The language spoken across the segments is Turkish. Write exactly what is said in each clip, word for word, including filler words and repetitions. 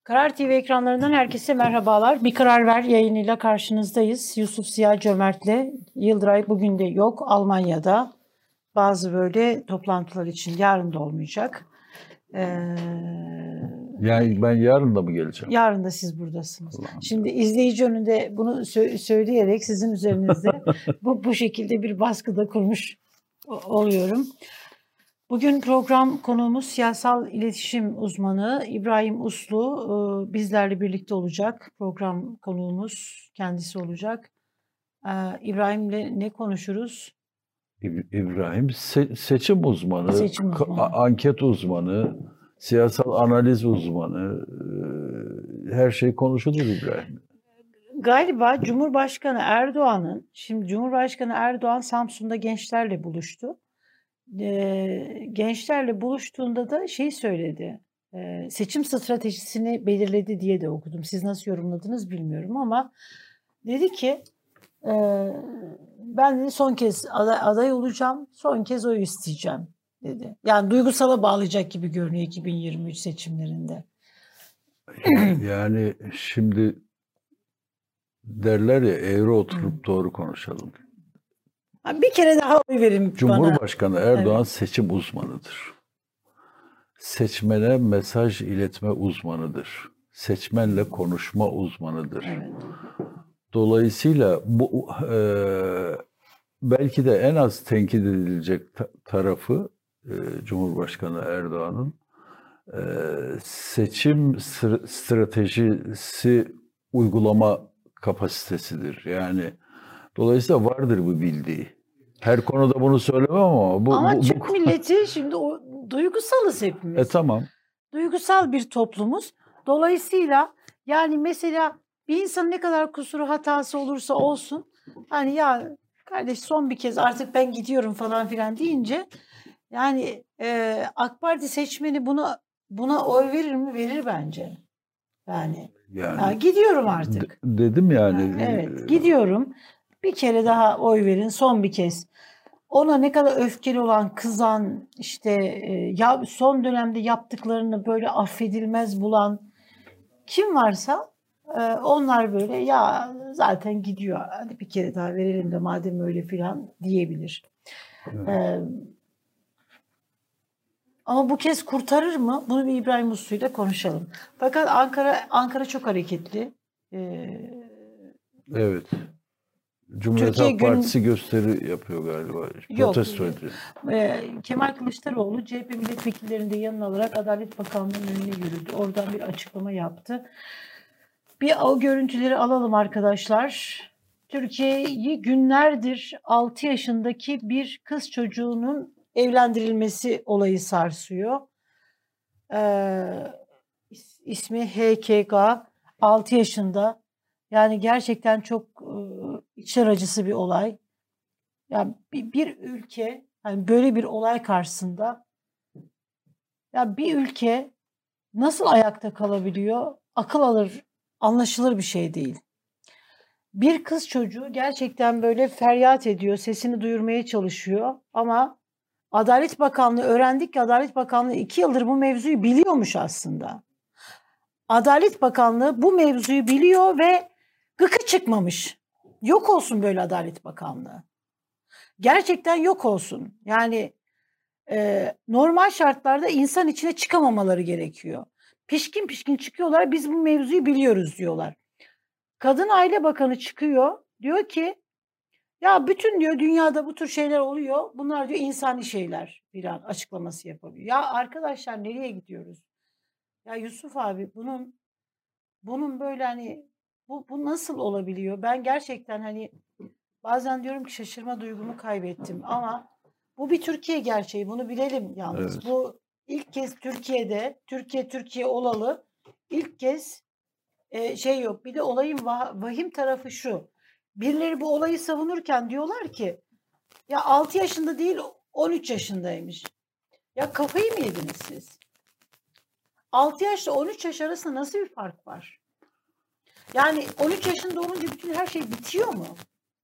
Karar T V ekranlarından herkese merhabalar. Bir Karar Ver yayınıyla karşınızdayız. Yusuf Ziya Cömert'le. Yıldıray bugün de yok, Almanya'da. Bazı böyle toplantılar için yarın da olmayacak. Ee, Yani ben yarın da mı geleceğim? yarın da siz buradasınız. Allah'ım. Şimdi izleyici önünde bunu sö- söyleyerek sizin üzerinizde bu, bu şekilde bir baskı da kurmuş o- oluyorum. Bugün program konuğumuz siyasal iletişim uzmanı İbrahim Uslu e, bizlerle birlikte olacak. Program konuğumuz kendisi olacak. E, İbrahim'le ne konuşuruz? İb- İbrahim se- seçim uzmanı, Seçim ka- uzmanı. a- anket uzmanı, siyasal analiz uzmanı, e, her şey konuşulur İbrahim. Galiba Cumhurbaşkanı Erdoğan'ın, şimdi Cumhurbaşkanı Erdoğan Samsun'da gençlerle buluştu. E, gençlerle buluştuğunda da şey söyledi. E, seçim stratejisini belirledi diye de okudum. Siz nasıl yorumladınız bilmiyorum ama dedi ki Ee, ben dedi, son kez aday, aday olacağım, son kez oy isteyeceğim dedi. Yani duygusala bağlayacak gibi görünüyor iki bin yirmi üç seçimlerinde. Yani şimdi derler ya, eğri oturup doğru konuşalım. Bir kere daha oy verin bana. Cumhurbaşkanı Erdoğan Evet. seçim uzmanıdır. Seçmene mesaj iletme uzmanıdır. Seçmenle konuşma uzmanıdır. Evet. Dolayısıyla bu e, belki de en az tenkit edilecek ta- tarafı e, Cumhurbaşkanı Erdoğan'ın e, seçim str- stratejisi uygulama kapasitesidir. Yani dolayısıyla vardır bu bildiği. Her konuda bunu söylemem ama bu Ama bu, Türk bu milleti şimdi o duygusalız hepimiz. e tamam. Duygusal bir toplumuz. Dolayısıyla yani mesela bir insanın ne kadar kusuru hatası olursa olsun hani ya kardeş son bir kez artık ben gidiyorum falan filan deyince yani e, AK Parti seçmeni buna buna oy verir mi? Verir bence. Yani Yani ya gidiyorum de- artık. dedim yani Ha, evet gidiyorum. Bir kere daha oy verin son bir kez. Ona ne kadar öfkeli olan, kızan, işte e, ya son dönemde yaptıklarını böyle affedilmez bulan kim varsa e, onlar böyle ya zaten gidiyor. Hadi bir kere daha verelim de madem öyle filan diyebilir. evet. E, ama bu kez kurtarır mı? Bunu bir İbrahim Uslu'yla konuşalım. Fakat Ankara Ankara çok hareketli. E, Evet. Cumhuriyet Türkiye Halk gün Partisi gösteri yapıyor galiba. yok. Protesto ediyor. Ee, Kemal Kılıçdaroğlu C H P milletvekillerini de yanına alarak Adalet Bakanlığı'nın önüne yürüdü. Oradan bir açıklama yaptı. Bir o görüntüleri alalım arkadaşlar. Türkiye'yi günlerdir altı yaşındaki bir kız çocuğunun evlendirilmesi olayı sarsıyor. Ee, ismi H K G, altı yaşında. Yani gerçekten çok e, içler acısı bir olay. Yani bir, bir ülke yani böyle bir olay karşısında ya bir ülke nasıl ayakta kalabiliyor? Akıl alır, anlaşılır bir şey değil. Bir kız çocuğu gerçekten böyle feryat ediyor, sesini duyurmaya çalışıyor ama Adalet Bakanlığı öğrendik ki Adalet Bakanlığı iki yıldır bu mevzuyu biliyormuş aslında. Adalet Bakanlığı bu mevzuyu biliyor ve gıkı çıkmamış. Yok olsun böyle Adalet Bakanlığı. Gerçekten yok olsun. Yani e, normal şartlarda insan içine çıkamamaları gerekiyor. Pişkin pişkin çıkıyorlar, biz bu mevzuyu biliyoruz diyorlar. Kadın Aile Bakanı çıkıyor, diyor ki ya bütün diyor dünyada bu tür şeyler oluyor. Bunlar diyor insani şeyler bir an açıklaması yapabiliyor. Ya arkadaşlar nereye gidiyoruz? Ya Yusuf abi bunun bunun böyle hani bu, bu nasıl olabiliyor? Ben gerçekten hani bazen diyorum ki şaşırma duygumu kaybettim ama bu bir Türkiye gerçeği. Bunu bilelim yalnız. Evet. Bu ilk kez Türkiye'de, Türkiye Türkiye olalı ilk kez e, şey yok. Bir de olayın va- vahim tarafı şu. Birileri bu olayı savunurken diyorlar ki ya altı yaşında değil on üç yaşındaymış. Ya kafayı mı yediniz siz? altı yaşla on üç yaş arasında nasıl bir fark var? Yani on üç yaşında olunca bütün her şey bitiyor mu?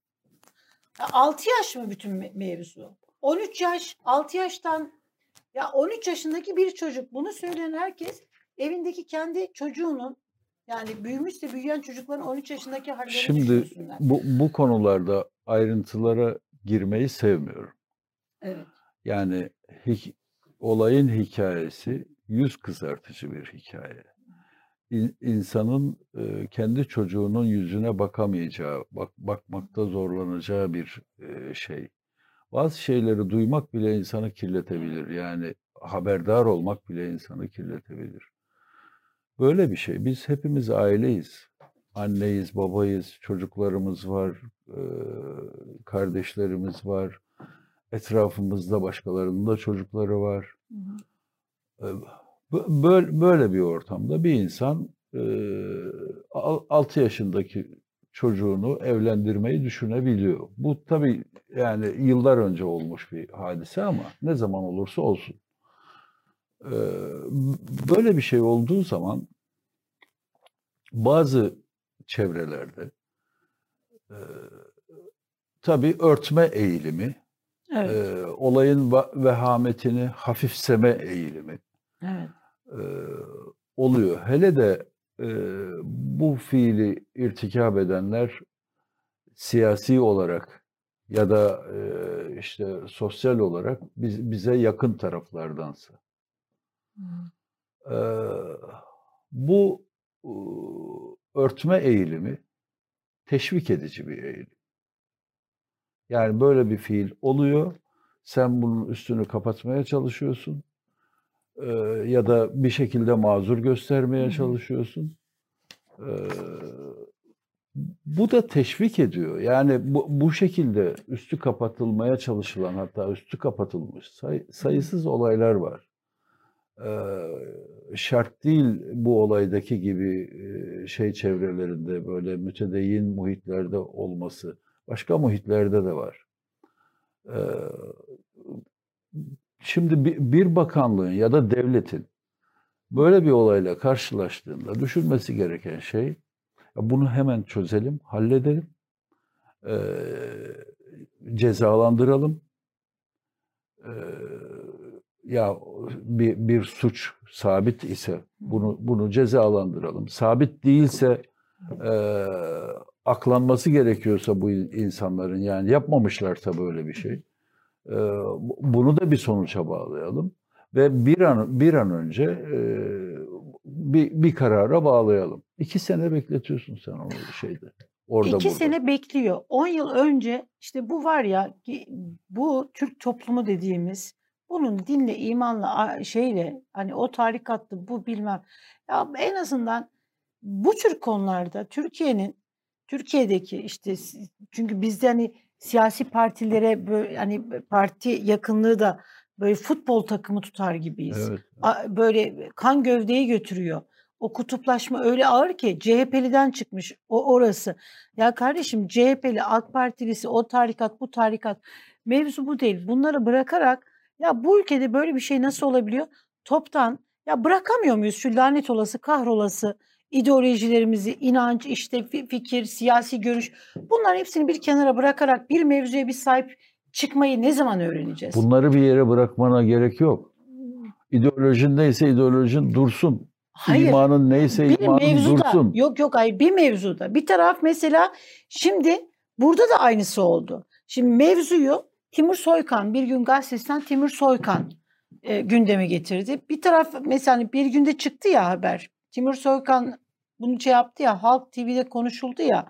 Ya altı yaş mı bütün me- mevzu? on üç yaş, altı yaştan ya on üç yaşındaki bir çocuk bunu söyleyen herkes evindeki kendi çocuğunun, yani büyümüşse büyüyen çocukların on üç yaşındaki hallerini Şimdi düşünsünler. bu, bu konularda ayrıntılara girmeyi sevmiyorum. Evet. Yani hik- olayın hikayesi yüz kızartıcı bir hikaye. İn- İnsanın e, kendi çocuğunun yüzüne bakamayacağı, bak, bakmakta zorlanacağı bir e, şey. Bazı şeyleri duymak bile insanı kirletebilir. Yani haberdar olmak bile insanı kirletebilir. Böyle bir şey. Biz hepimiz aileyiz. Anneyiz, babayız, çocuklarımız var, e, kardeşlerimiz var. Etrafımızda başkalarının da çocukları var. E, bö- Böyle, böyle bir ortamda bir insan e, altı yaşındaki çocuğunu evlendirmeyi düşünebiliyor. Bu tabii yani yıllar önce olmuş bir hadise ama ne zaman olursa olsun. E, Böyle bir şey olduğu zaman bazı çevrelerde e, tabii örtme eğilimi, Evet. e, olayın va- vehametini hafifseme eğilimi Evet. e, oluyor. Hele de e, bu fiili irtikab edenler siyasi olarak ya da e, işte sosyal olarak biz, bize yakın taraflardansa. E, Bu e, örtme eğilimi teşvik edici bir eğilim. Yani böyle bir fiil oluyor. Sen bunun üstünü kapatmaya çalışıyorsun. Ee, ya da bir şekilde mazur göstermeye Hı hı. çalışıyorsun. Ee, Bu da teşvik ediyor. Yani bu, bu şekilde üstü kapatılmaya çalışılan, hatta üstü kapatılmış say, sayısız olaylar var. Ee, şart değil bu olaydaki gibi e, şey çevrelerinde böyle mütedeyyin muhitlerde olması. Başka muhitlerde de var. Ee, Şimdi bir, bir bakanlığın ya da devletin böyle bir olayla karşılaştığında düşünmesi gereken şey, ya bunu hemen çözelim, halledelim, ee, cezalandıralım. Ee, Ya bir, bir suç sabit ise bunu bunu cezalandıralım. Sabit değilse e, aklanması gerekiyorsa bu insanların, yani yapmamışlarsa böyle bir şey, e, bunu da bir sonuca bağlayalım ve bir an bir an önce e, bir bir karara bağlayalım. İki sene bekletiyorsun sen onu şeyde. Orada İki burada. sene bekliyor. On yıl önce işte bu var ya, bu Türk toplumu dediğimiz, bunun dinle, imanla, şeyle, hani o tarikatlı, bu bilmem. Ya en azından bu tür konularda Türkiye'nin, Türkiye'deki işte, çünkü bizde hani siyasi partilere böyle, hani parti yakınlığı da böyle futbol takımı tutar gibiyiz. Evet. Böyle kan gövdeyi götürüyor. O kutuplaşma öyle ağır ki C H P'liden çıkmış o orası. Ya kardeşim, C H P'li, AK Partilisi, o tarikat, bu tarikat, mevzu bu değil. Bunları bırakarak, ya bu ülkede böyle bir şey nasıl olabiliyor? Toptan ya bırakamıyor muyuz şu lanet olası, kahrolası ideolojilerimizi, inanç, işte fikir, siyasi görüş, bunların hepsini bir kenara bırakarak bir mevzuya bir sahip çıkmayı ne zaman öğreneceğiz? Bunları bir yere bırakmana gerek yok. İdeolojin neyse ideolojin dursun. Hayır. İmanın neyse Bir imanın mevzuda, dursun. yok yok hayır, bir mevzuda. Bir taraf mesela, şimdi burada da aynısı oldu. Şimdi mevzuyu Timur Soykan, Bir Gün Gazetesi'nden Timur Soykan e, gündeme getirdi. Bir taraf mesela hani Bir Gün'de çıktı ya haber. Timur Soykan bunu şey yaptı ya, Halk T V'de konuşuldu ya.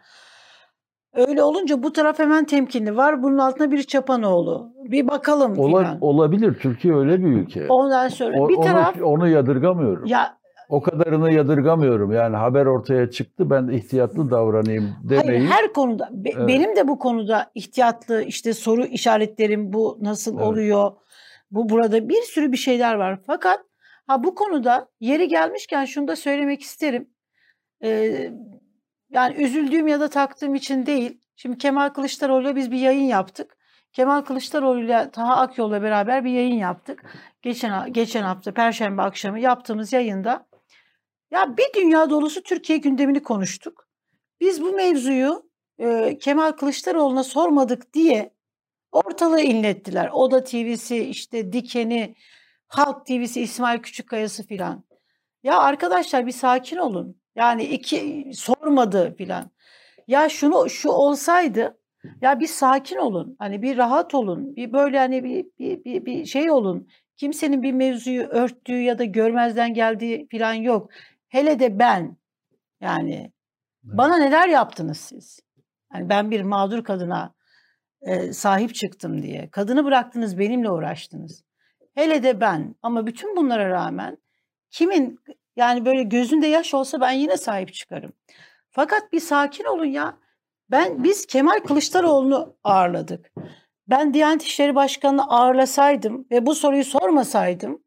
Öyle olunca bu taraf hemen temkinli. Var bunun altında bir Çapanoğlu. Bir bakalım Ola, filan. olabilir. Türkiye öyle bir ülke. Ondan sonra O, bir onu, taraf, onu yadırgamıyorum. ya O kadarını yadırgamıyorum. Yani haber ortaya çıktı, ben ihtiyatlı davranayım demeyi. hayır, her konuda be, Evet. benim de bu konuda ihtiyatlı, işte soru işaretlerim, bu nasıl Evet. oluyor? Bu burada bir sürü bir şeyler var. Fakat ha bu konuda yeri gelmişken şunu da söylemek isterim. Ee, yani üzüldüğüm ya da taktığım için değil. Şimdi Kemal Kılıçdaroğlu'yla biz bir yayın yaptık. Kemal Kılıçdaroğlu'yla Taha Akyol'la beraber bir yayın yaptık. Geçen geçen hafta Perşembe akşamı yaptığımız yayında ya bir dünya dolusu Türkiye gündemini konuştuk. Biz bu mevzuyu e, Kemal Kılıçdaroğlu'na sormadık diye ortalığı inlettiler. Oda T V'si, işte Diken'i, Halk T V'si, İsmail Küçükkaya'sı filan. Ya arkadaşlar bir sakin olun. Yani iki sormadı filan. Ya şunu şu olsaydı, ya bir sakin olun. Hani bir rahat olun. Bir böyle hani bir bir bir, bir şey olun. Kimsenin bir mevzuyu örttüğü ya da görmezden geldiği filan yok. Hele de ben yani bana neler yaptınız siz? Yani ben bir mağdur kadına e, sahip çıktım diye. Kadını bıraktınız, benimle uğraştınız. Hele de ben. Ama bütün bunlara rağmen kimin yani böyle gözünde yaş olsa ben yine sahip çıkarım. Fakat bir sakin olun ya. Ben biz Kemal Kılıçdaroğlu'nu ağırladık. Ben Diyanet İşleri Başkanı'nı ağırlasaydım ve bu soruyu sormasaydım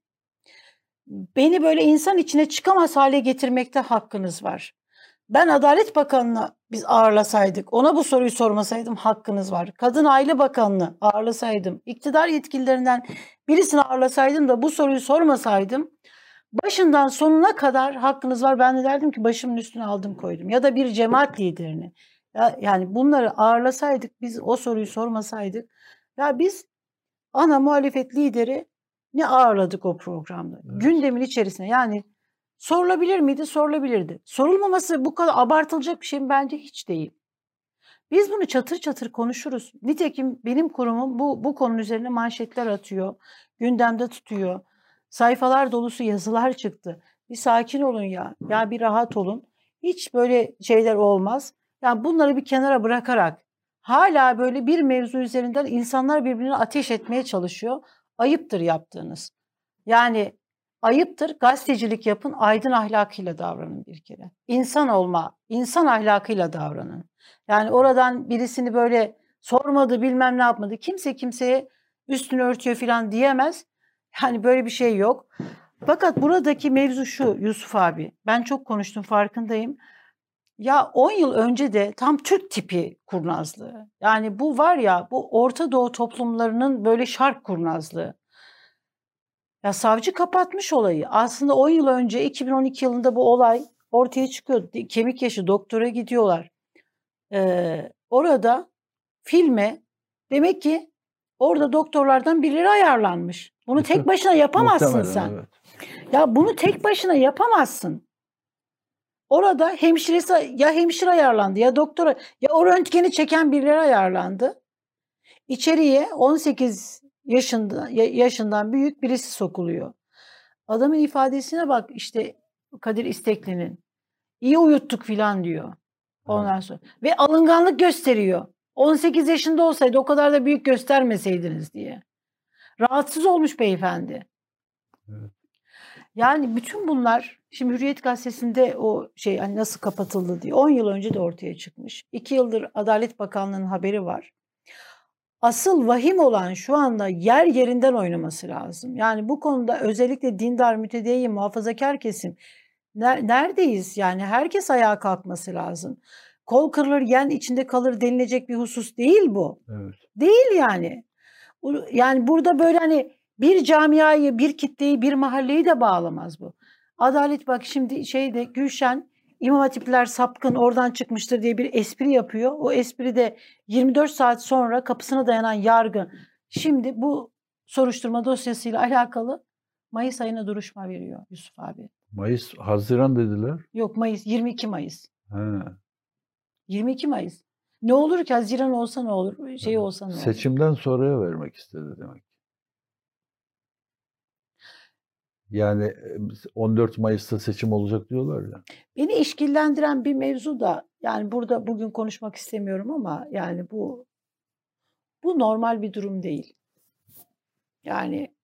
beni böyle insan içine çıkamaz hale getirmekte hakkınız var. Ben Adalet Bakanı'nı biz ağırlasaydık, ona bu soruyu sormasaydım hakkınız var. Kadın Aile Bakanı'nı ağırlasaydım, iktidar yetkililerinden birisini ağırlasaydım da bu soruyu sormasaydım, başından sonuna kadar hakkınız var. Ben de derdim ki başımın üstüne aldım koydum. Ya da bir cemaat liderini. Ya, yani bunları ağırlasaydık, biz o soruyu sormasaydık, ya biz ana muhalefet lideri ne ağırladık o programda. Evet. Gündemin içerisine yani sorulabilir miydi? Sorulabilirdi. Sorulmaması bu kadar abartılacak bir şey mi? Bence hiç değil. Biz bunu çatır çatır konuşuruz. Nitekim benim kurumum bu, bu konunun üzerine manşetler atıyor. Gündemde tutuyor. Sayfalar dolusu yazılar çıktı. Bir sakin olun ya. Ya bir rahat olun. Hiç böyle şeyler olmaz. Yani bunları bir kenara bırakarak hala böyle bir mevzu üzerinden insanlar birbirine ateş etmeye çalışıyor. Ayıptır yaptığınız. Yani ayıptır. Gazetecilik yapın, aydın ahlakıyla davranın bir kere. İnsan olma, insan ahlakıyla davranın. Yani oradan birisini böyle sormadı, bilmem ne yapmadı. Kimse kimseye üstünü örtüyor falan diyemez. Yani böyle bir şey yok. Fakat buradaki mevzu şu Yusuf abi. Ben çok konuştum farkındayım. Ya on yıl önce de tam Türk tipi kurnazlığı. Yani bu var ya bu Orta Doğu toplumlarının böyle şark kurnazlığı. Ya savcı kapatmış olayı. Aslında on yıl önce iki bin on iki yılında bu olay ortaya çıkıyor. Kemik yaşı doktora gidiyorlar. Ee, orada filme demek ki orada doktorlardan birileri ayarlanmış. Bunu tek başına yapamazsın sen. Evet. Ya bunu tek başına yapamazsın. Orada hemşiresi ya hemşire ayarlandı ya doktora ya o röntgeni çeken birileri ayarlandı. İçeriye on sekiz yaşında yaşından büyük birisi sokuluyor. Adamın ifadesine bak işte Kadir İstekli'nin. İyi uyuttuk filan diyor. Ondan sonra. Ve alınganlık gösteriyor. on sekiz yaşında olsaydı o kadar da büyük göstermeseydiniz diye. Rahatsız olmuş beyefendi. Evet. Yani bütün bunlar şimdi Hürriyet Gazetesi'nde o şey hani nasıl kapatıldı diye on yıl önce de ortaya çıkmış. iki yıldır Adalet Bakanlığı'nın haberi var. Asıl vahim olan şu anda yer yerinden oynaması lazım. Yani bu konuda özellikle dindar, mütedeyyin, muhafazakar kesim neredeyiz? Yani herkes ayağa kalkması lazım. Kol kırılır, yen içinde kalır denilecek bir husus değil bu. Evet. Değil yani. Yani burada böyle hani bir camiayı, bir kitleyi, bir mahalleyi de bağlamaz bu. Adalet bak şimdi şeyde Gülşen İmam Hatipler sapkın oradan çıkmıştır diye bir espri yapıyor. O espri de yirmi dört saat sonra kapısına dayanan yargı. Şimdi bu soruşturma dosyasıyla alakalı Mayıs ayına duruşma veriyor Yusuf abi. Mayıs, Haziran dediler. Yok Mayıs, yirmi iki Mayıs. He. yirmi iki Mayıs. Ne olur ki Haziran olsa ne olur, şey olsa ne olur. Seçimden sonraya vermek istedi demek. Yani on dört Mayıs'ta seçim olacak diyorlar ya. Beni işkillendiren bir mevzu da yani burada bugün konuşmak istemiyorum ama yani bu bu normal bir durum değil. Yani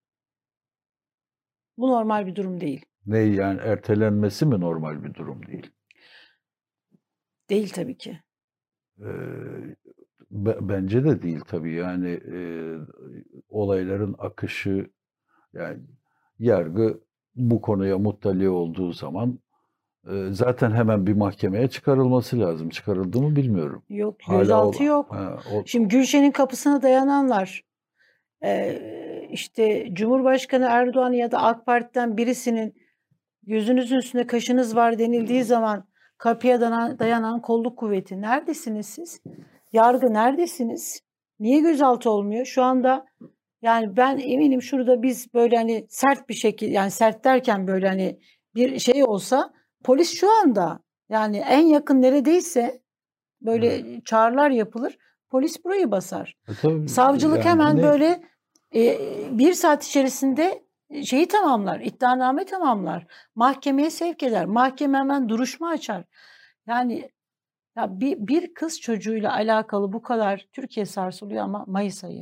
bu normal bir durum değil. Ne yani ertelenmesi mi normal bir durum değil? Değil tabii ki. Ee, bence de değil tabii yani e, olayların akışı yani yargı bu konuya muttali olduğu zaman e, zaten hemen bir mahkemeye çıkarılması lazım. Çıkarıldı mı bilmiyorum. Yok Hala gözaltı o- yok. Ha, o- Şimdi Gülşen'in kapısına dayananlar e, işte Cumhurbaşkanı Erdoğan ya da AK Parti'den birisinin gözünüzün üstünde kaşınız var denildiği zaman kapıya dayanan, dayanan kolluk kuvveti neredesiniz siz? Yargı neredesiniz? Niye gözaltı olmuyor? Şu anda yani ben eminim şurada biz böyle hani sert bir şekilde yani sert derken böyle hani bir şey olsa polis şu anda yani en yakın neredeyse böyle Evet. çağrılar yapılır. Polis burayı basar. E, tabii Savcılık yani hemen ne böyle e, bir saat içerisinde şeyi tamamlar, iddianame tamamlar. Mahkemeye sevk eder. Mahkeme hemen duruşma açar. Yani ya bir, bir kız çocuğuyla alakalı bu kadar Türkiye sarsılıyor ama Mayıs ayı.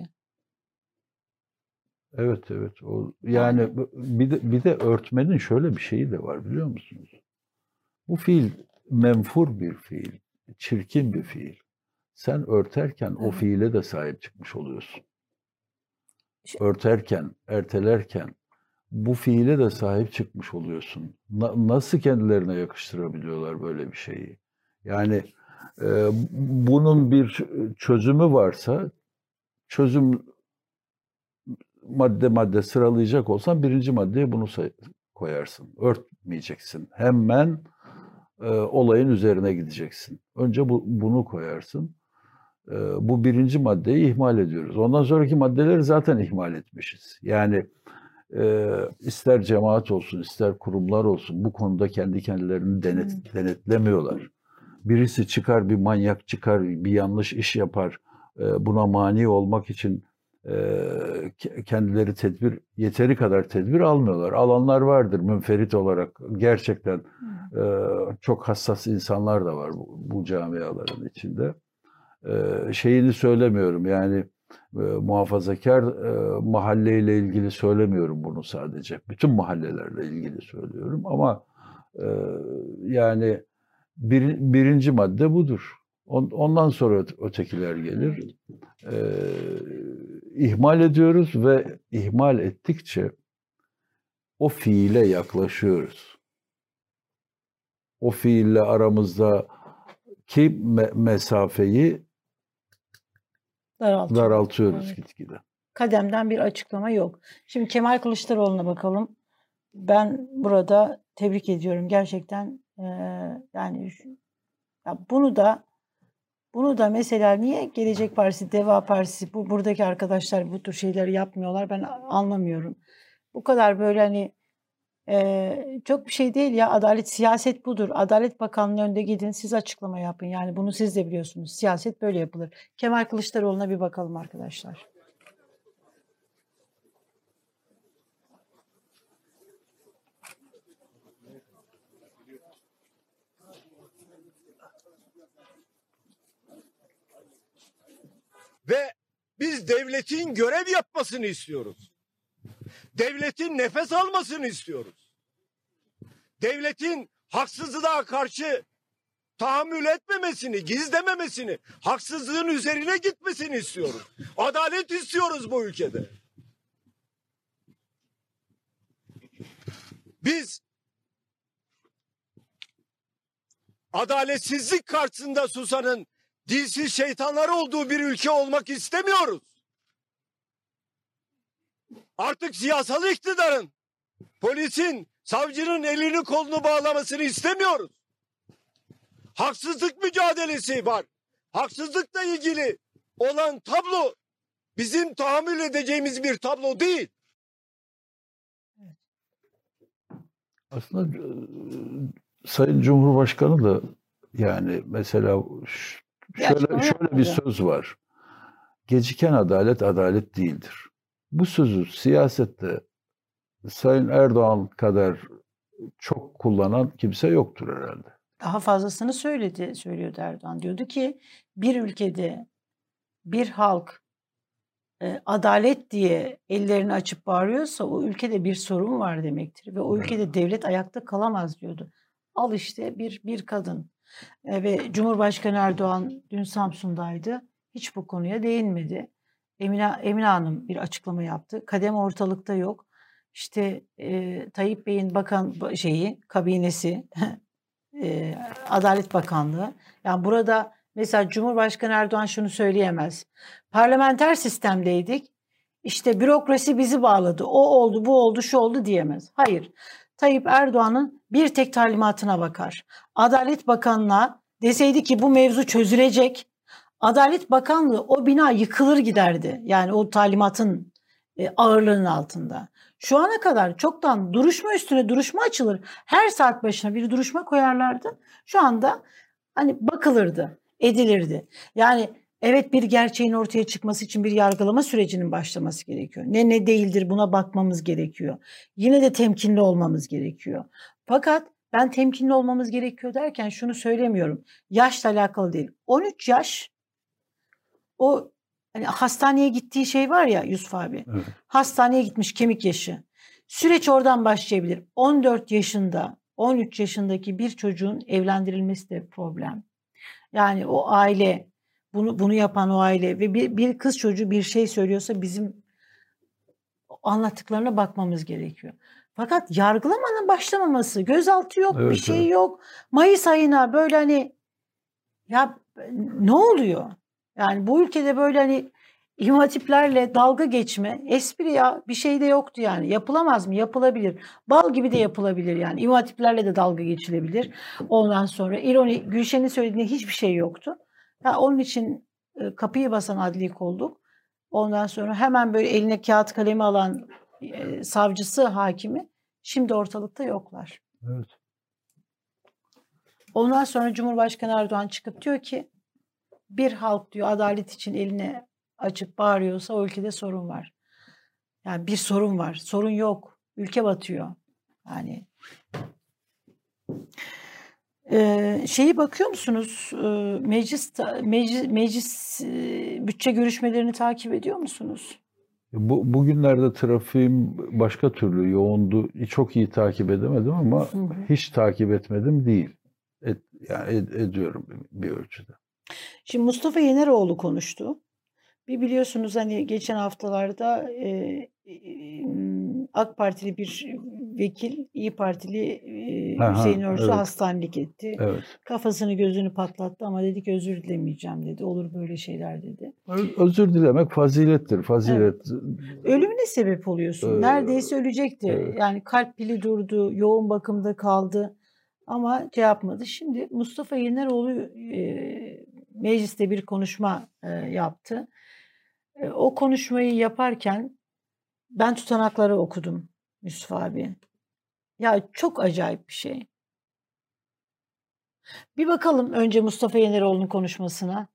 evet evet o Yani yani bu- bir de bir de örtmenin şöyle bir şeyi de var biliyor musunuz? Bu fiil menfur bir fiil, çirkin bir fiil. Sen örterken o evet. fiile de sahip çıkmış oluyorsun. Ş- Örterken, ertelerken bu fiile de sahip çıkmış oluyorsun. Na- nasıl kendilerine yakıştırabiliyorlar böyle bir şeyi? Yani e, bunun bir çözümü varsa, çözüm madde madde sıralayacak olsan birinci maddeye bunu say- koyarsın. Örtmeyeceksin. Hemen e, olayın üzerine gideceksin. Önce bu, bunu koyarsın. E, bu birinci maddeyi ihmal ediyoruz. Ondan sonraki maddeleri zaten ihmal etmişiz. Yani e, ister cemaat olsun, ister kurumlar olsun bu konuda kendi kendilerini denet, Hmm. denetlemiyorlar. Birisi çıkar, bir manyak çıkar, bir yanlış iş yapar. E, buna mani olmak için e, kendileri tedbir, yeteri kadar tedbir almıyorlar. Alanlar vardır münferit olarak. Gerçekten e, çok hassas insanlar da var bu, bu camiaların içinde. E, şeyini söylemiyorum yani e, muhafazakar e, mahalleyle ilgili söylemiyorum bunu sadece. Bütün mahallelerle ilgili söylüyorum ama e, yani bir, birinci madde budur. On, ondan sonra öte- ötekiler gelir. E, ihmal ediyoruz ve ihmal ettikçe o fiile yaklaşıyoruz. O fiille aramızdaki me- mesafeyi Daraltıyor. daraltıyoruz Evet. gitgide. Kademden bir açıklama yok. Şimdi Kemal Kılıçdaroğlu'na bakalım. Ben burada tebrik ediyorum gerçekten. Ee, yani şu- ya bunu da bunu da mesela niye Gelecek Partisi, Deva Partisi bu buradaki arkadaşlar bu tür şeyleri yapmıyorlar ben anlamıyorum. Bu kadar böyle hani e, çok bir şey değil ya adalet siyaset budur. Adalet Bakanlığı önünde gidin siz açıklama yapın. Yani bunu siz de biliyorsunuz. Siyaset böyle yapılır. Kemal Kılıçdaroğlu'na bir bakalım arkadaşlar. Ve biz devletin görev yapmasını istiyoruz. Devletin nefes almasını istiyoruz. Devletin haksızlığa karşı tahammül etmemesini, gizlememesini, haksızlığın üzerine gitmesini istiyoruz. Adalet istiyoruz bu ülkede. Biz adaletsizlik karşısında susanın dilsiz şeytanlar olduğu bir ülke olmak istemiyoruz. Artık siyasal iktidarın, polisin, savcının elini kolunu bağlamasını istemiyoruz. Haksızlık mücadelesi var. Haksızlıkla ilgili olan tablo bizim tahammül edeceğimiz bir tablo değil. Aslında e, Sayın Cumhurbaşkanı da yani mesela ş- Bir şöyle açıklama şöyle bir yapmadı. söz var. Geciken adalet adalet değildir. Bu sözü siyasette Sayın Erdoğan kadar çok kullanan kimse yoktur herhalde. Daha fazlasını söyledi, söylüyordu Erdoğan. Diyordu ki bir ülkede bir halk e, adalet diye ellerini açıp bağırıyorsa o ülkede bir sorun var demektir ve o ülkede devlet ayakta kalamaz diyordu. Al işte bir bir kadın e, ve Cumhurbaşkanı Erdoğan dün Samsun'daydı. Hiç bu konuya değinmedi. Emine, Emine Hanım bir açıklama yaptı. Kadem ortalıkta yok. İşte e, Tayyip Bey'in bakan şeyi, kabinesi, e, Adalet Bakanlığı. Yani burada mesela Cumhurbaşkanı Erdoğan şunu söyleyemez. Parlamenter sistemdeydik. İşte bürokrasi bizi bağladı. O oldu, bu oldu, şu oldu diyemez. Hayır. Tayyip Erdoğan'ın bir tek talimatına bakar. Adalet Bakanlığı'na deseydi ki bu mevzu çözülecek. Adalet Bakanlığı o bina yıkılır giderdi. Yani o talimatın e, ağırlığının altında. Şu ana kadar çoktan duruşma üstüne duruşma açılır. Her saat başına bir duruşma koyarlardı. Şu anda hani bakılırdı, edilirdi. Yani evet, bir gerçeğin ortaya çıkması için bir yargılama sürecinin başlaması gerekiyor. Ne ne değildir, buna bakmamız gerekiyor. Yine de temkinli olmamız gerekiyor. Fakat ben temkinli olmamız gerekiyor derken şunu söylemiyorum. Yaşla alakalı değil. on üç yaş, o hani hastaneye gittiği şey var ya Yusuf abi. Evet. Hastaneye gitmiş, kemik yaşı. Süreç oradan başlayabilir. on dört yaşında, on üç yaşındaki bir çocuğun evlendirilmesi de problem. Yani o aile, bunu bunu yapan o aile ve bir, bir kız çocuğu bir şey söylüyorsa bizim anlattıklarına bakmamız gerekiyor. Fakat yargılamanın başlamaması, gözaltı yok, Evet, bir şey evet. yok. Mayıs ayına böyle hani ya ne oluyor? Yani bu ülkede böyle hani İmam hatiplerle dalga geçme, espri ya, bir şey de yoktu yani. Yapılamaz mı? Yapılabilir. Bal gibi de yapılabilir yani. İmam hatiplerle de dalga geçilebilir. Ondan sonra ironi, Gülşen'in söylediğinde hiçbir şey yoktu. Ya onun için e, kapıyı basan adli kolluk. Ondan sonra hemen böyle eline kağıt kalemi alan e, savcısı, hakimi şimdi ortalıkta yoklar. Evet. Ondan sonra Cumhurbaşkanı Erdoğan çıkıp diyor ki bir halk diyor adalet için elini açıp bağırıyorsa o ülkede sorun var. Yani bir sorun var. Sorun yok. Ülke batıyor. Yani Ee, şeyi bakıyor musunuz? Ee, meclis meclis, meclis e, bütçe görüşmelerini takip ediyor musunuz? Bu, bugünlerde trafiğim başka türlü yoğundu. Çok iyi takip edemedim ama Hı hı. hiç takip etmedim değil. Et, yani ed- ediyorum bir ölçüde. Şimdi Mustafa Yeneroğlu konuştu. Bir biliyorsunuz hani geçen haftalarda e, e, AK Partili bir vekil İyi Partili e, Ha, ha, Hüseyin Örsü evet. hastanelik etti. Evet. Kafasını gözünü patlattı ama dedi ki özür dilemeyeceğim dedi. Olur böyle şeyler dedi. Öz- Özür dilemek fazilettir. Fazilet. Ölümüne sebep oluyorsun. Ee, Neredeyse ölecekti. evet. Yani kalp pili durdu, yoğun bakımda kaldı ama şey yapmadı. Şimdi Mustafa Yeneroğlu e, mecliste bir konuşma e, yaptı. E, o konuşmayı yaparken ben tutanakları okudum Yusuf abi. Ya çok acayip bir şey. Bir bakalım önce Mustafa Yeneroğlu'nun konuşmasına.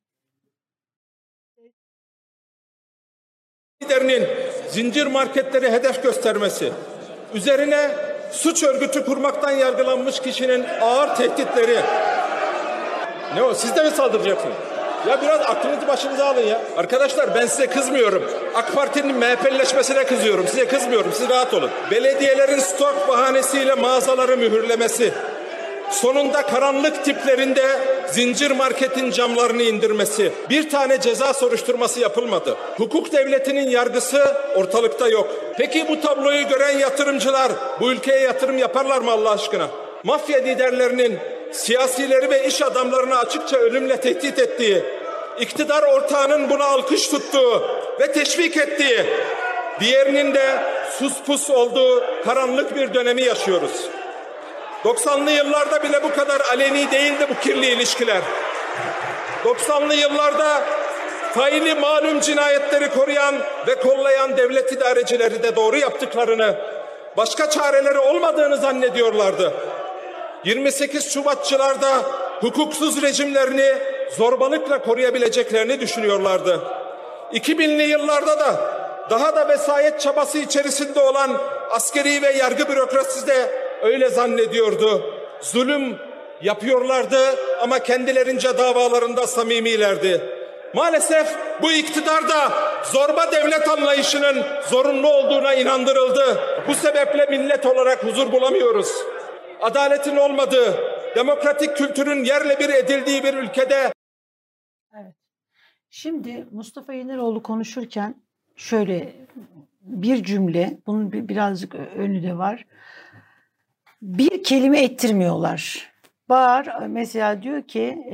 Liderinin zincir marketleri hedef göstermesi, üzerine suç örgütü kurmaktan yargılanmış kişinin ağır tehditleri. Ne o? Siz de mi saldıracaksınız? Ya biraz aklınızı başınıza alın ya. Arkadaşlar ben size kızmıyorum. AK Parti'nin M H P'lileşmesine kızıyorum. Size kızmıyorum. Siz rahat olun. Belediyelerin stok bahanesiyle mağazaları mühürlemesi. Sonunda karanlık tiplerinde zincir marketin camlarını indirmesi. Bir tane ceza soruşturması yapılmadı. Hukuk devletinin yargısı ortalıkta yok. Peki bu tabloyu gören yatırımcılar bu ülkeye yatırım yaparlar mı Allah aşkına? Mafya liderlerinin siyasileri ve iş adamlarını açıkça ölümle tehdit ettiği, iktidar ortağının buna alkış tuttuğu ve teşvik ettiği, diğerinin de sus pus olduğu karanlık bir dönemi yaşıyoruz. doksanlı yıllarda bile bu kadar aleni değildi bu kirli ilişkiler. doksanlı yıllarda faili malum cinayetleri koruyan ve kollayan devlet idarecileri de doğru yaptıklarını, başka çareleri olmadığını zannediyorlardı. yirmi sekiz Şubatçılarda hukuksuz rejimlerini zorbalıkla koruyabileceklerini düşünüyorlardı. iki binli yıllarda da daha da vesayet çabası içerisinde olan askeri ve yargı bürokrasisi de öyle zannediyordu. Zulüm yapıyorlardı ama kendilerince davalarında samimilerdi. Maalesef bu iktidar da zorba devlet anlayışının zorunlu olduğuna inandırıldı. Bu sebeple millet olarak huzur bulamıyoruz. Adaletin olmadığı, demokratik kültürün yerle bir edildiği bir ülkede. Evet. Şimdi Mustafa Yeneroğlu konuşurken şöyle bir cümle, bunun birazcık önü de var. Bir kelime ettirmiyorlar. Bağır mesela diyor ki e,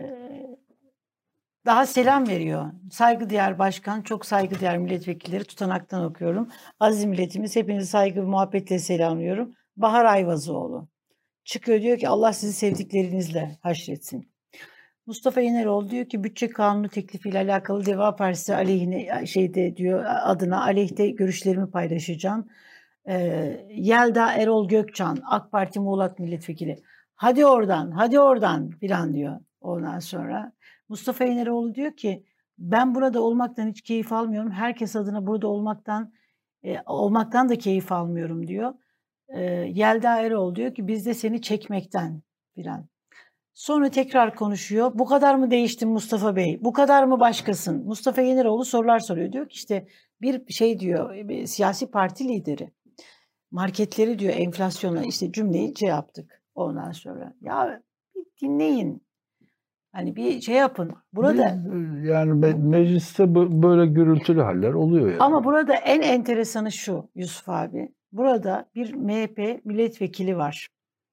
daha selam veriyor. Saygıdeğer başkan, çok saygıdeğer milletvekilleri, tutanaktan okuyorum. Aziz milletimiz, hepinizi saygı ve muhabbetle selamlıyorum. Bahar Ayvazıoğlu. Çıkıyor diyor ki Allah sizi sevdiklerinizle haşretsin. Mustafa Yeneroğlu diyor ki bütçe kanunu teklifiyle alakalı Deva Partisi aleyhine şeyde diyor adına aleyhte görüşlerimi paylaşacağım. Ee, Yelda Erol Gökçan, AK Parti Muğlak Milletvekili. Hadi oradan, hadi oradan filan diyor ondan sonra. Mustafa Yeneroğlu diyor ki ben burada olmaktan hiç keyif almıyorum. Herkes adına burada olmaktan e, olmaktan da keyif almıyorum diyor. E, Yelda Erol diyor ki biz de seni çekmekten filan. Sonra tekrar konuşuyor. Bu kadar mı değiştin Mustafa Bey? Bu kadar mı başkasın? Mustafa Yeneroğlu sorular soruyor. Diyor ki işte bir şey diyor bir siyasi parti lideri. Marketleri diyor enflasyona işte cümleyi şey yaptık ondan sonra. Ya bir dinleyin. Hani bir şey yapın. Burada yani me- mecliste bu- böyle gürültülü haller oluyor yani. ama burada en enteresanı şu Yusuf abi. Burada bir M H P milletvekili var.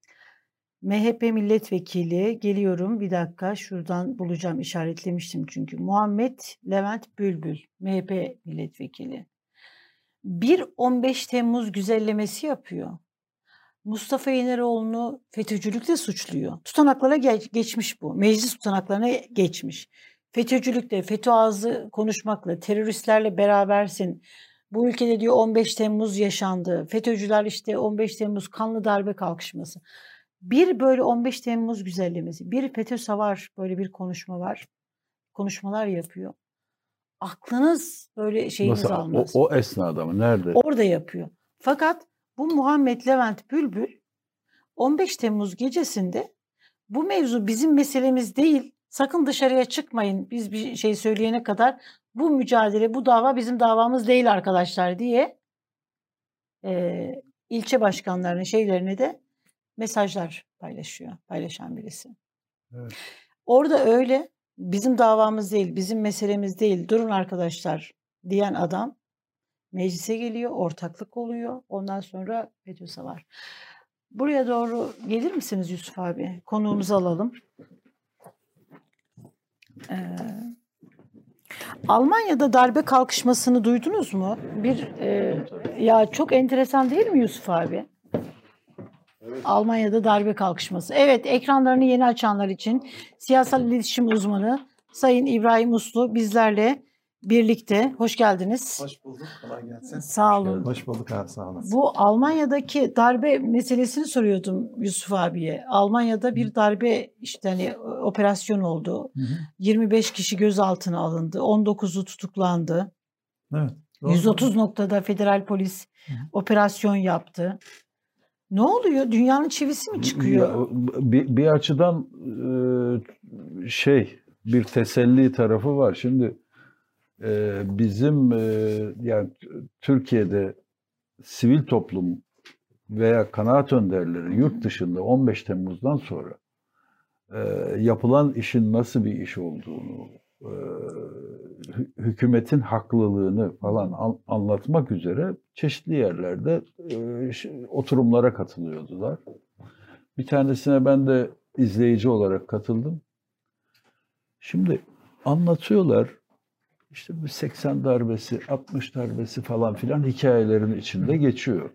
M H P milletvekili geliyorum bir dakika şuradan bulacağım işaretlemiştim çünkü. Muhammed Levent Bülbül M H P milletvekili. Bir on beş Temmuz güzellemesi yapıyor. Mustafa Yeneroğlu'nu FETÖ'cülükle suçluyor. Tutanaklara geç, geçmiş bu. Meclis tutanaklarına geçmiş. FETÖ'cülükle, FETÖ ağzı konuşmakla, teröristlerle berabersin. Bu ülkede diyor on beş Temmuz yaşandı. FETÖ'cüler işte on beş Temmuz kanlı darbe kalkışması. Bir böyle on beş Temmuz güzellemesi, bir FETÖ savar böyle bir konuşma var. Konuşmalar yapıyor. Aklınız böyle şeyiniz Nasıl, o, almaz. o esnada mı? Nerede? Orada yapıyor. Fakat bu Muhammed Levent Bülbül on beş Temmuz gecesinde bu mevzu bizim meselemiz değil. Sakın dışarıya çıkmayın. Biz bir şey söyleyene kadar bu mücadele, bu dava bizim davamız değil arkadaşlar diye e, ilçe başkanlarının şeylerine de mesajlar paylaşıyor. Paylaşan birisi. Evet. Orada öyle bizim davamız değil, bizim meselemiz değil. Durun arkadaşlar diyen adam meclise geliyor, ortaklık oluyor. Ondan sonra FETÖ var. Buraya doğru gelir misiniz Yusuf abi? Konuğumuzu alalım. Ee, Almanya'da darbe kalkışmasını duydunuz mu? Bir e, ya çok enteresan değil mi Yusuf abi? Evet. Almanya'da darbe kalkışması. Evet, ekranlarını yeni açanlar için siyasal iletişim uzmanı Sayın İbrahim Uslu bizlerle birlikte. Hoş geldiniz. Hoş bulduk. Kolay gelsin. Sağ olun. Hoş bulduk abi, sağ olasın. Bu Almanya'daki darbe meselesini soruyordum Yusuf abiye. Almanya'da bir darbe işte hani operasyon oldu. Hı hı. yirmi beş kişi gözaltına alındı. on dokuzu tutuklandı. Evet. Doğru. yüz otuz noktada federal polis hı hı. operasyon yaptı. Ne oluyor? Dünyanın çivisi mi çıkıyor? Ya, bir, bir açıdan şey bir teselli tarafı var. Şimdi bizim yani Türkiye'de sivil toplum veya kanaat önderleri yurt dışında on beş Temmuz'dan sonra yapılan işin nasıl bir iş olduğunu, hükümetin haklılığını falan anlatmak üzere çeşitli yerlerde oturumlara katılıyordular. Bir tanesine ben de izleyici olarak katıldım. Şimdi anlatıyorlar. İşte bu seksen darbesi, altmış darbesi falan filan hikayelerin içinde geçiyor.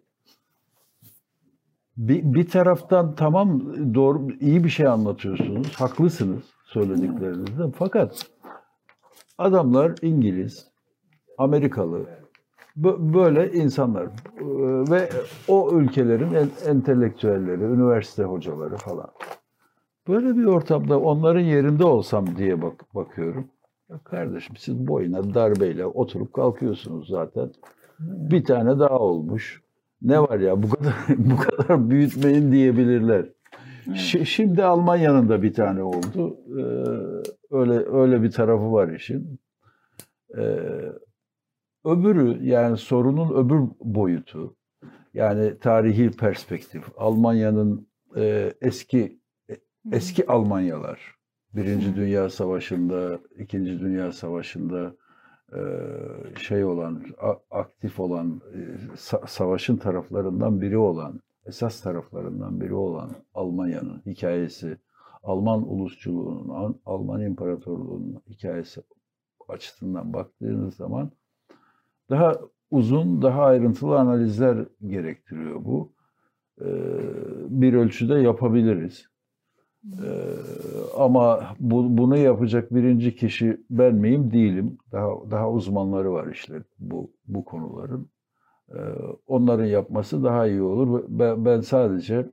Bir, bir taraftan tamam doğru iyi bir şey anlatıyorsunuz, haklısınız söylediklerinizde. Fakat adamlar İngiliz, Amerikalı, böyle insanlar ve o ülkelerin entelektüelleri, üniversite hocaları falan. Böyle bir ortamda onların yerinde olsam diye bak bakıyorum. Ya kardeşim siz boyuna darbeyle oturup kalkıyorsunuz zaten. Bir tane daha olmuş. Ne var ya bu kadar bu kadar büyütmeyin diyebilirler. Evet. Şimdi Almanya'nın da bir tane oldu. Ee, öyle öyle bir tarafı var işin. Ee, öbürü yani sorunun öbür boyutu. Yani tarihi perspektif. Almanya'nın e, eski eski Almanyalar. Birinci Dünya Savaşı'nda, İkinci Dünya Savaşı'nda şey olan, aktif olan, savaşın taraflarından biri olan, esas taraflarından biri olan Almanya'nın hikayesi, Alman ulusçuluğunun, Alman İmparatorluğu'nun hikayesi açısından baktığınız zaman daha uzun, daha ayrıntılı analizler gerektiriyor bu. Bir ölçüde yapabiliriz. Ee, ama bu, bunu yapacak birinci kişi ben miyim? Değilim. Daha daha uzmanları var işte bu bu konuların. E, onların yapması daha iyi olur. Ben, ben sadece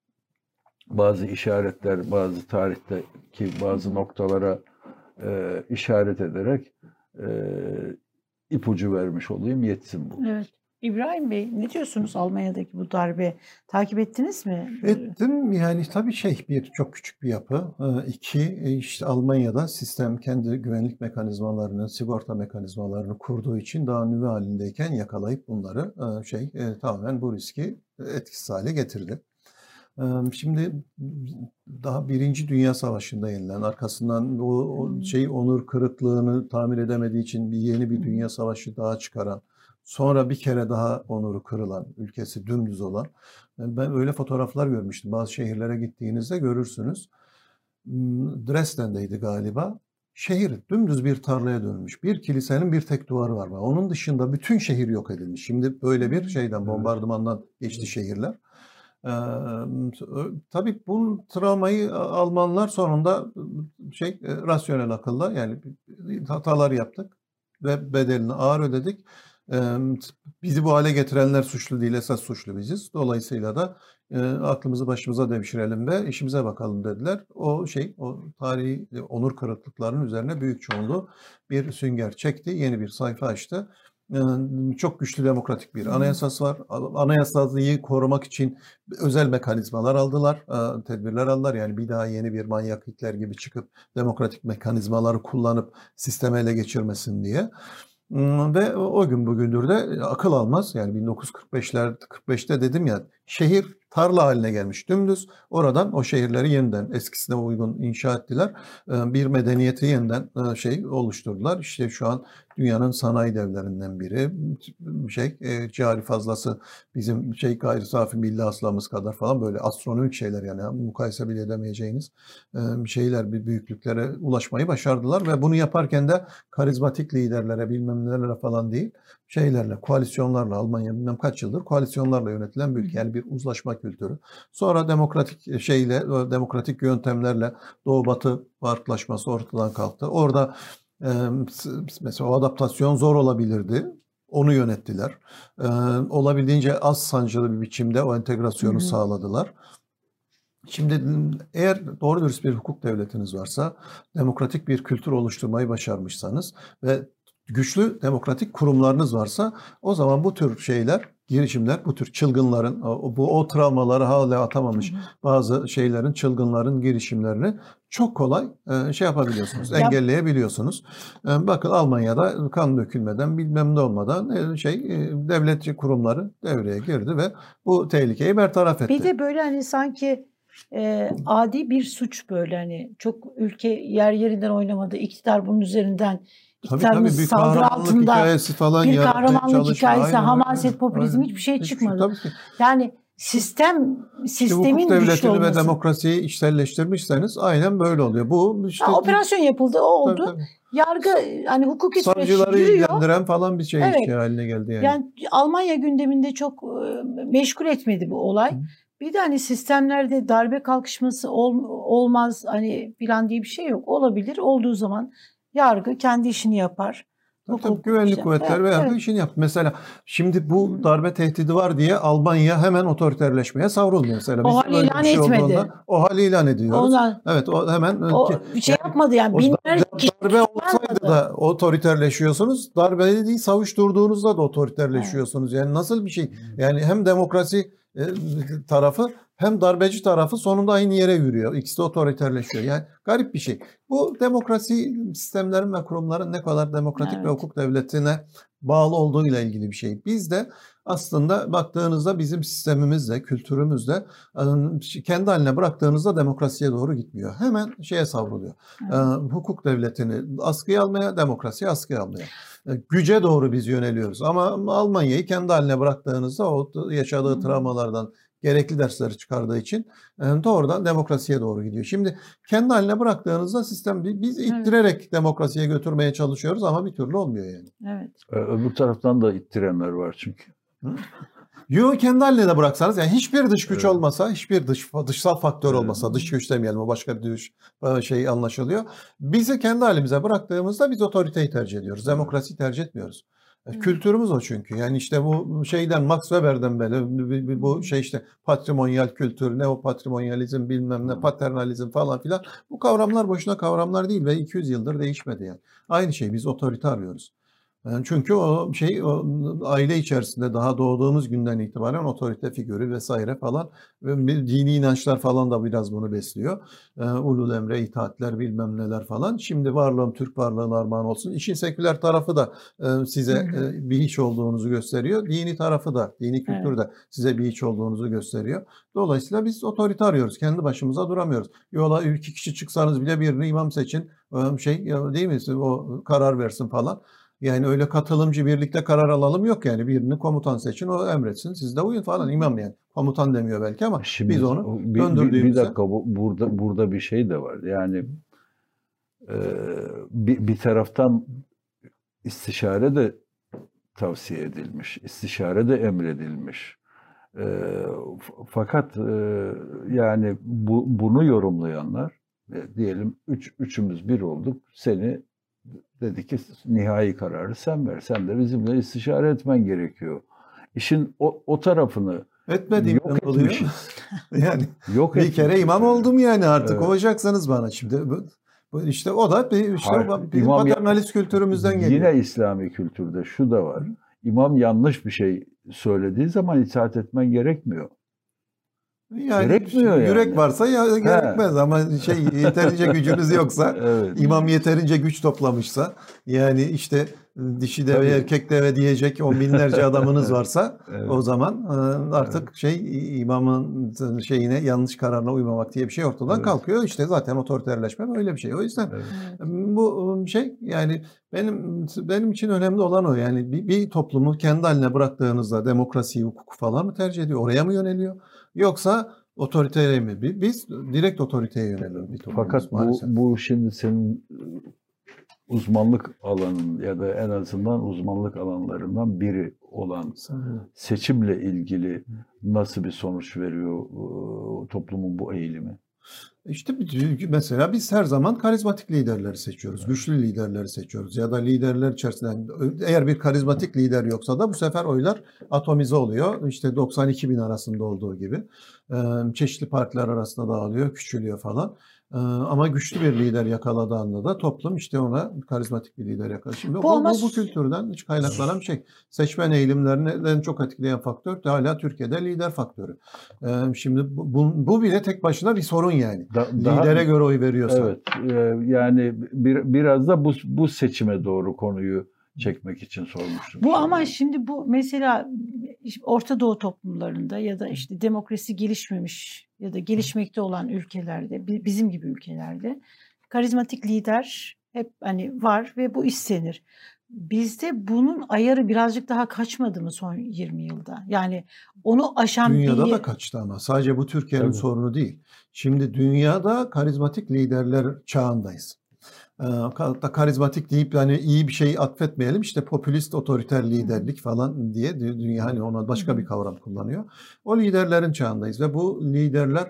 bazı işaretler, bazı tarihteki bazı noktalara e, işaret ederek e, ipucu vermiş olayım, yetsin bu. Evet. İbrahim Bey, ne diyorsunuz Almanya'daki bu darbe? Takip ettiniz mi? Ettim. Yani tabii şey, bir çok küçük bir yapı. Ee, İki, işte Almanya'da sistem kendi güvenlik mekanizmalarını, sigorta mekanizmalarını kurduğu için daha nüve halindeyken yakalayıp bunları e, şey e, tamamen bu riski etkisiz hale getirdi. Ee, Şimdi daha Birinci Dünya Savaşı'nda yenilen, arkasından o, o şey onur kırıklığını tamir edemediği için bir yeni bir dünya savaşı daha çıkaran, sonra bir kere daha onuru kırılan, ülkesi dümdüz olan, ben öyle fotoğraflar görmüştüm. Bazı şehirlere gittiğinizde görürsünüz. Dresden'deydi galiba. Şehir dümdüz bir tarlaya dönmüş. Bir kilisenin bir tek duvarı var. Onun dışında bütün şehir yok edilmiş. Şimdi böyle bir şeyden, bombardımandan geçti şehirler. Ee, tabii bu travmayı Almanlar sonunda şey rasyonel akılla, yani hatalar yaptık ve bedelini ağır ödedik. Ee, bizi bu hale getirenler suçlu değil, esas suçlu biziz. Dolayısıyla da e, aklımızı başımıza devşirelim ve işimize bakalım dediler. O şey, o tarihi onur kırıklıklarının üzerine büyük çoğunluğu bir sünger çekti, yeni bir sayfa açtı. Çok güçlü demokratik bir anayasası var. Anayasayı korumak için özel mekanizmalar aldılar, tedbirler aldılar. Yani bir daha yeni bir manyak Hitler gibi çıkıp demokratik mekanizmaları kullanıp sistemi ele geçirmesin diye. Ve o gün bugündür de akıl almaz. Yani bin dokuz yüz kırk beşler, kırk beşte dedim ya, şehir tarla haline gelmiş dümdüz. Oradan o şehirleri yeniden eskisine uygun inşa ettiler. Bir medeniyeti yeniden şey oluşturdular. İşte şu an dünyanın sanayi devlerinden biri. Şey cari fazlası bizim şey gayri safi milli hasılamız kadar falan, böyle astronomik şeyler, yani mukayese bile edemeyeceğiniz şeyler, bir büyüklüklere ulaşmayı başardılar ve bunu yaparken de karizmatik liderlere, bilmem nelere falan değil, şeylerle, koalisyonlarla, Almanya bilmem kaç yıldır koalisyonlarla yönetilen bir ülke. Yani bir uzlaşma kültürü. Sonra demokratik şeyle, demokratik yöntemlerle Doğu Batı farklılaşması ortadan kalktı. Orada e, mesela o adaptasyon zor olabilirdi. Onu yönettiler. E, olabildiğince az sancılı bir biçimde o entegrasyonu hı hı. sağladılar. Şimdi eğer doğru dürüst bir hukuk devletiniz varsa, demokratik bir kültür oluşturmayı başarmışsanız ve güçlü demokratik kurumlarınız varsa, o zaman bu tür şeyler, girişimler, bu tür çılgınların, o, bu o travmaları hala atamamış bazı şeylerin, çılgınların girişimlerini çok kolay e, şey yapabiliyorsunuz, ya, engelleyebiliyorsunuz. E, bakın Almanya'da kan dökülmeden, bilmem ne olmadan e, şey e, devlet kurumları devreye girdi ve bu tehlikeyi bertaraf etti. Bir de böyle hani sanki e, adi bir suç, böyle hani çok ülke yer yerinden oynamadı, iktidar bunun üzerinden, iktidarımız saldırı altında falan, bir kahramanlık hikayesi, hamaset, popülizm, hiçbir şey çıkmadı. Tabii ki. Yani sistem, sistemin işte güçlü olması. Ve demokrasiyi içselleştirmişseniz aynen böyle oluyor. Bu işte, ha, operasyon yapıldı, o oldu. Tabii, tabii. Yargı, hani hukuki süreç yürüyor. Savcıları ilgilendiren falan bir şey evet. işte haline geldi yani. Yani Almanya gündeminde çok meşgul etmedi bu olay. Hı. Bir de hani sistemlerde darbe kalkışması ol, olmaz hani plan diye bir şey yok. Olabilir, olduğu zaman yargı kendi işini yapar. Tabii, tabii, güvenlik işte. kuvvetler veya evet, evet. işini yaptı. Mesela şimdi bu darbe tehdidi var diye Almanya hemen otoriterleşmeye savrulmuyor. Mesela o hal ilan şey etmedi. O hal ilan ediyoruz. Ondan, evet, o hemen o bir şey yani, yapmadı yani. Binlerce darbe olsaydı da otoriterleşiyorsunuz. Darbe değil, savuşturduğunuzda da otoriterleşiyorsunuz. Evet. Yani nasıl bir şey? Yani hem demokrasi e, tarafı hem darbeci tarafı sonunda aynı yere yürüyor. İkisi de otoriterleşiyor. Yani garip bir şey. Bu demokrasi sistemlerin ve kurumların ne kadar demokratik evet. ve hukuk devletine bağlı olduğu ile ilgili bir şey. Biz de aslında baktığınızda bizim sistemimizle, kültürümüzle kendi haline bıraktığınızda demokrasiye doğru gitmiyor. Hemen şeye savruluyor. Evet. Ee, hukuk devletini askıya almaya, demokrasiyi askıya almaya. Güce doğru biz yöneliyoruz. Ama Almanya'yı kendi haline bıraktığınızda o yaşadığı travmalardan gerekli dersleri çıkardığı için doğrudan demokrasiye doğru gidiyor. Şimdi kendi haline bıraktığınızda sistem, biz ittirerek evet. demokrasiye götürmeye çalışıyoruz ama bir türlü olmuyor yani. Evet. Öbür taraftan da ittirenler var çünkü. Hı? Yo, kendi haline de bıraksanız, yani hiçbir dış güç evet. olmasa, hiçbir dış dışsal faktör evet. olmasa, dış güç demeyelim, o başka bir dış şey anlaşılıyor. Bizi kendi halimize bıraktığımızda biz otoriteyi tercih ediyoruz. Demokrasiyi tercih etmiyoruz. Hı. Kültürümüz o çünkü. Yani işte bu şeyden Max Weber'den beri bu şey işte patrimonyal kültür, neopatrimonyalizm bilmem ne, paternalizm falan filan. Bu kavramlar boşuna kavramlar değil ve iki yüz yıldır değişmedi yani. Aynı şey biz otorite arıyoruz. Yani çünkü o şey o aile içerisinde daha doğduğumuz günden itibaren otorite figürü vesaire falan ve dini inançlar falan da biraz bunu besliyor. Ee, ulul emre itaatler bilmem neler falan. Şimdi varlığım Türk varlığına armağan olsun. İşin seküler tarafı da e, size Hı hı. e, bir hiç olduğunuzu gösteriyor. Dini tarafı da, dini kültür Evet. de size bir hiç olduğunuzu gösteriyor. Dolayısıyla biz otorite arıyoruz. Kendi başımıza duramıyoruz. Yola iki kişi çıksanız bile birini imam seçin. e, Şey ya değil mi? O karar versin falan. Yani öyle katılımcı birlikte karar alalım yok yani. Birini komutan seçin, o emretsin. Siz de uyun falan. İmam yani. Komutan demiyor belki ama Şimdi biz onu o- bir, bir, bir döndürdüğümüzde dakika bu, burada burada bir şey de var. Yani e, bir, bir taraftan istişare de tavsiye edilmiş, istişare de emredilmiş. E, f- fakat e, yani bu, bunu yorumlayanlar e, diyelim üç, üçümüz bir olduk. Seni dedi ki nihai kararı sen ver. Sen de bizimle istişare etmen gerekiyor. İşin o, o tarafını etmediğimden yok oluyor. etmişiz. Yani Yok bir kere etmişiz imam yani. oldum yani artık Evet. olacaksınız bana şimdi. Bu, bu işte o da bir, işte Hayır, o bizim imam ya- paternalist kültürümüzden Yine geliyor. İslami kültürde şu da var. İmam yanlış bir şey söylediği zaman itaat etmen gerekmiyor. Yani Gerekmiyor yürek yani. varsa ya gerekmez ama şey yeterince gücünüz yoksa, Evet. imam yeterince güç toplamışsa, yani işte dişi deve Tabii. erkek deve diyecek on binlerce adamınız varsa Evet. o zaman e, artık şey imamın şeyine, yanlış kararına uymamak diye bir şey ortadan Evet. kalkıyor. İşte zaten otoriterleşme böyle bir şey. O yüzden Evet. Evet. bu şey yani benim benim için önemli olan o. Yani bir, bir toplumu kendi haline bıraktığınızda demokrasiyi, hukuku falan mı tercih ediyor? Oraya mı yöneliyor? Yoksa otoriteye mi? Bi- Biz direkt otoriteye yöneliyoruz bir toplumuz Fakat bu maalesef. bu şimdi senin uzmanlık alanın ya da en azından uzmanlık alanlarından biri olan seçimle ilgili nasıl bir sonuç veriyor e, toplumun bu eğilimi? İşte bir- mesela biz her zaman karizmatik liderleri seçiyoruz. Güçlü liderleri seçiyoruz. Ya da liderler içerisinden eğer bir karizmatik lider yoksa da bu sefer oylar atomize oluyor. İşte doksan iki bin arasında olduğu gibi. Ee, Çeşitli partiler arasında dağılıyor, küçülüyor falan. Ee, Ama güçlü bir lider yakaladığında da toplum işte ona karizmatik bir lider yakalıyor. Şimdi Bu bu, ama bu, bu kültürden hiç kaynaklanan bir şey. Seçmen eğilimlerini en çok etkileyen faktör de hala Türkiye'de lider faktörü. Ee, Şimdi bu, bu, bu bile tek başına bir sorun yani. Da- daha- Lidere göre oy veriyorsa. Evet, e, yani bir, biraz da bu bu seçime doğru konuyu çekmek için sormuştum. Bu ama soruyu. şimdi bu mesela Orta Doğu toplumlarında ya da işte demokrasi gelişmemiş ya da gelişmekte olan ülkelerde, bi- bizim gibi ülkelerde karizmatik lider hep hani var ve bu istenir. Bizde bunun ayarı birazcık daha kaçmadı mı son yirmi yılda? Yani onu aşan Dünyada bir da kaçtı ama sadece bu Türkiye'nin Tabii. sorunu değil. Şimdi dünyada karizmatik liderler çağındayız. Ee, Hatta karizmatik deyip yani iyi bir şey atfetmeyelim, işte popülist otoriter liderlik falan diye dü- dünya hani ona başka bir kavram kullanıyor. O liderlerin çağındayız ve bu liderler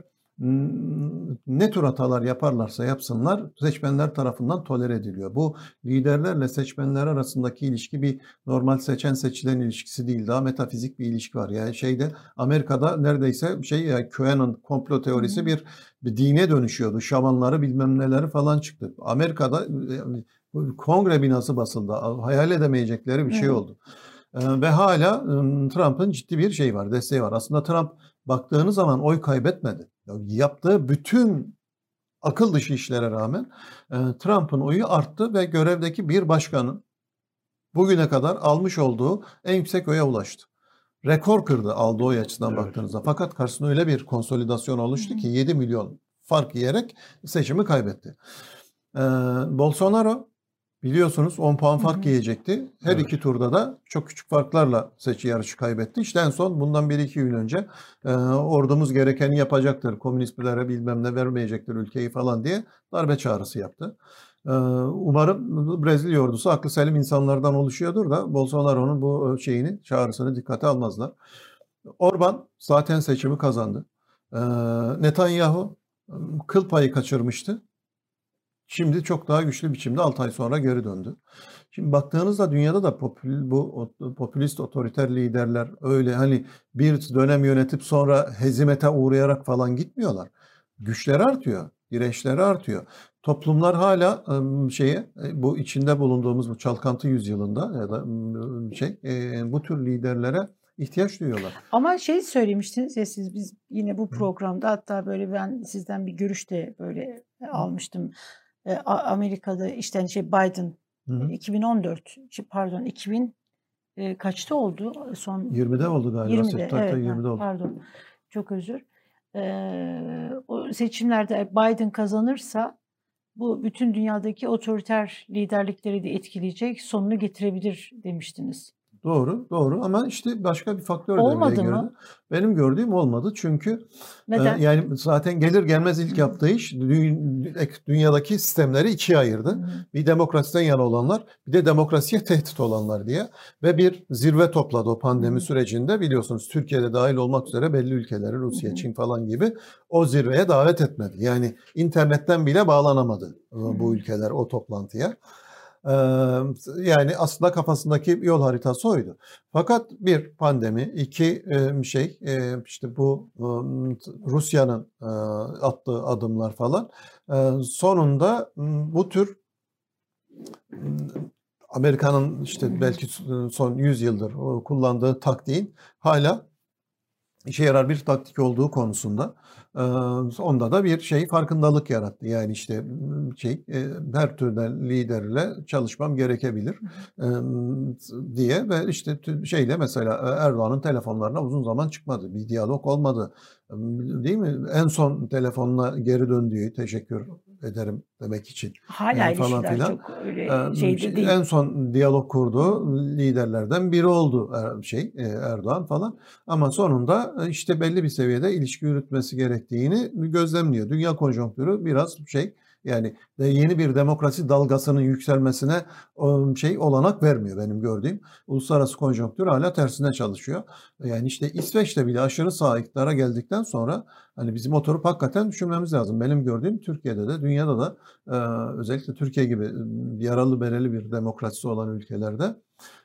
mm, ne tür hatalar yaparlarsa yapsınlar seçmenler tarafından tolere ediliyor. Bu liderlerle seçmenler arasındaki ilişki bir normal seçen seçilen ilişkisi değil, daha metafizik bir ilişki var. Yani şeyde Amerika'da neredeyse şey ya QAnon komplo teorisi bir bir dine dönüşüyordu. Şamanları bilmem neleri falan çıktı. Amerika'da yani, kongre binası basıldı. Hayal edemeyecekleri bir şey Evet. oldu. Ee, ve hala ım, Trump'ın ciddi bir şey var, desteği var. Aslında Trump baktığınız zaman oy kaybetmedi. Ya, yaptığı bütün akıl dışı işlere rağmen e, Trump'ın oyu arttı ve görevdeki bir başkanın bugüne kadar almış olduğu en yüksek oya ulaştı. Rekor kırdı aldığı oy açısından Evet. baktığınızda. Fakat karşısında öyle bir konsolidasyon oluştu ki yedi milyon fark yiyerek seçimi kaybetti. Ee, Bolsonaro biliyorsunuz on puan fark Hı hı. yiyecekti. Her Evet. iki turda da çok küçük farklarla seçi yarışı kaybetti. İşte en son bundan bir iki gün önce e, ordumuz gerekeni yapacaktır, komünistlere bilmem ne vermeyecektir ülkeyi falan diye darbe çağrısı yaptı. Ee, Umarım Brezilya ordusu aklı selim insanlardan oluşuyordur da Bolsonaro'nun bu şeyini, çağrısını dikkate almazlar. Orban zaten seçimi kazandı. Ee, Netanyahu kıl payı kaçırmıştı. Şimdi çok daha güçlü biçimde altı ay sonra geri döndü. Şimdi baktığınızda dünyada da popül, bu popülist otoriter liderler öyle hani bir dönem yönetip sonra hezimete uğrayarak falan gitmiyorlar. Güçleri artıyor, dirençleri artıyor. Toplumlar hala şeye bu içinde bulunduğumuz bu çalkantı yüzyılında ya da şey bu tür liderlere ihtiyaç duyuyorlar. Ama şey söylemiştiniz ya siz biz yine bu programda hatta böyle ben sizden bir görüş de böyle almıştım. E, Amerika'da işte şey Biden Hı hı. iki bin on dört pardon iki bin e, kaçta oldu son yirmide oldu galiba. yirmide Tabii, evet yirmide oldu. pardon çok özür. Ee, o seçimlerde Biden kazanırsa bu bütün dünyadaki otoriter liderlikleri de etkileyecek, sonunu getirebilir demiştiniz. Doğru, doğru ama işte başka bir faktör devreye Olmadı girdi. mı? Benim gördüğüm olmadı çünkü Neden? e, yani zaten gelir gelmez ilk yaptığı iş dü- dünyadaki sistemleri ikiye ayırdı. Hı hı. Bir demokrasiden yana olanlar, bir de demokrasiye tehdit olanlar diye ve bir zirve topladı o pandemi Hı hı. sürecinde biliyorsunuz Türkiye'de dahil olmak üzere belli ülkeleri Rusya, Hı hı. Çin falan gibi o zirveye davet etmedi. Yani internetten bile bağlanamadı e, Hı bu hı. ülkeler o toplantıya. Ee, Yani aslında kafasındaki yol haritası oydu. Fakat bir pandemi, iki e, şey e, işte bu e, Rusya'nın e, attığı adımlar falan e, sonunda m, bu tür m, Amerika'nın işte belki son yüz yıldır o kullandığı taktiğin hala işe yarar bir taktik olduğu konusunda e, onda da bir şey farkındalık yarattı. Yani işte m, şey e, her türden liderle çalışmam gerekebilir e, diye ve işte tü- şeyle mesela e, Erdoğan'ın telefonlarına uzun zaman çıkmadı. Bir diyalog olmadı. E, Değil mi? En son telefonuna geri döndüğü teşekkür ederim demek için Hala e, falan ilişkiler filan. çok öyle E, şeyde şey, değil. En son diyalog kurduğu liderlerden biri oldu e, şey e, Erdoğan falan. Ama sonunda e, işte belli bir seviyede ilişki yürütmesi gerektiğini gözlemliyor. Dünya konjonktürü biraz şey yani de yeni bir demokrasi dalgasının yükselmesine o, şey olanak vermiyor benim gördüğüm. Uluslararası konjonktür hala tersine çalışıyor. Yani işte İsveç'te bile aşırı sağ iktidara geldikten sonra hani bizim oturup hakikaten düşünmemiz lazım. Benim gördüğüm Türkiye'de de dünyada da e, özellikle Türkiye gibi e, yaralı bereli bir demokrasisi olan ülkelerde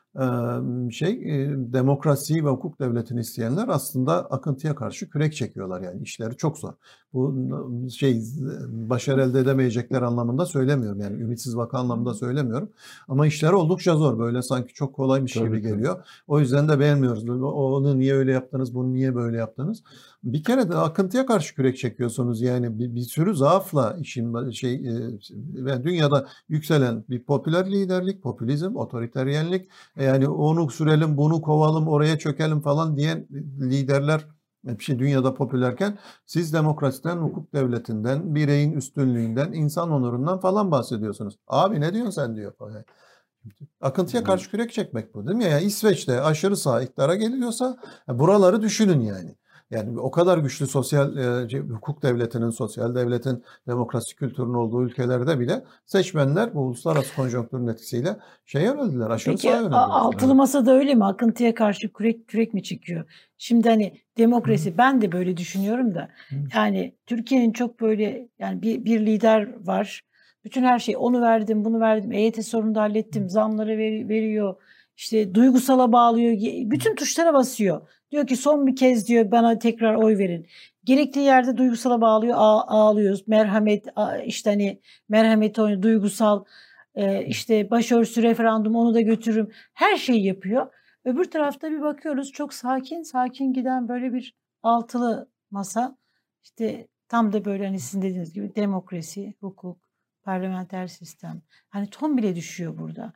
şey demokrasiyi ve hukuk devletini isteyenler aslında akıntıya karşı kürek çekiyorlar yani işleri çok zor. Bu şey başarı elde edemeyecekler anlamında söylemiyorum yani ümitsiz vaka anlamında söylemiyorum ama işleri oldukça zor böyle sanki çok kolaymış Tabii, gibi tabii. geliyor. O yüzden de beğenmiyoruz. Onu niye öyle yaptınız, bunu niye böyle yaptınız? Bir kere de akıntıya karşı kürek çekiyorsunuz yani bir, bir sürü zaafla işin şey yani dünyada yükselen bir popüler liderlik, popülizm, otoriteryenlik yani onu sürelim, bunu kovalım, oraya çökelim falan diyen liderler bir şey dünyada popülerken siz demokrasiden, hukuk devletinden, bireyin üstünlüğünden, insan onurundan falan bahsediyorsunuz. Abi ne diyorsun sen diyor. Yani akıntıya karşı kürek çekmek bu değil mi? Yani İsveç'te aşırı sağ iktidara geliyorsa buraları düşünün yani. Yani o kadar güçlü sosyal e, hukuk devletinin, sosyal devletin, demokrasi kültürünün olduğu ülkelerde bile seçmenler bu uluslararası konjonktürün etkisiyle şeye yöneldiler, aşırı Peki sağa a- yöneldiler. altılı Evet. masada öyle mi? Akıntıya karşı kürek kürek mi çekiyor? Şimdi hani demokrasi ben de böyle düşünüyorum da yani Türkiye'nin çok böyle yani bir, bir lider var. Bütün her şey onu verdim, bunu verdim. E Y T sorunu da hallettim. Zamları ver- veriyor. İşte duygusala bağlıyor. ye- Bütün tuşlara basıyor. Diyor ki son bir kez diyor bana tekrar oy verin. Gerektiği yerde duygusala bağlıyor. ağ- ağlıyoruz. Merhamet a- işte hani merhamet oyunu duygusal e, işte başörtüsü referandum onu da götürürüm. Her şeyi yapıyor. Öbür tarafta bir bakıyoruz çok sakin sakin giden böyle bir altılı masa. İşte tam da böyle hani sizin dediğiniz gibi demokrasi, hukuk, parlamenter sistem. Hani ton bile düşüyor burada.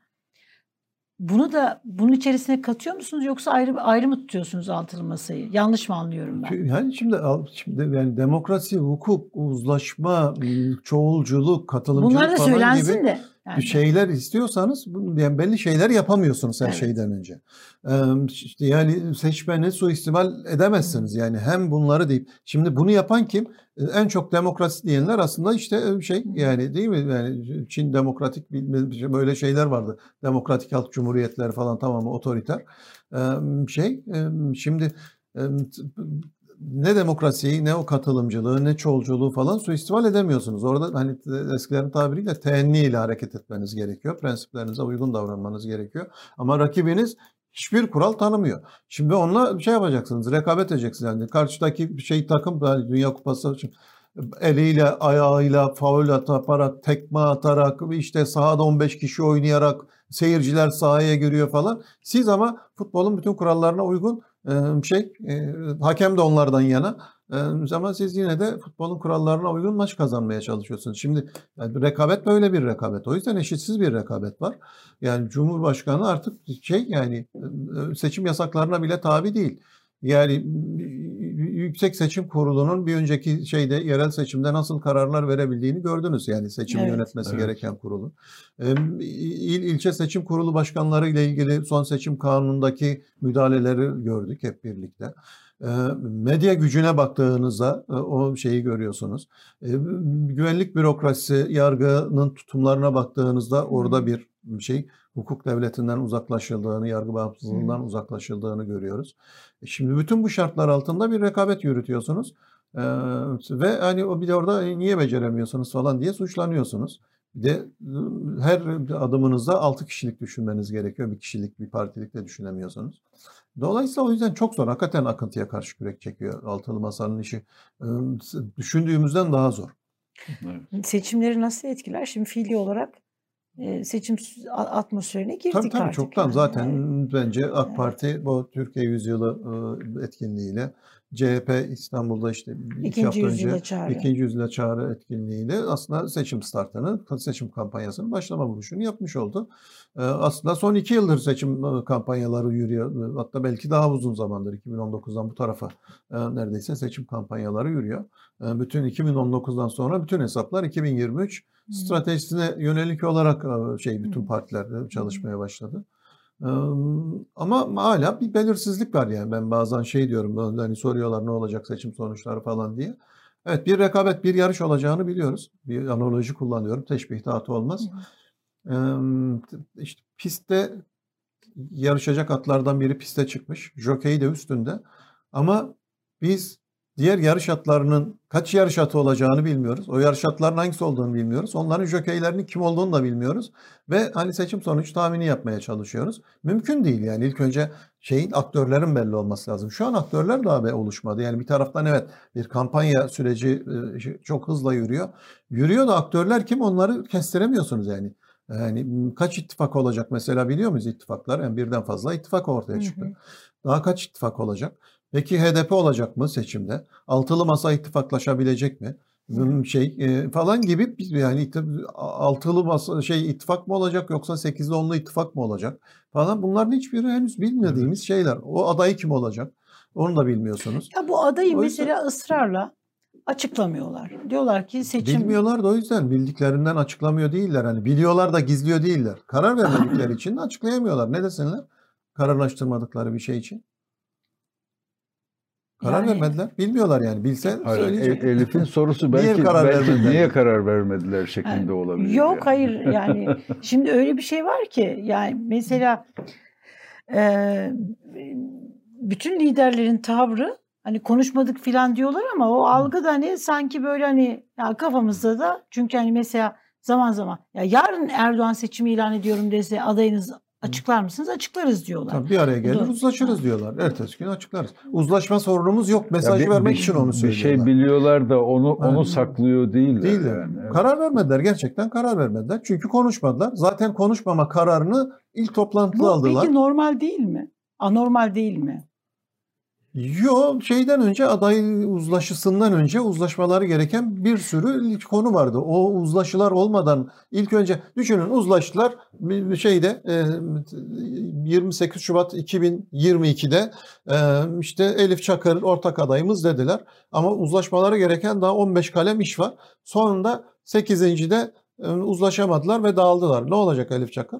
Bunu da bunun içerisine katıyor musunuz yoksa ayrı ayrı mı tutuyorsunuz altılı masayı? Yanlış mı anlıyorum ben? Yani şimdi, şimdi yani demokrasi, hukuk, uzlaşma, çoğulculuk, katılımcılık Bunlar da falan söylensin gibi de. bir Yani. şeyler istiyorsanız bu- yani belli şeyler yapamıyorsunuz her Evet. şeyden önce. Ee, işte yani seçmeni suistimal edemezsiniz. Yani hem bunları deyip şimdi bunu yapan kim? Ee, En çok demokrasi diyenler aslında işte şey yani değil mi? Yani Çin demokratik bir- böyle şeyler vardı. Demokratik halk cumhuriyetleri falan tamamı otoriter. Ee, şey e, şimdi e, ne demokrasiyi, ne o katılımcılığı, ne çoğulculuğu falan suistimal edemiyorsunuz. Orada hani eskilerin tabiriyle teenni ile hareket etmeniz gerekiyor. Prensiplerinize uygun davranmanız gerekiyor. Ama rakibiniz hiçbir kural tanımıyor. Şimdi onunla şey yapacaksınız, rekabet edeceksiniz. Yani karşıdaki şey takım, yani Dünya Kupası için eliyle, ayağıyla, faul atarak, tekme atarak, işte sahada on beş kişi oynayarak, seyirciler sahaya giriyor falan. Siz ama futbolun bütün kurallarına uygun şey, hakem de onlardan yana. Ama siz yine de futbolun kurallarına uygun maç kazanmaya çalışıyorsunuz. Şimdi yani rekabet böyle bir rekabet. O yüzden eşitsiz bir rekabet var. Yani Cumhurbaşkanı artık şey, yani seçim yasaklarına bile tabi değil. Yani Yüksek Seçim Kurulu'nun bir önceki şeyde yerel seçimde nasıl kararlar verebildiğini gördünüz. Yani seçimi Evet. yönetmesi Evet. gereken kurulu. İl, ilçe seçim kurulu başkanları ile ilgili son seçim kanunundaki müdahaleleri gördük hep birlikte. Medya gücüne baktığınızda o şeyi görüyorsunuz. Güvenlik bürokrasisi, yargının tutumlarına baktığınızda orada bir şey, hukuk devletinden uzaklaşıldığını, yargı bağımsızlığından hmm. uzaklaşıldığını görüyoruz. Şimdi bütün bu şartlar altında bir rekabet yürütüyorsunuz. Ee, ve hani o bir de orada niye beceremiyorsunuz falan diye suçlanıyorsunuz. Bir de her adımınızda altı kişilik düşünmeniz gerekiyor. Bir kişilik, bir partilik de düşünemiyorsunuz. Dolayısıyla o yüzden çok zor. Hakikaten akıntıya karşı kürek çekiyor Altılı Masa'nın işi. Ee, düşündüğümüzden daha zor. Evet. Seçimleri nasıl etkiler? Şimdi fiili olarak seçim atmosferine girdik tabii, tabii, artık. Çoktan yani. zaten yani. bence AK Parti bu Türkiye Yüzyılı etkinliğiyle, C H P İstanbul'da işte iki İkinci hafta önce çağrı. ikinci yüzyıla çağrı etkinliğiyle aslında seçim startını, seçim kampanyasının başlama buluşunu yapmış oldu. Aslında son iki yıldır seçim kampanyaları yürüyor. Hatta belki daha uzun zamandır, iki bin on dokuzdan bu tarafa neredeyse seçim kampanyaları yürüyor. Bütün iki bin on dokuzdan sonra bütün hesaplar iki bin yirmi üç hmm. stratejisine yönelik olarak şey bütün partiler çalışmaya başladı. Ama hala bir belirsizlik var yani. Ben bazen şey diyorum, hani soruyorlar ne olacak seçim sonuçları falan diye. Evet, bir rekabet, bir yarış olacağını biliyoruz. Bir analoji kullanıyorum. Teşbih hatı olmaz. Hmm. İşte pistte yarışacak atlardan biri piste çıkmış. Jokey de üstünde. Ama biz diğer yarış atlarının kaç yarış atı olacağını bilmiyoruz. O yarış atlarının hangisi olduğunu bilmiyoruz. Onların jokeylerinin kim olduğunu da bilmiyoruz. Ve hani seçim sonuç tahmini yapmaya çalışıyoruz. Mümkün değil yani. İlk önce şeyin, aktörlerin belli olması lazım. Şu an aktörler daha be oluşmadı. Yani bir taraftan evet bir kampanya süreci çok hızla yürüyor. Yürüyor da aktörler kim, onları kestiremiyorsunuz yani. Yani kaç ittifak olacak mesela biliyor muyuz ittifaklar? Yani birden fazla ittifak ortaya çıktı. Hı hı. Daha kaç ittifak olacak? Peki H D P olacak mı seçimde? Altılı Masa ittifaklaşabilecek mi? Hı. Şey e, falan gibi, yani altılı masa şey ittifak mı olacak yoksa sekizli onlu ittifak mı olacak falan, bunların hiçbiri henüz bilmediğimiz evet. şeyler. O aday kim olacak? Onu da bilmiyorsunuz. Ya bu adayı o mesela yüzden... ısrarla açıklamıyorlar. Diyorlar ki seçim... Bilmiyorlar da o yüzden bildiklerinden açıklamıyor değiller. Hani biliyorlar da gizliyor değiller. Karar vermedikleri için de açıklayamıyorlar. Ne desinler? Kararlaştırmadıkları bir şey için. Karar yani... vermediler. Bilmiyorlar yani. Bilse hayır, söyleyecek. Elif'in sorusu belki niye karar, belki vermediler? Niye karar vermediler şeklinde yani, olabilir. Yok yani. hayır yani. Şimdi öyle bir şey var ki yani mesela e, bütün liderlerin tavrı, hani konuşmadık filan diyorlar ama o algı da hani sanki böyle hani ya kafamızda da, çünkü hani mesela zaman zaman ya yarın Erdoğan seçimi ilan ediyorum dese adayınız açıklar mısınız? Açıklarız diyorlar. Tabii bir araya gelir uzlaşırız diyorlar. Ertesi gün açıklarız. Uzlaşma sorunumuz yok mesajı bir, vermek bir, için onu söylüyorlar. Bir şey biliyorlar da onu onu yani, saklıyor değiller. Değiller. Yani. Evet. Karar vermediler. Gerçekten karar vermediler. Çünkü konuşmadılar. Zaten konuşmama kararını ilk toplantıda Bu aldılar. Peki normal değil mi? Anormal değil mi? Yok, şeyden önce, aday uzlaşısından önce uzlaşmaları gereken bir sürü konu vardı. O uzlaşılar olmadan ilk önce düşünün, uzlaştılar bir şeyde yirmi sekiz Şubat iki bin yirmi iki'de işte Elif Çakır ortak adayımız dediler. Ama uzlaşmaları gereken daha on beş kalem iş var. Sonunda sekizincide uzlaşamadılar ve dağıldılar. Ne olacak Elif Çakır?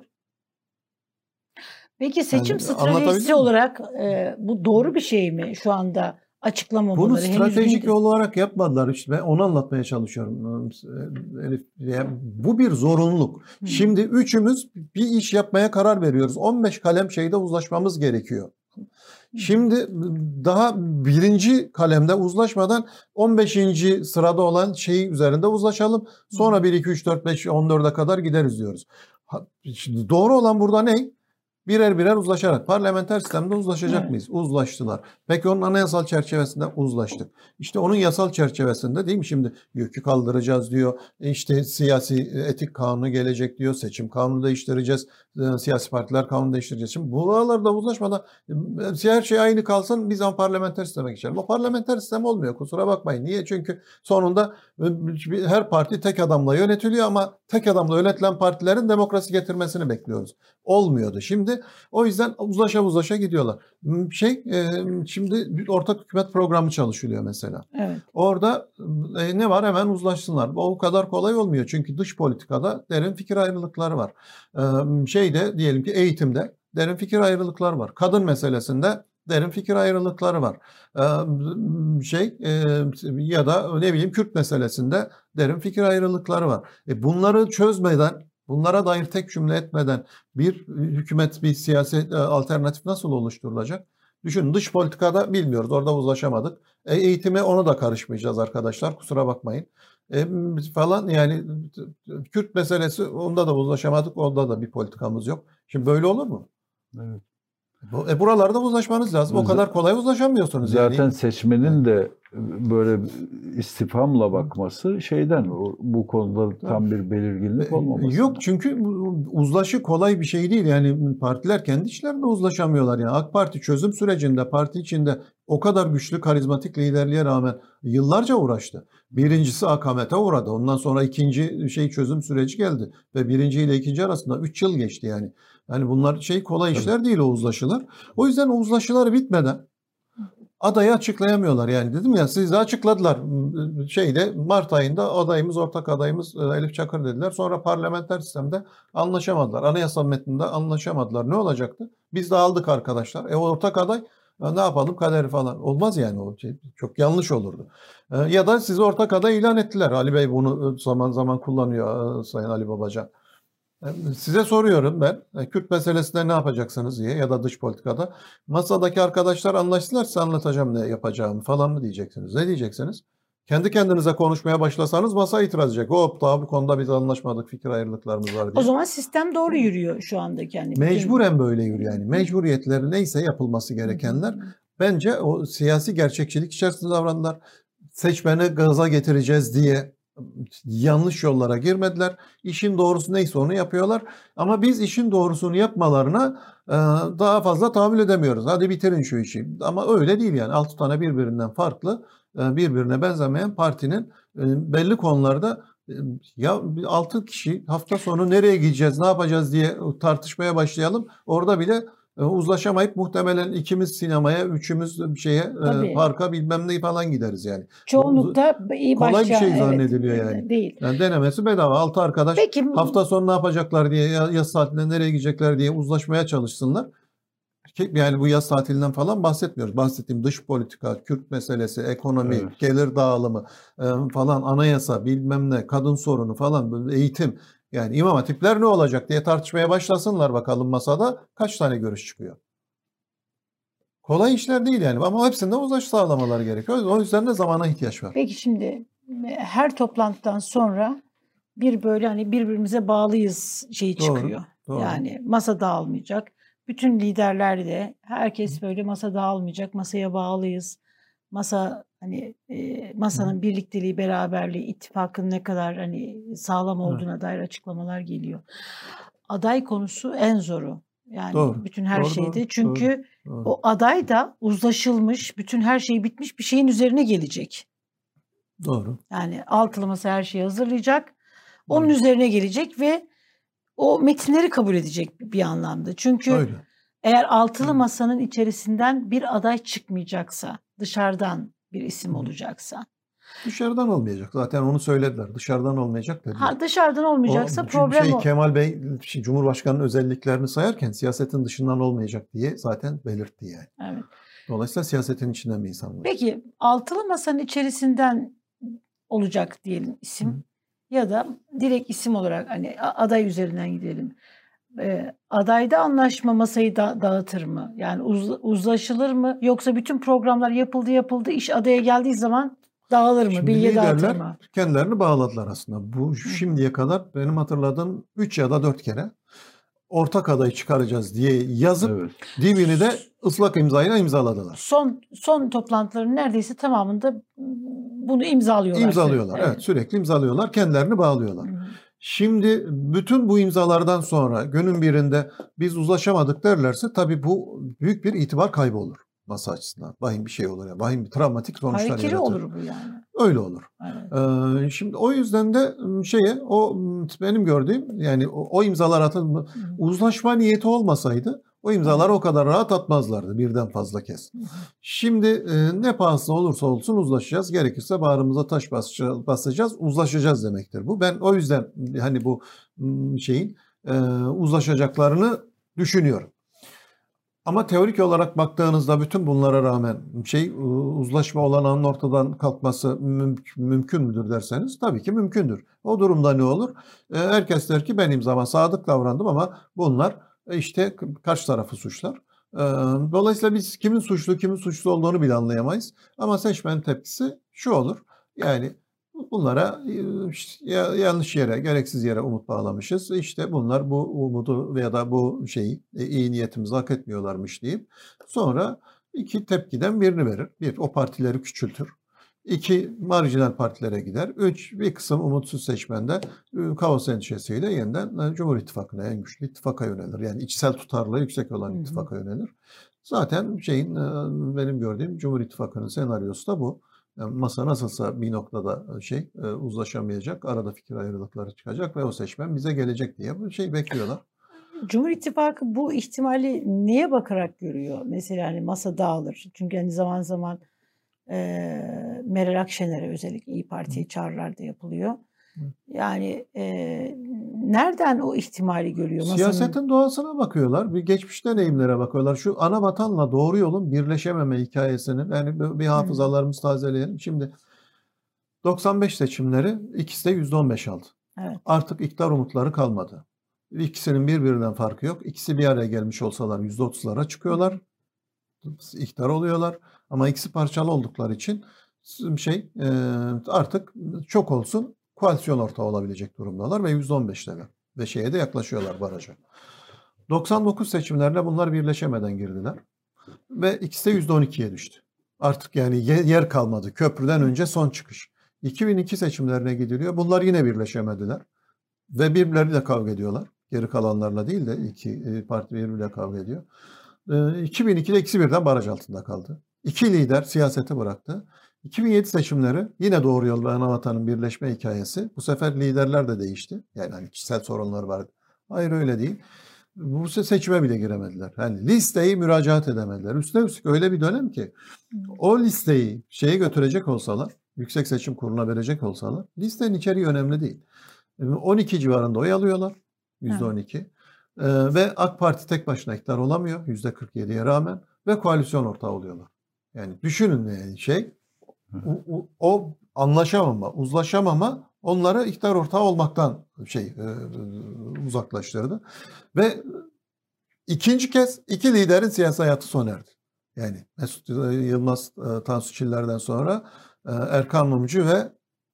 Peki seçim yani, stratejisi olarak e, bu doğru bir şey mi şu anda açıklamamaları? Bunu stratejik yol olarak yapmadılar. İşte ben onu anlatmaya çalışıyorum. Yani bu bir zorunluluk. Hmm. Şimdi üçümüz bir iş yapmaya karar veriyoruz. on beş kalem şeyde uzlaşmamız gerekiyor. Şimdi daha birinci kalemde uzlaşmadan on beşinci sırada olan şeyi üzerinde uzlaşalım. Sonra bir, iki, üç, dört, beş, on dörde kadar gideriz diyoruz. Ha, şimdi doğru olan burada ne? Birer birer uzlaşarak. Parlamenter sistemde uzlaşacak Evet. mıyız? Uzlaştılar. Peki onun anayasal çerçevesinde uzlaştık. İşte onun yasal çerçevesinde değil mi? Şimdi yükü kaldıracağız diyor. E İşte siyasi etik kanunu gelecek diyor. Seçim kanunu değiştireceğiz. E, Siyasi partiler kanunu değiştireceğiz. Şimdi buralarda uzlaşmadan e, her şey aynı kalsın, biz ama parlamenter sisteme geçelim. O parlamenter sistem olmuyor, kusura bakmayın. Niye? Çünkü sonunda e, her parti tek adamla yönetiliyor ama tek adamla yönetilen partilerin demokrasi getirmesini bekliyoruz. Olmuyordu. Şimdi o yüzden uzlaşa uzlaşa gidiyorlar. Şey e, şimdi bir ortak hükümet programı çalışılıyor mesela. Evet. Orada e, ne var? Hemen uzlaşsınlar. O kadar kolay olmuyor. Çünkü dış politikada derin fikir ayrılıkları var. E, şeyde diyelim ki eğitimde derin fikir ayrılıkları var. Kadın meselesinde derin fikir ayrılıkları var. E, şey e, ya da ne bileyim Kürt meselesinde derin fikir ayrılıkları var. E, bunları çözmeden, bunlara dair tek cümle etmeden bir hükümet, bir siyasi alternatif nasıl oluşturulacak? Düşünün, dış politikada bilmiyoruz. Orada uzlaşamadık. E, eğitime onu da karışmayacağız arkadaşlar. Kusura bakmayın. E, falan yani Kürt meselesi, onda da uzlaşamadık. Onda da bir politikamız yok. Şimdi böyle olur mu? Evet. E, buralarda uzlaşmanız lazım. O kadar kolay uzlaşamıyorsunuz. Zaten yani. seçmenin de böyle istifhamla bakması şeyden, bu konuda tam bir belirginlik olmaması. Yok, çünkü uzlaşı kolay bir şey değil. Yani partiler kendi içlerinde uzlaşamıyorlar. Yani AK Parti çözüm sürecinde parti içinde o kadar güçlü karizmatik liderliğe rağmen yıllarca uğraştı. Birincisi akamete uğradı. Ondan sonra ikinci şey çözüm süreci geldi. Ve birinci ile ikinci arasında üç yıl geçti yani. Yani bunlar şey kolay işler değil, o uzlaşılar. O yüzden o uzlaşılar bitmeden adayı açıklayamıyorlar. Yani dedim ya, siz de açıkladılar. Şeyde Mart ayında adayımız, ortak adayımız Elif Çakır dediler. Sonra parlamenter sistemde anlaşamadılar. Anayasa metninde anlaşamadılar. Ne olacaktı? Biz de aldık arkadaşlar. E ortak aday ne yapalım, kaderi falan. Olmaz yani, o şey çok yanlış olurdu. Ya da sizi ortak aday ilan ettiler. Ali Bey bunu zaman zaman kullanıyor, Sayın Ali Babacan. Size soruyorum ben, Kürt meselesinde ne yapacaksınız diye ya da dış politikada. Masadaki arkadaşlar anlaştılar, size anlatacağım ne yapacağımı falan mı diyeceksiniz? Ne diyeceksiniz? Kendi kendinize konuşmaya başlasanız masa itiraz edecek. Hop, daha bu konuda biz anlaşmadık, fikir ayrılıklarımız var diye. O zaman sistem doğru yürüyor şu andaki. Yani mecburen böyle yürüyor yani. Mecburiyetleri neyse yapılması gerekenler. Bence o siyasi gerçekçilik içerisinde davrandılar. Seçmeni gaza getireceğiz diye yanlış yollara girmediler. İşin doğrusu neyse onu yapıyorlar. Ama biz işin doğrusunu yapmalarına daha fazla tahammül edemiyoruz. Hadi bitirin şu işi. Ama öyle değil yani. Altı tane birbirinden farklı, birbirine benzemeyen partinin belli konularda, ya altı kişi hafta sonu nereye gideceğiz, ne yapacağız diye tartışmaya başlayalım. Orada bile uzlaşamayıp muhtemelen ikimiz sinemaya, üçümüz şeye, Tabii. parka bilmem ne falan gideriz yani. Çoğunlukta iyi kolay başlayan, bir şey evet, zannediliyor yani. Değil. Yani denemesi bedava. Altı arkadaş Peki, hafta sonu ne yapacaklar diye, yaz saatinde nereye gidecekler diye uzlaşmaya çalışsınlar. Yani bu yaz tatilinden falan bahsetmiyoruz. Bahsettiğim dış politika, Kürt meselesi, ekonomi, evet. gelir dağılımı falan, anayasa, bilmem ne, kadın sorunu falan, eğitim. Yani İmam Hatipler ne olacak diye tartışmaya başlasınlar bakalım masada. Kaç tane görüş çıkıyor? Kolay işler değil yani, ama hepsinde uzlaşı sağlamaları gerekiyor. O yüzden de zamana ihtiyaç var. Peki şimdi her toplantıdan sonra bir böyle hani birbirimize bağlıyız şeyi Doğru, çıkıyor. doğru. Yani masa dağılmayacak. Bütün liderler de, herkes böyle masa dağılmayacak, masaya bağlıyız. Masa hani e, masanın birlikteliği, beraberliği, ittifakın ne kadar hani sağlam olduğuna dair açıklamalar geliyor. Aday konusu en zoru. Yani Doğru, bütün her doğru, şeyde. doğru, Çünkü doğru. o aday da uzlaşılmış, bütün her şey bitmiş bir şeyin üzerine gelecek. Doğru. Yani altılı masa her şeyi hazırlayacak. Onun Doğru. üzerine gelecek ve o metinleri kabul edecek bir anlamda. Çünkü Öyle. eğer altılı Hı. masanın içerisinden bir aday çıkmayacaksa, dışarıdan bir isim Hı. olacaksa. Dışarıdan olmayacak. Zaten onu söylediler. Dışarıdan olmayacak dediler. Ha, dışarıdan olmayacaksa o, problem şey, o. Kemal Bey Cumhurbaşkanı'nın özelliklerini sayarken siyasetin dışından olmayacak diye zaten belirtti yani. Evet. Dolayısıyla siyasetin içinden bir insan var. Peki altılı masanın içerisinden olacak diyelim isim. Hı. Ya da direkt isim olarak hani aday üzerinden gidelim. e, adayda anlaşma masayı da, dağıtır mı? Yani uz, uzlaşılır mı? Yoksa bütün programlar yapıldı yapıldı iş adaya geldiği zaman dağılır mı? Şimdi Bilye dağıtır liderler mı? kendilerini bağladılar aslında. Bu şimdiye kadar benim hatırladığım üç ya da dört kere ortak adayı çıkaracağız diye yazıp Evet. dibini de ıslak imzayla imzaladılar. Son son toplantıların neredeyse tamamında bunu imzalıyorlar. İmzalıyorlar. Evet. evet, sürekli imzalıyorlar. Kendilerini bağlıyorlar. Hı. Şimdi bütün bu imzalardan sonra günün birinde biz uzlaşamadık derlerse tabii bu büyük bir itibar kaybı olur masa açısından. Vahim bir şey olur ya. Vahim bir travmatik sonuçlar Harekiri yaratır. olur bu yani. Öyle olur. Evet. Ee, şimdi o yüzden de şeye o benim gördüğüm yani o, o imzalar atılma uzlaşma niyeti olmasaydı o imzalar o kadar rahat atmazlardı birden fazla kez. Şimdi e, ne pahasına olursa olsun uzlaşacağız. Gerekirse bağrımıza taş basacağız, uzlaşacağız demektir bu. Ben o yüzden hani bu şeyin e, uzlaşacaklarını düşünüyorum. Ama teorik olarak baktığınızda bütün bunlara rağmen şey uzlaşma olanağının ortadan kalkması müm- mümkün müdür derseniz tabii ki mümkündür. O durumda ne olur? E, herkes der ki ben imzama sadık davrandım ama bunlar işte karşı tarafı suçlar. E, dolayısıyla biz kimin suçlu kimin suçlu olduğunu bile anlayamayız. Ama seçmenin tepkisi şu olur. Yani bunlara işte yanlış yere, gereksiz yere umut bağlamışız. İşte bunlar bu umudu veya da bu şeyi, iyi niyetimizi hak etmiyorlarmış deyip sonra iki tepkiden birini verir. Bir, o partileri küçültür. İki, marjinal partilere gider. Üç, bir kısım umutsuz seçmen de kaos endişesiyle yeniden Cumhur İttifakı'na, en güçlü ittifaka yönelir. Yani içsel tutarlılığı yüksek olan ittifaka yönelir. Zaten şeyin benim gördüğüm Cumhur İttifakı'nın senaryosu da bu. Yani masa nasılsa bir noktada şey uzlaşamayacak, arada fikir ayrılıkları çıkacak ve o seçmen bize gelecek diye bu şey bekliyorlar. Cumhur İttifakı bu ihtimali neye bakarak görüyor? Mesela hani masa dağılır. Çünkü hani zaman zaman e, Meral Akşener'e özellikle İYİ Parti'ye çağrılar da yapılıyor. Yani e, nereden o ihtimali görüyor? Masanın... Siyasetin doğasına bakıyorlar. Bir geçmiş deneyimlere bakıyorlar. Şu ana vatanla doğru yolun birleşememe hikayesini yani bir hafızalarımızı tazeleyelim. Şimdi doksan beş seçimleri ikisi de yüzde on beş aldı. Evet. Artık iktidar umutları kalmadı. İkisinin birbirinden farkı yok. İkisi bir araya gelmiş olsalar yüzde otuzlara çıkıyorlar. İktidar oluyorlar. Ama ikisi parçalı oldukları için şey artık çok olsun koalisyon ortağı olabilecek durumdalar ve yüzde on beşteler. Ve şeye de yaklaşıyorlar baraja. doksan dokuz seçimlerine bunlar birleşemeden girdiler. Ve ikisi de yüzde on ikiye düştü. Artık yani yer kalmadı. Köprüden önce son çıkış. iki bin iki seçimlerine gidiliyor. Bunlar yine birleşemediler. Ve birbirleriyle kavga ediyorlar. Geri kalanlarla değil de iki parti birbiriyle kavga ediyor. iki bin ikide ikisi birden baraj altında kaldı. İki lider siyaseti bıraktı. iki bin yedi seçimleri yine doğru yol ve anavatanın birleşme hikayesi. Bu sefer liderler de değişti. Yani hani kişisel sorunlar vardı. Hayır öyle değil. Bu seçime bile giremediler. Yani listeyi müracaat edemediler. Üstüne üstlük öyle bir dönem ki o listeyi şeye götürecek olsalar, Yüksek Seçim Kurulu'na verecek olsalar listenin içeriği önemli değil. on iki civarında oy alıyorlar. yüzde on iki. Ee, ve AK Parti tek başına iktidar olamıyor. yüzde kırk yediye rağmen. Ve koalisyon ortağı oluyorlar. Yani düşünün yani şey o, o, o anlaşamama, uzlaşamama onları iktidar ortağı olmaktan şey e, uzaklaştırdı. Ve ikinci kez iki liderin siyasi hayatı sona erdi. Yani Mesut Yılmaz, Tansu Çiller'den sonra Erkan Mumcu ve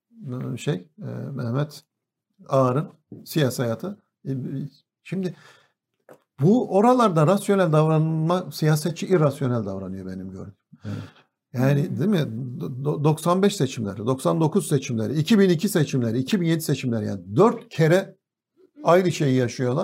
şey Mehmet Ağar'ın siyasi hayatı. Şimdi bu oralarda rasyonel davranma, siyasetçi irrasyonel davranıyor benim gördüğüm. Evet. Yani değil mi? doksan beş seçimleri, doksan dokuz seçimleri, iki bin iki seçimleri, iki bin yedi seçimleri yani dört kere aynı şeyi yaşıyorlar.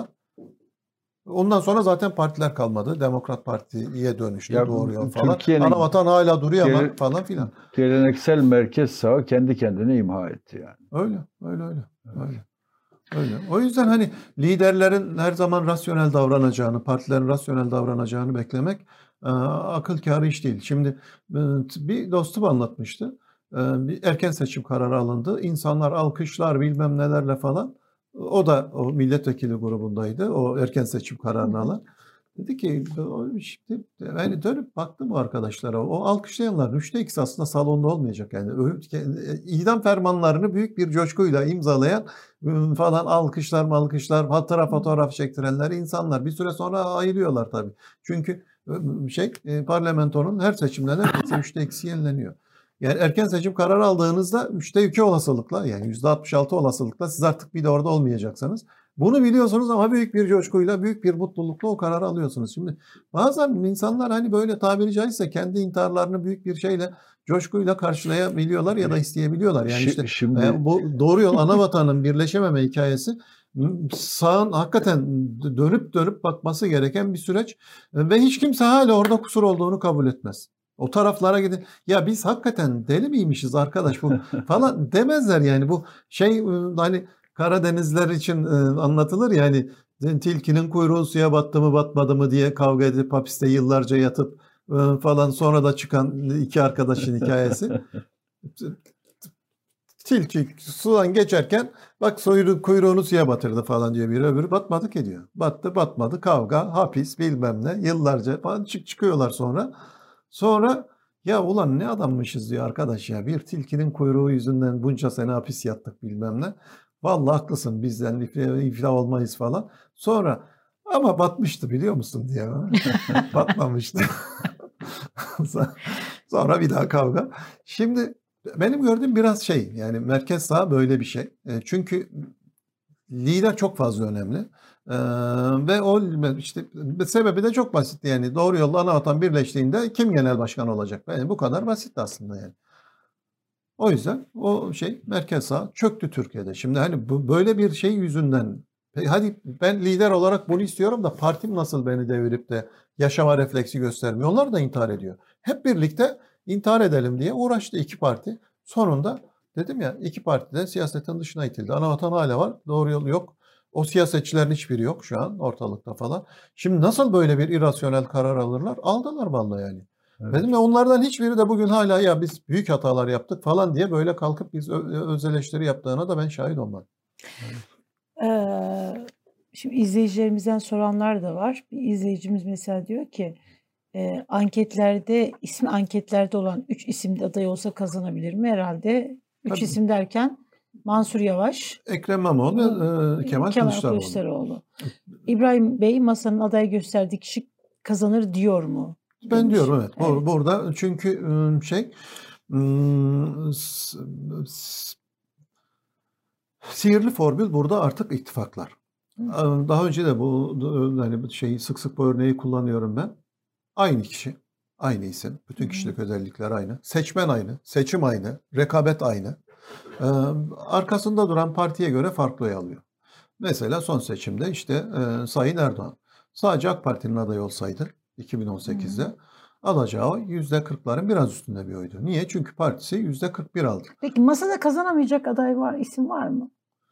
Ondan sonra zaten partiler kalmadı. Demokrat Parti'ye dönüştü. Ya, doğru yol falan. Anavatan hala duruyor gele, ama falan filan. Geleneksel merkez sağ kendi kendine imha etti yani. Öyle, öyle, öyle. Öyle. Öyle. O yüzden hani liderlerin her zaman rasyonel davranacağını, partilerin rasyonel davranacağını beklemek e, akıl kârı iş değil. Şimdi e, bir dostum anlatmıştı. E, bir erken seçim kararı alındı. İnsanlar alkışlar bilmem nelerle falan. O da o milletvekili grubundaydı. O erken seçim kararını alan. Dedi ki şimdi yani dönüp baktım o arkadaşlara. O alkışlayanların üçte ikisi aslında salonda olmayacak. Yani idam fermanlarını büyük bir coşkuyla imzalayan falan alkışlar malkışlar, hatıra fotoğraf çektirenler insanlar. Bir süre sonra ayılıyorlar tabii. Çünkü şey parlamentonun her seçimden neredeyse üçte ikisi yenileniyor. Yani erken seçim kararı aldığınızda üçte iki olasılıkla yani yüzde altmış altı olasılıkla siz artık bir de orada olmayacaksınız. Bunu biliyorsunuz ama büyük bir coşkuyla, büyük bir mutlulukla o kararı alıyorsunuz. Şimdi bazen insanlar hani böyle tabiri caizse kendi intiharlarını büyük bir şeyle, coşkuyla karşılayabiliyorlar ya da isteyebiliyorlar. Yani işte Şimdi, e, bu doğru yol ana vatanın birleşememe hikayesi sağın hakikaten dönüp dönüp bakması gereken bir süreç ve hiç kimse hala orada kusur olduğunu kabul etmez. O taraflara gidin. Ya biz hakikaten deli miymişiz arkadaş bu falan demezler yani bu şey hani Karadenizler için anlatılır yani tilkinin kuyruğu suya battı mı batmadı mı diye kavga edip hapiste yıllarca yatıp falan sonra da çıkan iki arkadaşın hikayesi. Tilki sudan geçerken bak soyru, kuyruğunu suya batırdı falan diyor biri öbürü batmadı ki diyor. Battı batmadı kavga hapis bilmem ne yıllarca falan çık çıkıyorlar sonra. Sonra ya ulan ne adammışız diyor arkadaş ya bir tilkinin kuyruğu yüzünden bunca sene hapis yattık bilmem ne. Vallahi haklısın bizden iflah, iflah olmayız falan. Sonra ama batmıştı biliyor musun diye. Batmamıştı. Sonra bir daha kavga. Şimdi benim gördüğüm biraz şey yani merkez sağ böyle bir şey. Çünkü lider çok fazla önemli. Ee, ve o işte sebebi de çok basit yani doğru yolla ana vatan birleştiğinde kim genel başkan olacak? Yani bu kadar basit aslında yani. O yüzden o şey merkez sağ çöktü Türkiye'de. Şimdi hani bu böyle bir şey yüzünden hadi ben lider olarak bunu istiyorum da partim nasıl beni devirip de yaşama refleksi göstermiyor. Onlar da intihar ediyor. Hep birlikte intihar edelim diye uğraştı iki parti. Sonunda dedim ya iki parti de siyasetin dışına itildi. Anavatan hala var. Doğru yol yok. O siyasetçilerin hiçbiri yok şu an ortalıkta falan. Şimdi nasıl böyle bir irrasyonel karar alırlar? Aldılar vallahi yani. Evet. Dedim ya onlardan hiçbiri de bugün hala ya biz büyük hatalar yaptık falan diye böyle kalkıp biz öz eleştiri yaptığına da ben şahit olmadım. Evet. Ee, şimdi izleyicilerimizden soranlar da var. Bir izleyicimiz mesela diyor ki e, anketlerde ismi anketlerde olan üç isimli aday olsa kazanabilir mi? Herhalde üç Tabii. isim derken Mansur Yavaş, Ekrem İmamoğlu, e, Kemal, Kemal Kılıçdaroğlu. Kılıçdaroğlu. İbrahim Bey masanın aday gösterdiği kişi kazanır diyor mu? Ben demiş. diyorum evet. evet. Burada çünkü şey sihirli formül burada artık ittifaklar. Hı. Daha önce de bu hani şeyi sık sık bu örneği kullanıyorum ben. Aynı kişi, aynı isim, bütün kişilik Hı. özellikler aynı, seçmen aynı, seçim aynı, rekabet aynı. Ee, arkasında duran partiye göre farklı oy alıyor. Mesela son seçimde işte e, Sayın Erdoğan sadece AK Parti'nin adayı olsaydı iki bin on sekizde hmm. alacağı yüzde kırkların biraz üstünde bir oydu. Niye? Çünkü partisi yüzde kırk bir aldı. Peki masada kazanamayacak aday var, isim var mı?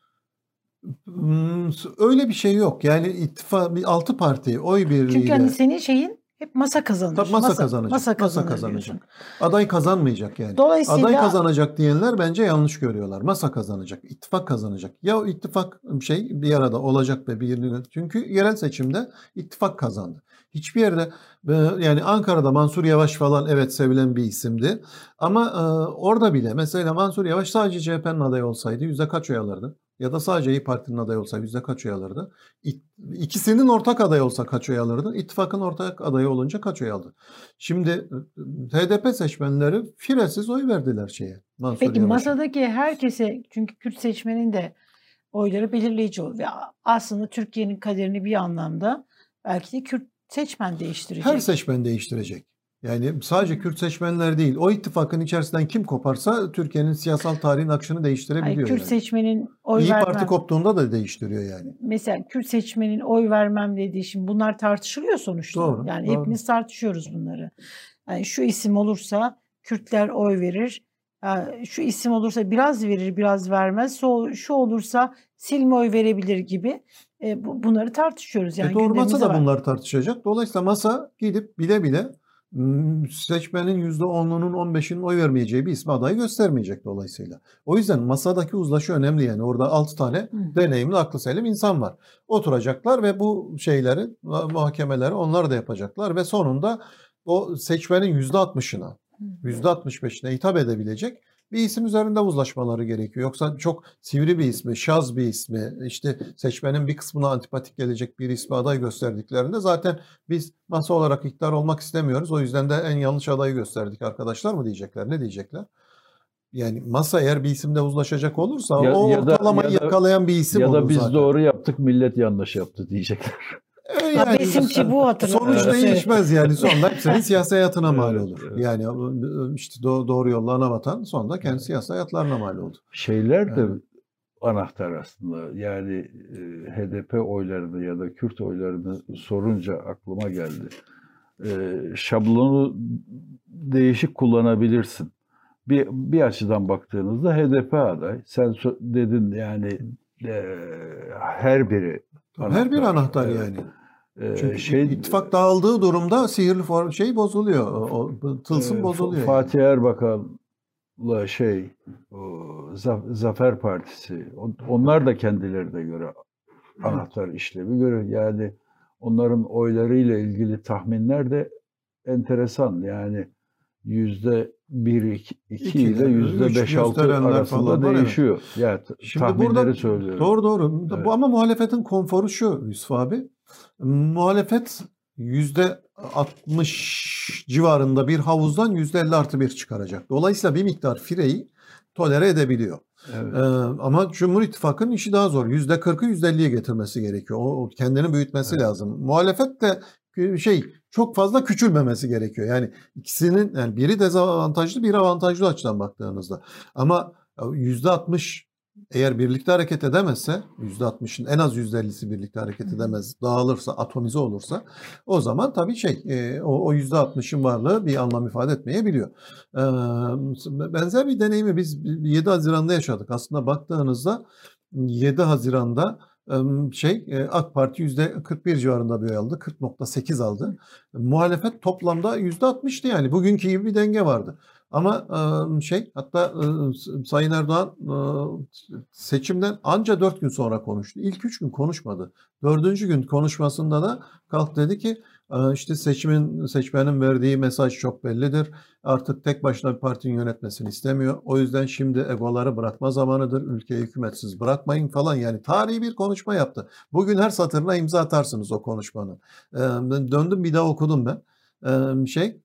Hmm, öyle bir şey yok. Yani ittifak bir altı parti oy birliğiyle. Çünkü hani senin şeyin hep masa kazanır. Tabii masa, masa kazanacak. Masa, masa kazanacak. Aday kazanmayacak yani. Dolayısıyla aday kazanacak diyenler bence yanlış görüyorlar. Masa kazanacak, ittifak kazanacak. Ya o ittifak şey bir arada olacak ve birini çünkü yerel seçimde ittifak kazandı. Hiçbir yerde yani Ankara'da Mansur Yavaş falan evet sevilen bir isimdi. Ama e, orada bile mesela Mansur Yavaş sadece C H P'nin adayı olsaydı yüzde kaç oy alırdı? Ya da sadece İYİ Parti'nin adayı olsa yüzde kaç oy alırdı? İkisinin ortak adayı olsa kaç oy alırdı? İttifakın ortak adayı olunca kaç oy aldı? Şimdi H D P seçmenleri firesiz oy verdiler şeye. Mansur Peki Yavaş'a. Masadaki herkese çünkü Kürt seçmenin de oyları belirleyici olur. Ve aslında Türkiye'nin kaderini bir anlamda belki de Kürt seçmen değiştirecek. Her seçmen değiştirecek. Yani sadece Kürt seçmenler değil, o ittifakın içerisinden kim koparsa Türkiye'nin siyasal tarihin akışını değiştirebiliyor. Hayır, Kürt yani. seçmenin oy İYİ vermem. Parti koptuğunda da değiştiriyor yani. Mesela Kürt seçmenin oy vermem dediği şimdi bunlar tartışılıyor sonuçta. Doğru, yani doğru. hepimiz tartışıyoruz bunları. Yani şu isim olursa Kürtler oy verir. Yani şu isim olursa biraz verir, biraz vermez. Şu olursa silme oy verebilir gibi. E, bu, bunları tartışıyoruz. Yani e doğru masa da var. bunları tartışacak. Dolayısıyla masa gidip bile bile seçmenin yüzde onunun on beşinin oy vermeyeceği bir ismi adayı göstermeyecek dolayısıyla. O yüzden masadaki uzlaşı önemli yani. Orada altı tane Hı. deneyimli, aklı selim insan var. Oturacaklar ve bu şeyleri, muhakemeleri onlar da yapacaklar ve sonunda o seçmenin yüzde altmışına, yüzde altmış beşine hitap edebilecek bir isim üzerinde uzlaşmaları gerekiyor. Yoksa çok sivri bir ismi, şaz bir ismi, işte seçmenin bir kısmına antipatik gelecek bir ismi aday gösterdiklerinde zaten biz masa olarak iktidar olmak istemiyoruz. O yüzden de en yanlış adayı gösterdik arkadaşlar mı diyecekler, ne diyecekler? Yani masa eğer bir isimde uzlaşacak olursa Ya- o ya da- ortalamayı ya da- yakalayan bir isim Ya olur da biz zaten. doğru yaptık, millet yanlış yaptı diyecekler. E Ha, Besimçi bu hatırlatıyor. Sonuç Evet. değişmez yani. Sonunda hepsinin siyasi hayatına mal Evet, olur. evet. Yani işte do- doğru yolla ana vatan sonunda kendi siyasi hayatlarına mal oldu. Şeyler de Evet. anahtar aslında. Yani e, H D P oylarını ya da Kürt oylarını sorunca aklıma geldi. E, şablonu değişik kullanabilirsin. Bir, bir açıdan baktığınızda H D P aday. Sen so- dedin yani e, her biri Her bir anahtar Evet. yani. E, Çünkü şey ittifak dağıldığı durumda sihirli form şey bozuluyor. O, o tılsım e, bozuluyor. F- Fatih Erbakan'la şey o, Za- Zafer Partisi on- onlar da kendilerine göre anahtar işlevi görüyor. Yani onların oylarıyla ilgili tahminler de enteresan. Yani yüzde bir, iki, iki İki ile ile yüzde üç beş altı gösterenler arasında falan var, evet. değişiyor. Yani t- Şimdi tahminleri burada söylüyorum. doğru doğru. Evet. Bu ama muhalefetin konforu şu Yusuf abi. Muhalefet yüzde altmış civarında bir havuzdan yüzde elli artı bir çıkaracak. Dolayısıyla bir miktar fireyi tolere edebiliyor. Evet. Ee, ama Cumhur İttifakı'nın işi daha zor. yüzde kırkı yüzde elliye getirmesi gerekiyor. O, o kendini büyütmesi Evet. lazım. Muhalefet de şey çok fazla küçülmemesi gerekiyor. Yani ikisinin yani biri dezavantajlı, biri avantajlı açıdan baktığınızda. Ama yüzde altmış eğer birlikte hareket edemezse, yüzde altmışın en az yüzde ellisi birlikte hareket edemez, dağılırsa, atomize olursa o zaman tabii şey e, o, o yüzde altmışın varlığı bir anlam ifade etmeyebiliyor. Ee, benzer bir deneyimi biz yedi Haziran'da yaşadık. Aslında baktığınızda yedi Haziran'da şey AK Parti yüzde kırk bir civarında bir oy aldı. kırk nokta sekiz aldı. Muhalefet toplamda yüzde altmıştı yani. Bugünkü gibi bir denge vardı. Ama şey hatta Sayın Erdoğan seçimden anca dört gün sonra konuştu. İlk üç gün konuşmadı. Dördüncü gün konuşmasında da kalk dedi ki işte seçimin seçmenin verdiği mesaj çok bellidir. Artık tek başına bir partinin yönetmesini istemiyor. O yüzden şimdi egoları bırakma zamanıdır. Ülkeyi hükümetsiz bırakmayın falan. Yani tarihi bir konuşma yaptı. Bugün her satırına imza atarsınız o konuşmanın. Döndüm bir daha okudum ben. Şey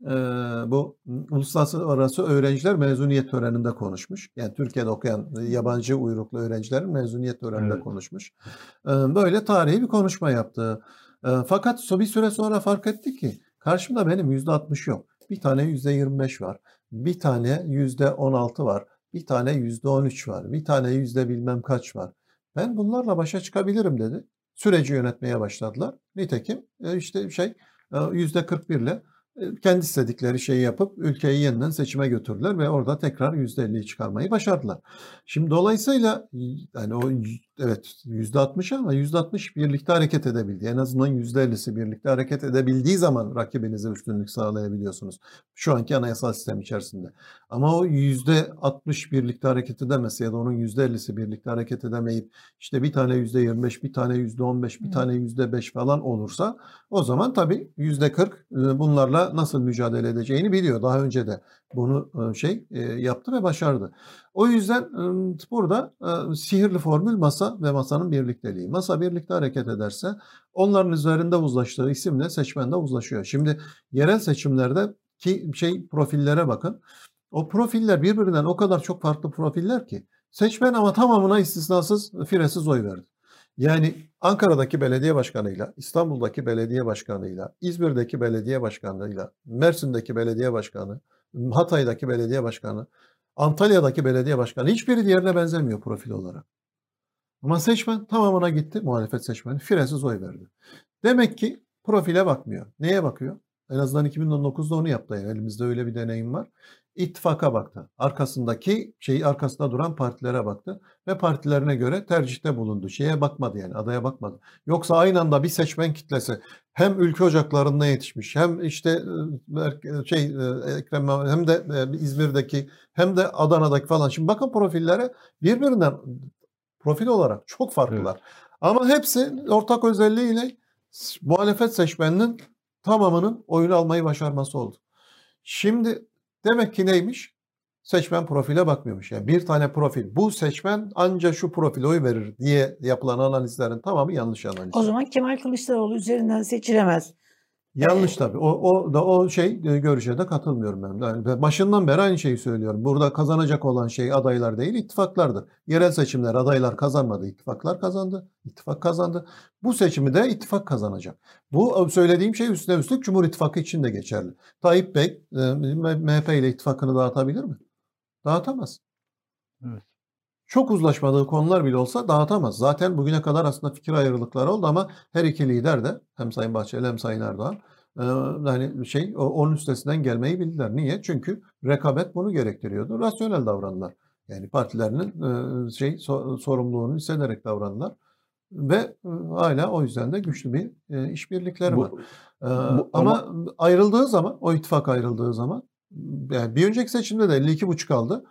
bu uluslararası öğrenciler mezuniyet töreninde konuşmuş. Yani Türkiye'de okuyan yabancı uyruklu öğrencilerin mezuniyet töreninde evet. konuşmuş. Böyle tarihi bir konuşma yaptı. Fakat bir süre sonra fark ettik ki karşımda benim yüzde altmış yok. Bir tane yüzde yirmi beş var. Bir tane yüzde on altı var. Bir tane yüzde on üç var. Bir tane yüzde bilmem kaç var. Ben bunlarla başa çıkabilirim dedi. Süreci yönetmeye başladılar. Nitekim işte şey yüzde kırk bir ile kendi istedikleri şeyi yapıp ülkeyi yeniden seçime götürdüler ve orada tekrar yüzde elliyi çıkarmayı başardılar. Şimdi dolayısıyla yani o evet yüzde altmış ama yüzde altmış birlikte hareket edebildi. En azından yüzde ellisi birlikte hareket edebildiği zaman rakibinize üstünlük sağlayabiliyorsunuz. Şu anki anayasal sistem içerisinde. Ama o yüzde altmış birlikte hareket edemezse ya da onun yüzde ellisi birlikte hareket edemeyip işte bir tane yüzde yirmi beş, bir tane yüzde on beş, bir tane yüzde beş falan olursa o zaman tabii yüzde kırk bunlarla nasıl mücadele edeceğini biliyor. Daha önce de bunu şey yaptı ve başardı. O yüzden burada sihirli formül masa ve masanın birlikteliği. Masa birlikte hareket ederse onların üzerinde uzlaştığı isimle seçmen de uzlaşıyor. Şimdi yerel seçimlerde ki şey profillere bakın. O profiller birbirinden o kadar çok farklı profiller ki seçmen ama tamamına istisnasız firesiz oy verdi. Yani Ankara'daki belediye başkanıyla, İstanbul'daki belediye başkanıyla, İzmir'deki belediye başkanıyla, Mersin'deki belediye başkanı, Hatay'daki belediye başkanı, Antalya'daki belediye başkanı hiçbiri diğerine benzemiyor profil olarak. Ama seçmen tamamına gitti, muhalefet seçmeni firesiz oy verdi. Demek ki profile bakmıyor. Neye bakıyor? En azından iki bin on dokuzda onu yaptı. Yani elimizde öyle bir deneyim var. İttifaka baktı. Arkasındaki şeyi arkasında duran partilere baktı ve partilerine göre tercihte bulundu. Şeye bakmadı yani adaya bakmadı. Yoksa aynı anda bir seçmen kitlesi hem ülke ocaklarında yetişmiş hem işte şey Ekrem hem de İzmir'deki hem de Adana'daki falan. Şimdi bakın profillere birbirinden profil olarak çok farklılar. Evet. Ama hepsi ortak özelliğiyle muhalefet seçmeninin tamamının oyunu almayı başarması oldu. Şimdi demek ki neymiş? Seçmen profile bakmıyormuş. Yani bir tane profil. Bu seçmen ancak şu profile oy verir diye yapılan analizlerin tamamı yanlış analiz. O zaman Kemal Kılıçdaroğlu üzerinden seçilemez. Yanlış tabii. O, o da o şey görüşe de katılmıyorum ben. Yani başından beri aynı şeyi söylüyorum. Burada kazanacak olan şey adaylar değil, ittifaklardır. Yerel seçimler adaylar kazanmadı, ittifaklar kazandı. İttifak kazandı. Bu seçimi de ittifak kazanacak. Bu söylediğim şey üstüne üstlük Cumhur İttifakı için de geçerli. Tayyip Bey M H P ile ittifakını dağıtabilir mi? Dağıtamaz. Evet. Çok uzlaşmadığı konular bile olsa dağıtamaz. Zaten bugüne kadar aslında fikir ayrılıkları oldu ama her iki lider de hem Sayın Bahçeli hem Sayın Erdoğan yani şey onun üstesinden gelmeyi bildiler. Niye? Çünkü rekabet bunu gerektiriyordu. Rasyonel davrandılar. Yani partilerinin şey sorumluluğunu hissederek davrandılar. Ve hala o yüzden de güçlü bir işbirlikleri var. Bu, bu, ama, ama ayrıldığı zaman, o ittifak ayrıldığı zaman yani bir önceki seçimde de elli iki buçuk aldı.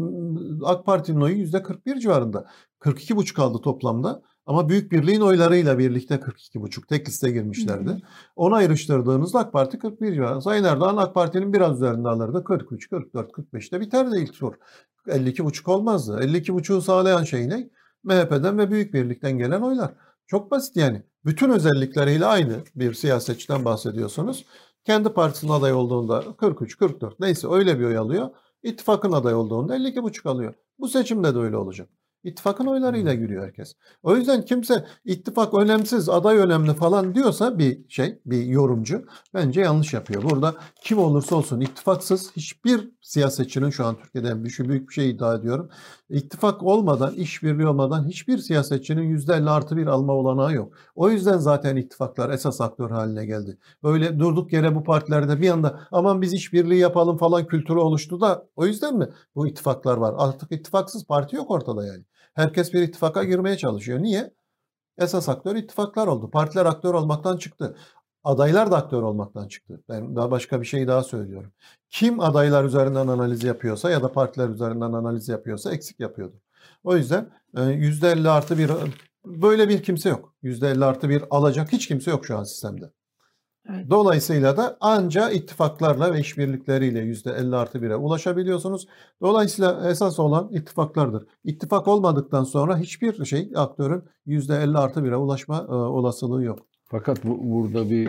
AK Parti'nin oyu yüzde kırk bir civarında. kırk iki buçuk aldı toplamda. Ama Büyük Birliğin oylarıyla birlikte kırk iki buçuk tek liste girmişlerdi. Hı hı. Onu ayrıştırdığınızda AK Parti kırk bir civarında. Sayın Erdoğan AK Parti'nin biraz üzerinde alırdı. kırk üç, kırk dört, kırk beşte biterdi ilk tur. elli iki buçuk olmazdı. elli iki buçuğu sağlayan şey ne? M H P'den ve Büyük Birlik'ten gelen oylar. Çok basit yani. Bütün özellikleriyle aynı bir siyasetçiden bahsediyorsunuz. Kendi partisinin aday olduğunda kırk üç, kırk dört neyse öyle bir oy alıyor. İttifakın aday olduğunda elli iki buçuk alıyor. Bu seçimde de öyle olacak. İttifakın oylarıyla giriyor herkes. O yüzden kimse ittifak önemsiz, aday önemli falan diyorsa bir şey, bir yorumcu bence yanlış yapıyor. Burada kim olursa olsun ittifaksız hiçbir siyasetçinin şu an Türkiye'de bir büyük bir şey iddia ediyorum. İttifak olmadan, işbirliği olmadan hiçbir siyasetçinin yüzde elli artı bir alma olanağı yok. O yüzden zaten ittifaklar esas aktör haline geldi. Böyle durduk yere bu partilerde bir anda aman biz işbirliği yapalım falan kültürü oluştu da o yüzden mi bu ittifaklar var? Artık ittifaksız parti yok ortada yani. Herkes bir ittifaka girmeye çalışıyor. Niye? Esas aktör ittifaklar oldu. Partiler aktör olmaktan çıktı. Adaylar da aktör olmaktan çıktı. Ben daha başka bir şey daha söylüyorum. Kim adaylar üzerinden analiz yapıyorsa ya da partiler üzerinden analiz yapıyorsa eksik yapıyordu. O yüzden yüzde elli artı bir böyle bir kimse yok. yüzde elli artı bir alacak hiç kimse yok şu an sistemde. Evet. Dolayısıyla da anca ittifaklarla ve işbirlikleriyle yüzde elli artı bire ulaşabiliyorsunuz. Dolayısıyla esas olan ittifaklardır. İttifak olmadıktan sonra hiçbir şey aktörün yüzde elli artı bire ulaşma e, olasılığı yok. Fakat bu, burada bir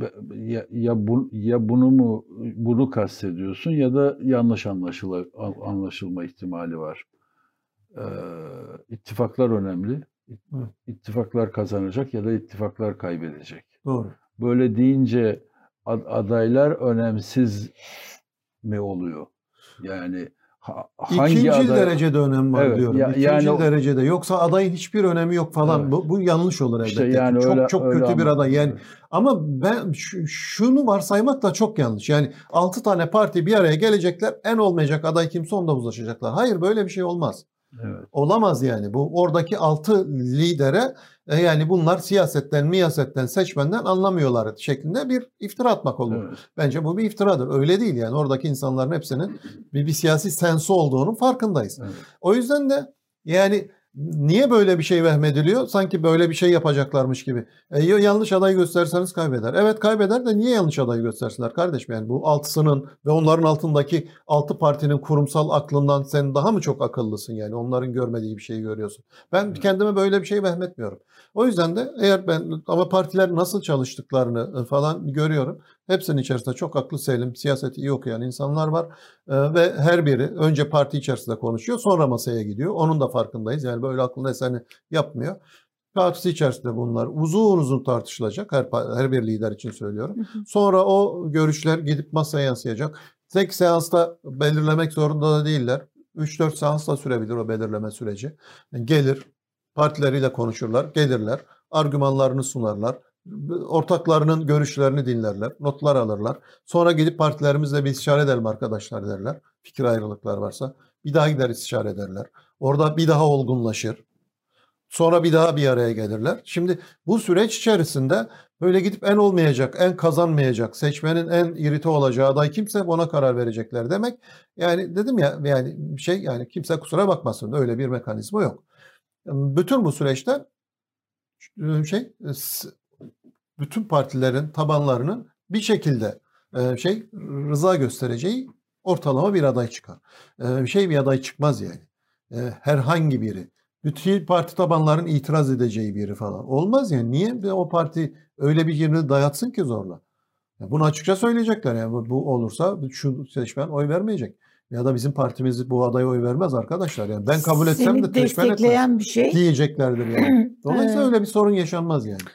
ya, ya, bu, ya bunu mu bunu kastediyorsun ya da yanlış anlaşıla, anlaşılma ihtimali var. Ee, ittifaklar önemli. İttifaklar kazanacak ya da ittifaklar kaybedecek. Doğru. Böyle deyince adaylar önemsiz mi oluyor? Yani ha, hangi İkinci aday... derecede önem var evet, diyorum. Ya, İkinci yani... derecede. Yoksa adayın hiçbir önemi yok falan. Evet. Bu, bu yanlış olur elbette. İşte yani çok öyle, çok kötü öyle bir aday. Yani ama ben şu, şunu varsaymak da çok yanlış. Yani altı tane parti bir araya gelecekler. En olmayacak aday kimse onda uzlaşacaklar. Hayır böyle bir şey olmaz. Evet. Olamaz yani. Bu oradaki altı lidere e, yani bunlar siyasetten, miyasetten, seçmenden anlamıyorlar şeklinde bir iftira atmak olur. Evet. Bence bu bir iftiradır. Öyle değil yani. Oradaki insanların hepsinin bir, bir siyasi sensi olduğunun farkındayız. Evet. O yüzden de yani niye böyle bir şey vehmediliyor? Sanki böyle bir şey yapacaklarmış gibi. E, yanlış aday gösterirseniz kaybeder. Evet kaybeder de niye yanlış aday göstersinler kardeşim? Yani bu altısının ve onların altındaki altı partinin kurumsal aklından sen daha mı çok akıllısın yani? Onların görmediği bir şeyi görüyorsun. Ben evet. kendime böyle bir şey vehmetmiyorum. O yüzden de eğer ben ama partiler nasıl çalıştıklarını falan görüyorum. Hepsinin içerisinde çok aklı selim, siyaseti iyi okuyan insanlar var. Ee, ve her biri önce parti içerisinde konuşuyor, sonra masaya gidiyor. Onun da farkındayız. Yani böyle aklında eseni yapmıyor. Partisi içerisinde bunlar uzun uzun tartışılacak. Her, her bir lider için söylüyorum. Sonra o görüşler gidip masaya yansıyacak. Tek seansta belirlemek zorunda da değiller. üç dört seans da sürebilir o belirleme süreci. Yani gelir, partileriyle konuşurlar, gelirler, argümanlarını sunarlar. ortaklarının görüşlerini dinlerler, notlar alırlar. Sonra gidip partilerimizle bir istişare edelim arkadaşlar derler. Fikir ayrılıklar varsa. Bir daha gider istişare ederler. Orada bir daha olgunlaşır. Sonra bir daha bir araya gelirler. Şimdi bu süreç içerisinde böyle gidip en olmayacak, en kazanmayacak, seçmenin en irite olacağı aday kimse ona karar verecekler demek. Yani dedim ya, yani şey, yani kimse kusura bakmasın, öyle bir mekanizma yok. Bütün bu süreçte şey, bütün partilerin tabanlarının bir şekilde şey rıza göstereceği ortalama bir aday çıkar. Şey bir aday çıkmaz yani. Herhangi biri. Bütün parti tabanların itiraz edeceği biri falan. Olmaz yani. Niye o parti öyle bir yerini dayatsın ki zorla? Yani bunu açıkça söyleyecekler. Yani bu olursa şu seçmen oy vermeyecek. Ya da bizim partimiz bu adaya oy vermez arkadaşlar. Yani ben kabul etsem de seçmen etmez bir şey diyeceklerdir yani. Dolayısıyla öyle bir sorun yaşanmaz yani.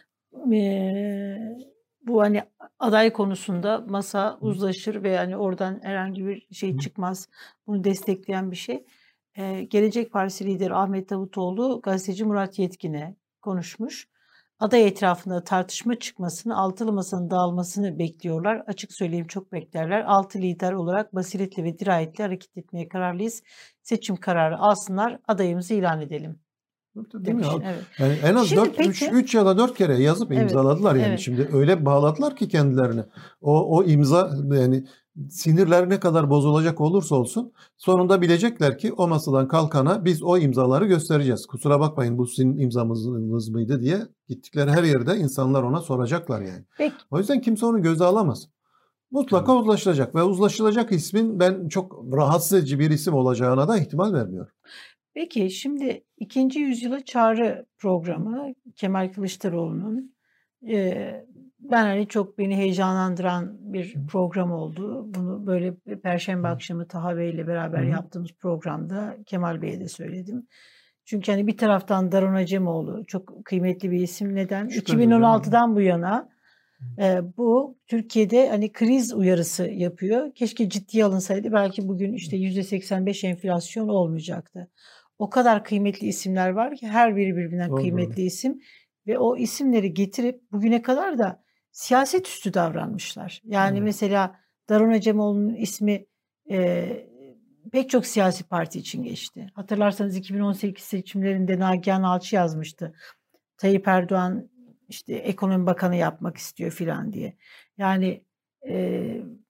Ee, bu hani aday konusunda masa uzlaşır ve yani oradan herhangi bir şey çıkmaz. Bunu destekleyen bir şey. Ee, Gelecek Partisi lideri Ahmet Davutoğlu gazeteci Murat Yetkin'e konuşmuş. Aday etrafında tartışma çıkmasını, altılı masanın dağılmasını bekliyorlar. Açık söyleyeyim, çok beklerler. Altı lider olarak basiretli ve dirayetli hareket etmeye kararlıyız. Seçim kararı alsınlar, adayımızı ilan edelim demiş. Evet. Yani en az dört, üç ya da dört kere yazıp Evet, imzaladılar yani. evet. Şimdi öyle bağladılar ki kendilerini. O o imza, yani sinirler ne kadar bozulacak olursa olsun sonunda bilecekler ki o masadan kalkana biz o imzaları göstereceğiz. Kusura bakmayın, bu sizin imzamız mıydı diye gittikleri her yerde insanlar ona soracaklar yani. Peki. O yüzden kimse onu göze alamaz. Mutlaka evet. uzlaşılacak ve uzlaşılacak ismin ben çok rahatsız edici bir isim olacağına da ihtimal vermiyorum. Peki şimdi ikinci yüzyıla çağrı programı Kemal Kılıçdaroğlu'nun e, ben hani çok beni heyecanlandıran bir program oldu. Bunu böyle Perşembe akşamı Taha Bey ile beraber Hı. yaptığımız programda Kemal Bey'e de söyledim. Çünkü hani bir taraftan Daron Acemoğlu çok kıymetli bir isim. Neden? Şüphesiz iki bin on altıdan bu yana e, bu Türkiye'de hani kriz uyarısı yapıyor. Keşke ciddiye alınsaydı, belki bugün işte yüzde seksen beş enflasyon olmayacaktı. O kadar kıymetli isimler var ki, her biri birbirinden Doğru. kıymetli isim ve o isimleri getirip bugüne kadar da siyaset üstü davranmışlar. Yani evet. mesela Daron Acemoğlu'nun ismi e, pek çok siyasi parti için geçti. Hatırlarsanız iki bin on sekiz seçimlerinde Nagihan Alçı yazmıştı. Tayyip Erdoğan işte ekonomi bakanı yapmak istiyor filan diye. Yani e,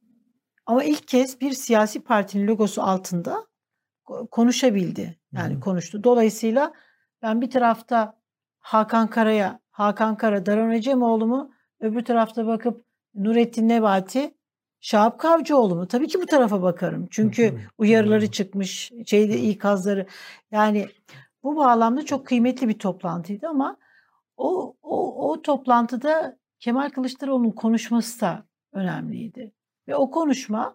ama ilk kez bir siyasi partinin logosu altında konuşabildi. Yani hmm. konuştu. Dolayısıyla ben bir tarafta Hakan Kara'ya, Hakan Kara, Daron Acemoğlu mu? Öbür tarafta bakıp Nurettin Nebati, Şahap Kavcıoğlu mu? Tabii ki bu tarafa bakarım. Çünkü uyarıları çıkmış, şeyde ikazları. Yani bu bağlamda çok kıymetli bir toplantıydı ama o o o toplantıda Kemal Kılıçdaroğlu'nun konuşması da önemliydi. Ve o konuşma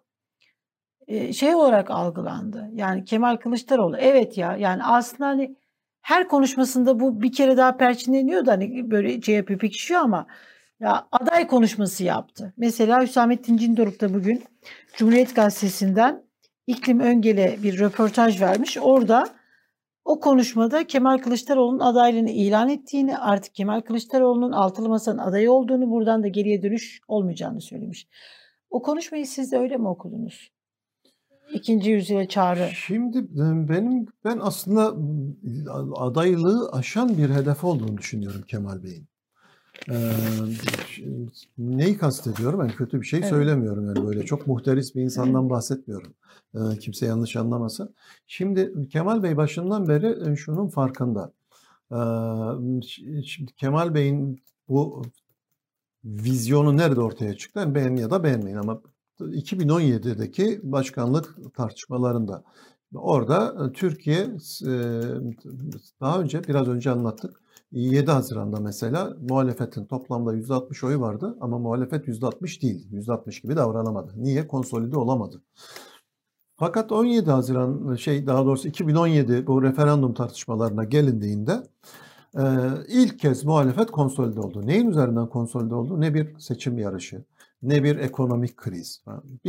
şey olarak algılandı. Yani Kemal Kılıçdaroğlu evet ya, yani aslında hani her konuşmasında bu bir kere daha perçinleniyordu, hani böyle C H P pekişiyor ama ya aday konuşması yaptı. Mesela Hüsamettin Cindoruk da bugün Cumhuriyet Gazetesi'nden İklim Öngel'e bir röportaj vermiş. Orada o konuşmada Kemal Kılıçdaroğlu'nun adaylığını ilan ettiğini, artık Kemal Kılıçdaroğlu'nun altılı masanın adayı olduğunu, buradan da geriye dönüş olmayacağını söylemiş. O konuşmayı siz de öyle mi okudunuz? İkinci yüzyıla çağrı. Şimdi benim ben aslında adaylığı aşan bir hedef olduğunu düşünüyorum Kemal Bey'in. Ee, neyi kastediyorum? Ben kötü bir şey evet. söylemiyorum. Yani böyle çok muhteris bir insandan bahsetmiyorum. Ee, kimse yanlış anlamasın. Şimdi Kemal Bey başından beri şunun farkında. Ee, şimdi Kemal Bey'in bu vizyonu nerede ortaya çıktı? Yani beğenin ya da beğenmeyin ama iki bin on yedideki başkanlık tartışmalarında orada Türkiye daha önce biraz önce anlattık. yedi Haziran'da mesela muhalefetin toplamda yüzde altmış oyu vardı ama muhalefet yüzde altmış değil. yüzde altmış gibi davranamadı. Niye? Konsolide olamadı. Fakat on yedi Haziran şey daha doğrusu iki bin on yedi bu referandum tartışmalarına gelindiğinde ilk kez muhalefet konsolide oldu. Neyin üzerinden konsolide oldu? Ne bir seçim yarışı, ne bir ekonomik kriz. Bir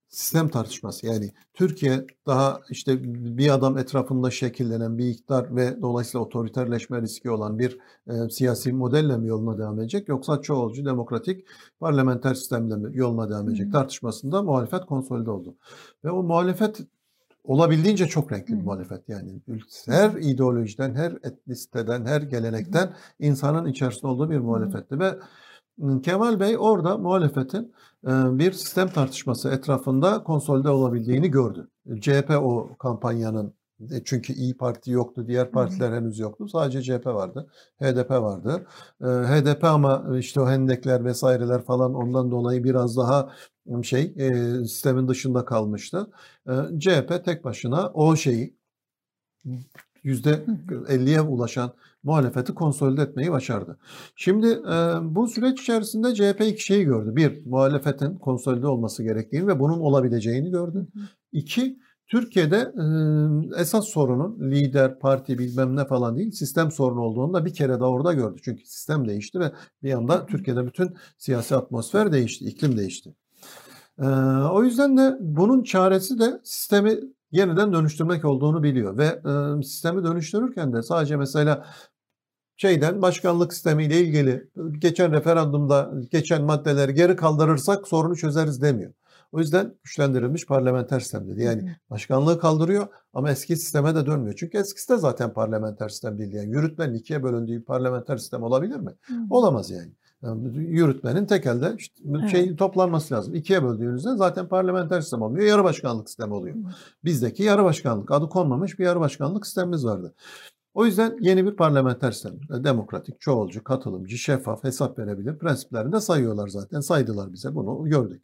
sistem tartışması. Yani Türkiye daha işte bir adam etrafında şekillenen bir iktidar ve dolayısıyla otoriterleşme riski olan bir e, siyasi modelle mi yoluna devam edecek, yoksa çoğulcu demokratik parlamenter sistemle mi yoluna devam edecek Hı. tartışmasında muhalefet konsolide oldu. Ve o muhalefet olabildiğince çok renkli bir Hı. muhalefet. Yani her ideolojiden, her etnisiteden, her gelenekten insanın içerisinde olduğu bir muhalefetti. Ve Kemal Bey orada muhalefetin bir sistem tartışması etrafında konsolide olabildiğini gördü. C H P o kampanyanın, çünkü İyi Parti yoktu, diğer partiler henüz yoktu. Sadece C H P vardı, H D P vardı. H D P ama işte o hendekler vesaireler falan ondan dolayı biraz daha şey sistemin dışında kalmıştı. C H P tek başına o şeyi yüzde elliye ulaşan muhalefeti konsolide etmeyi başardı. Şimdi e, bu süreç içerisinde C H P iki şeyi gördü. Bir, muhalefetin konsolide olması gerektiğini ve bunun olabileceğini gördü. İki, Türkiye'de e, esas sorunun lider, parti bilmem ne falan değil, sistem sorunu olduğunu da bir kere daha orada gördü. Çünkü sistem değişti ve bir anda Türkiye'de bütün siyasi atmosfer değişti, iklim değişti. E, o yüzden de bunun çaresi de sistemi yeniden dönüştürmek olduğunu biliyor ve e, sistemi dönüştürürken de sadece mesela şeyden başkanlık sistemiyle ilgili geçen referandumda geçen maddeleri geri kaldırırsak sorunu çözeriz demiyor. O yüzden güçlendirilmiş parlamenter sistem dedi. Yani başkanlığı kaldırıyor ama eski sisteme de dönmüyor. Çünkü eskisi de zaten parlamenter sistem değil. Yani yürütmenin ikiye bölündüğü bir parlamenter sistem olabilir mi? Hı. Olamaz yani. Yani yürütmenin tek elde işte şey evet. toplanması lazım. İkiye böldüğünüzde zaten parlamenter sistem olmuyor. Yarı başkanlık sistemi oluyor. Hı. Bizdeki yarı başkanlık, adı konmamış bir yarı başkanlık sistemimiz vardı. O yüzden yeni bir parlamenter sistem, demokratik, çoğulcu, katılımcı, şeffaf, hesap verebilir prensiplerini de sayıyorlar zaten. Saydılar bize, bunu gördük.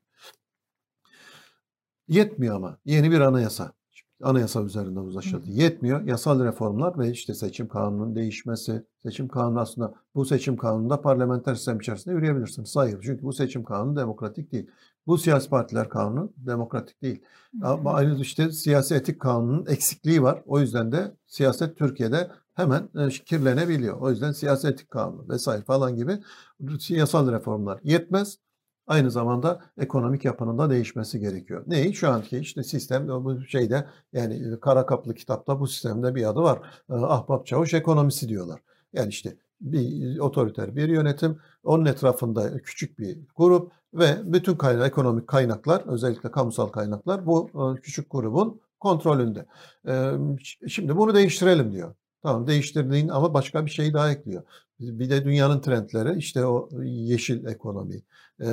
Yetmiyor ama yeni bir anayasa. Anayasa üzerinde uzlaşıldı. Yetmiyor. Yasal reformlar ve işte seçim kanununun değişmesi. Seçim kanunu aslında bu seçim kanununda parlamenter sistem içerisinde yürüyebilirsiniz. Hayır. Çünkü bu seçim kanunu demokratik değil. Bu siyasi partiler kanunu demokratik değil. Ama aynı işte siyasi etik kanunun eksikliği var. O yüzden de siyaset Türkiye'de hemen kirlenebiliyor. O yüzden siyasi etik kanunu vesaire falan gibi yasal reformlar yetmez. Aynı zamanda ekonomik yapının da değişmesi gerekiyor. Neyi? Şu anki işte sistem bu şeyde, yani Kara Kaplı kitapta bu sistemde bir adı var. Ahbap Çavuş ekonomisi diyorlar. Yani işte bir otoriter bir yönetim, onun etrafında küçük bir grup ve bütün kaynak, ekonomik kaynaklar, özellikle kamusal kaynaklar bu küçük grubun kontrolünde. Şimdi bunu değiştirelim diyor. Tamam, değiştirdiğin ama başka bir şey daha ekliyor. Bir de dünyanın trendleri, işte o yeşil ekonomi, e,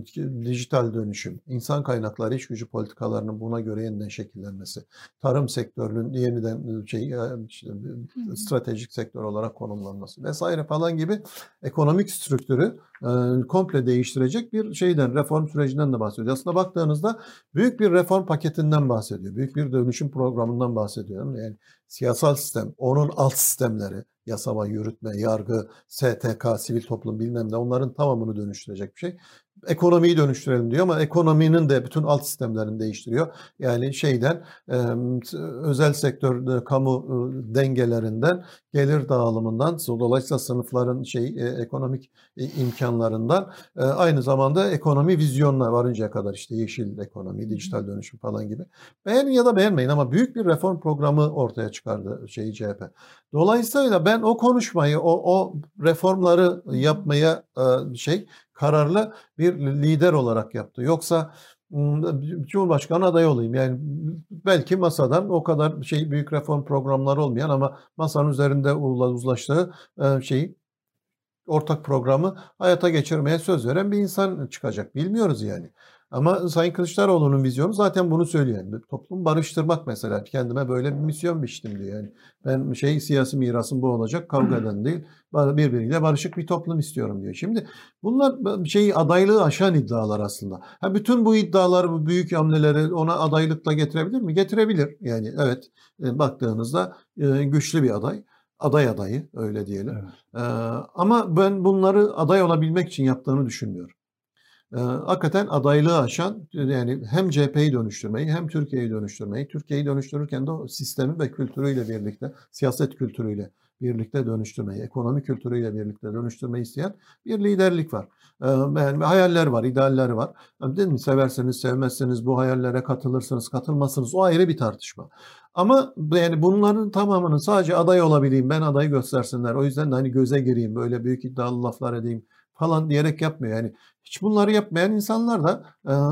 dijital dönüşüm, insan kaynakları iş gücü politikalarının buna göre yeniden şekillenmesi, tarım sektörünün yeniden şey işte, stratejik sektör olarak konumlanması vesaire falan gibi ekonomik strüktürü e, komple değiştirecek bir şeyden, reform sürecinden de bahsediyor. Aslında baktığınızda büyük bir reform paketinden bahsediyor. Büyük bir dönüşüm programından bahsediyor. Yani siyasal sistem, onun alt sistemleri, yasama, yürütme, yargı, S T K, sivil toplum bilmem ne, onların tamamını dönüştürecek bir şey. Ekonomiyi dönüştürelim diyor ama ekonominin de bütün alt sistemlerini değiştiriyor. Yani şeyden e, özel sektör, e, kamu e, dengelerinden, gelir dağılımından, dolayısıyla sınıfların şey e, ekonomik e, imkanlarından e, aynı zamanda ekonomi vizyonuna varıncaya kadar işte yeşil ekonomi, dijital dönüşüm falan gibi. Beğenin ya da beğenmeyin ama büyük bir reform programı ortaya çıkardı şeyi C H P. Dolayısıyla ben o konuşmayı, o, o reformları yapmaya e, şey kararlı bir lider olarak yaptı. Yoksa Cumhurbaşkanı adayı olayım. Yani belki masadan o kadar şey büyük reform programları olmayan ama masanın üzerinde uzlaştığı şeyi, ortak programı hayata geçirmeye söz veren bir insan çıkacak. Bilmiyoruz yani. Ama Sayın Kılıçdaroğlu'nun vizyonu zaten bunu söylüyor. Yani toplum barıştırmak mesela. Kendime böyle bir misyon biçtim diyor. Yani ben şey siyasi mirasım bu olacak. Kavga eden değil. Birbiriyle barışık bir toplum istiyorum diyor. Şimdi bunlar şeyi adaylığı aşan iddialar aslında. Ha, bütün bu iddialar, bu büyük hamleleri ona adaylıkla getirebilir mi? Getirebilir. Yani evet, baktığınızda güçlü bir aday. Aday adayı öyle diyelim. Evet. Ee, ama ben bunları aday olabilmek için yaptığını düşünmüyorum. Ee, hakikaten adaylığı aşan, yani hem C H P'yi dönüştürmeyi hem Türkiye'yi dönüştürmeyi, Türkiye'yi dönüştürürken de o sistemi ve kültürüyle birlikte, siyaset kültürüyle birlikte dönüştürmeyi, ekonomi kültürüyle birlikte dönüştürmeyi isteyen bir liderlik var. Yani hayaller var, idealler var. Değil mi? Severseniz, sevmezseniz, bu hayallere katılırsınız, katılmazsınız. O ayrı bir tartışma. Ama yani bunların tamamının sadece aday olabileyim, ben adayı göstersinler. O yüzden de hani göze gireyim, böyle büyük iddialı laflar edeyim falan diyerek yapmıyor. Yani hiç bunları yapmayan insanlar da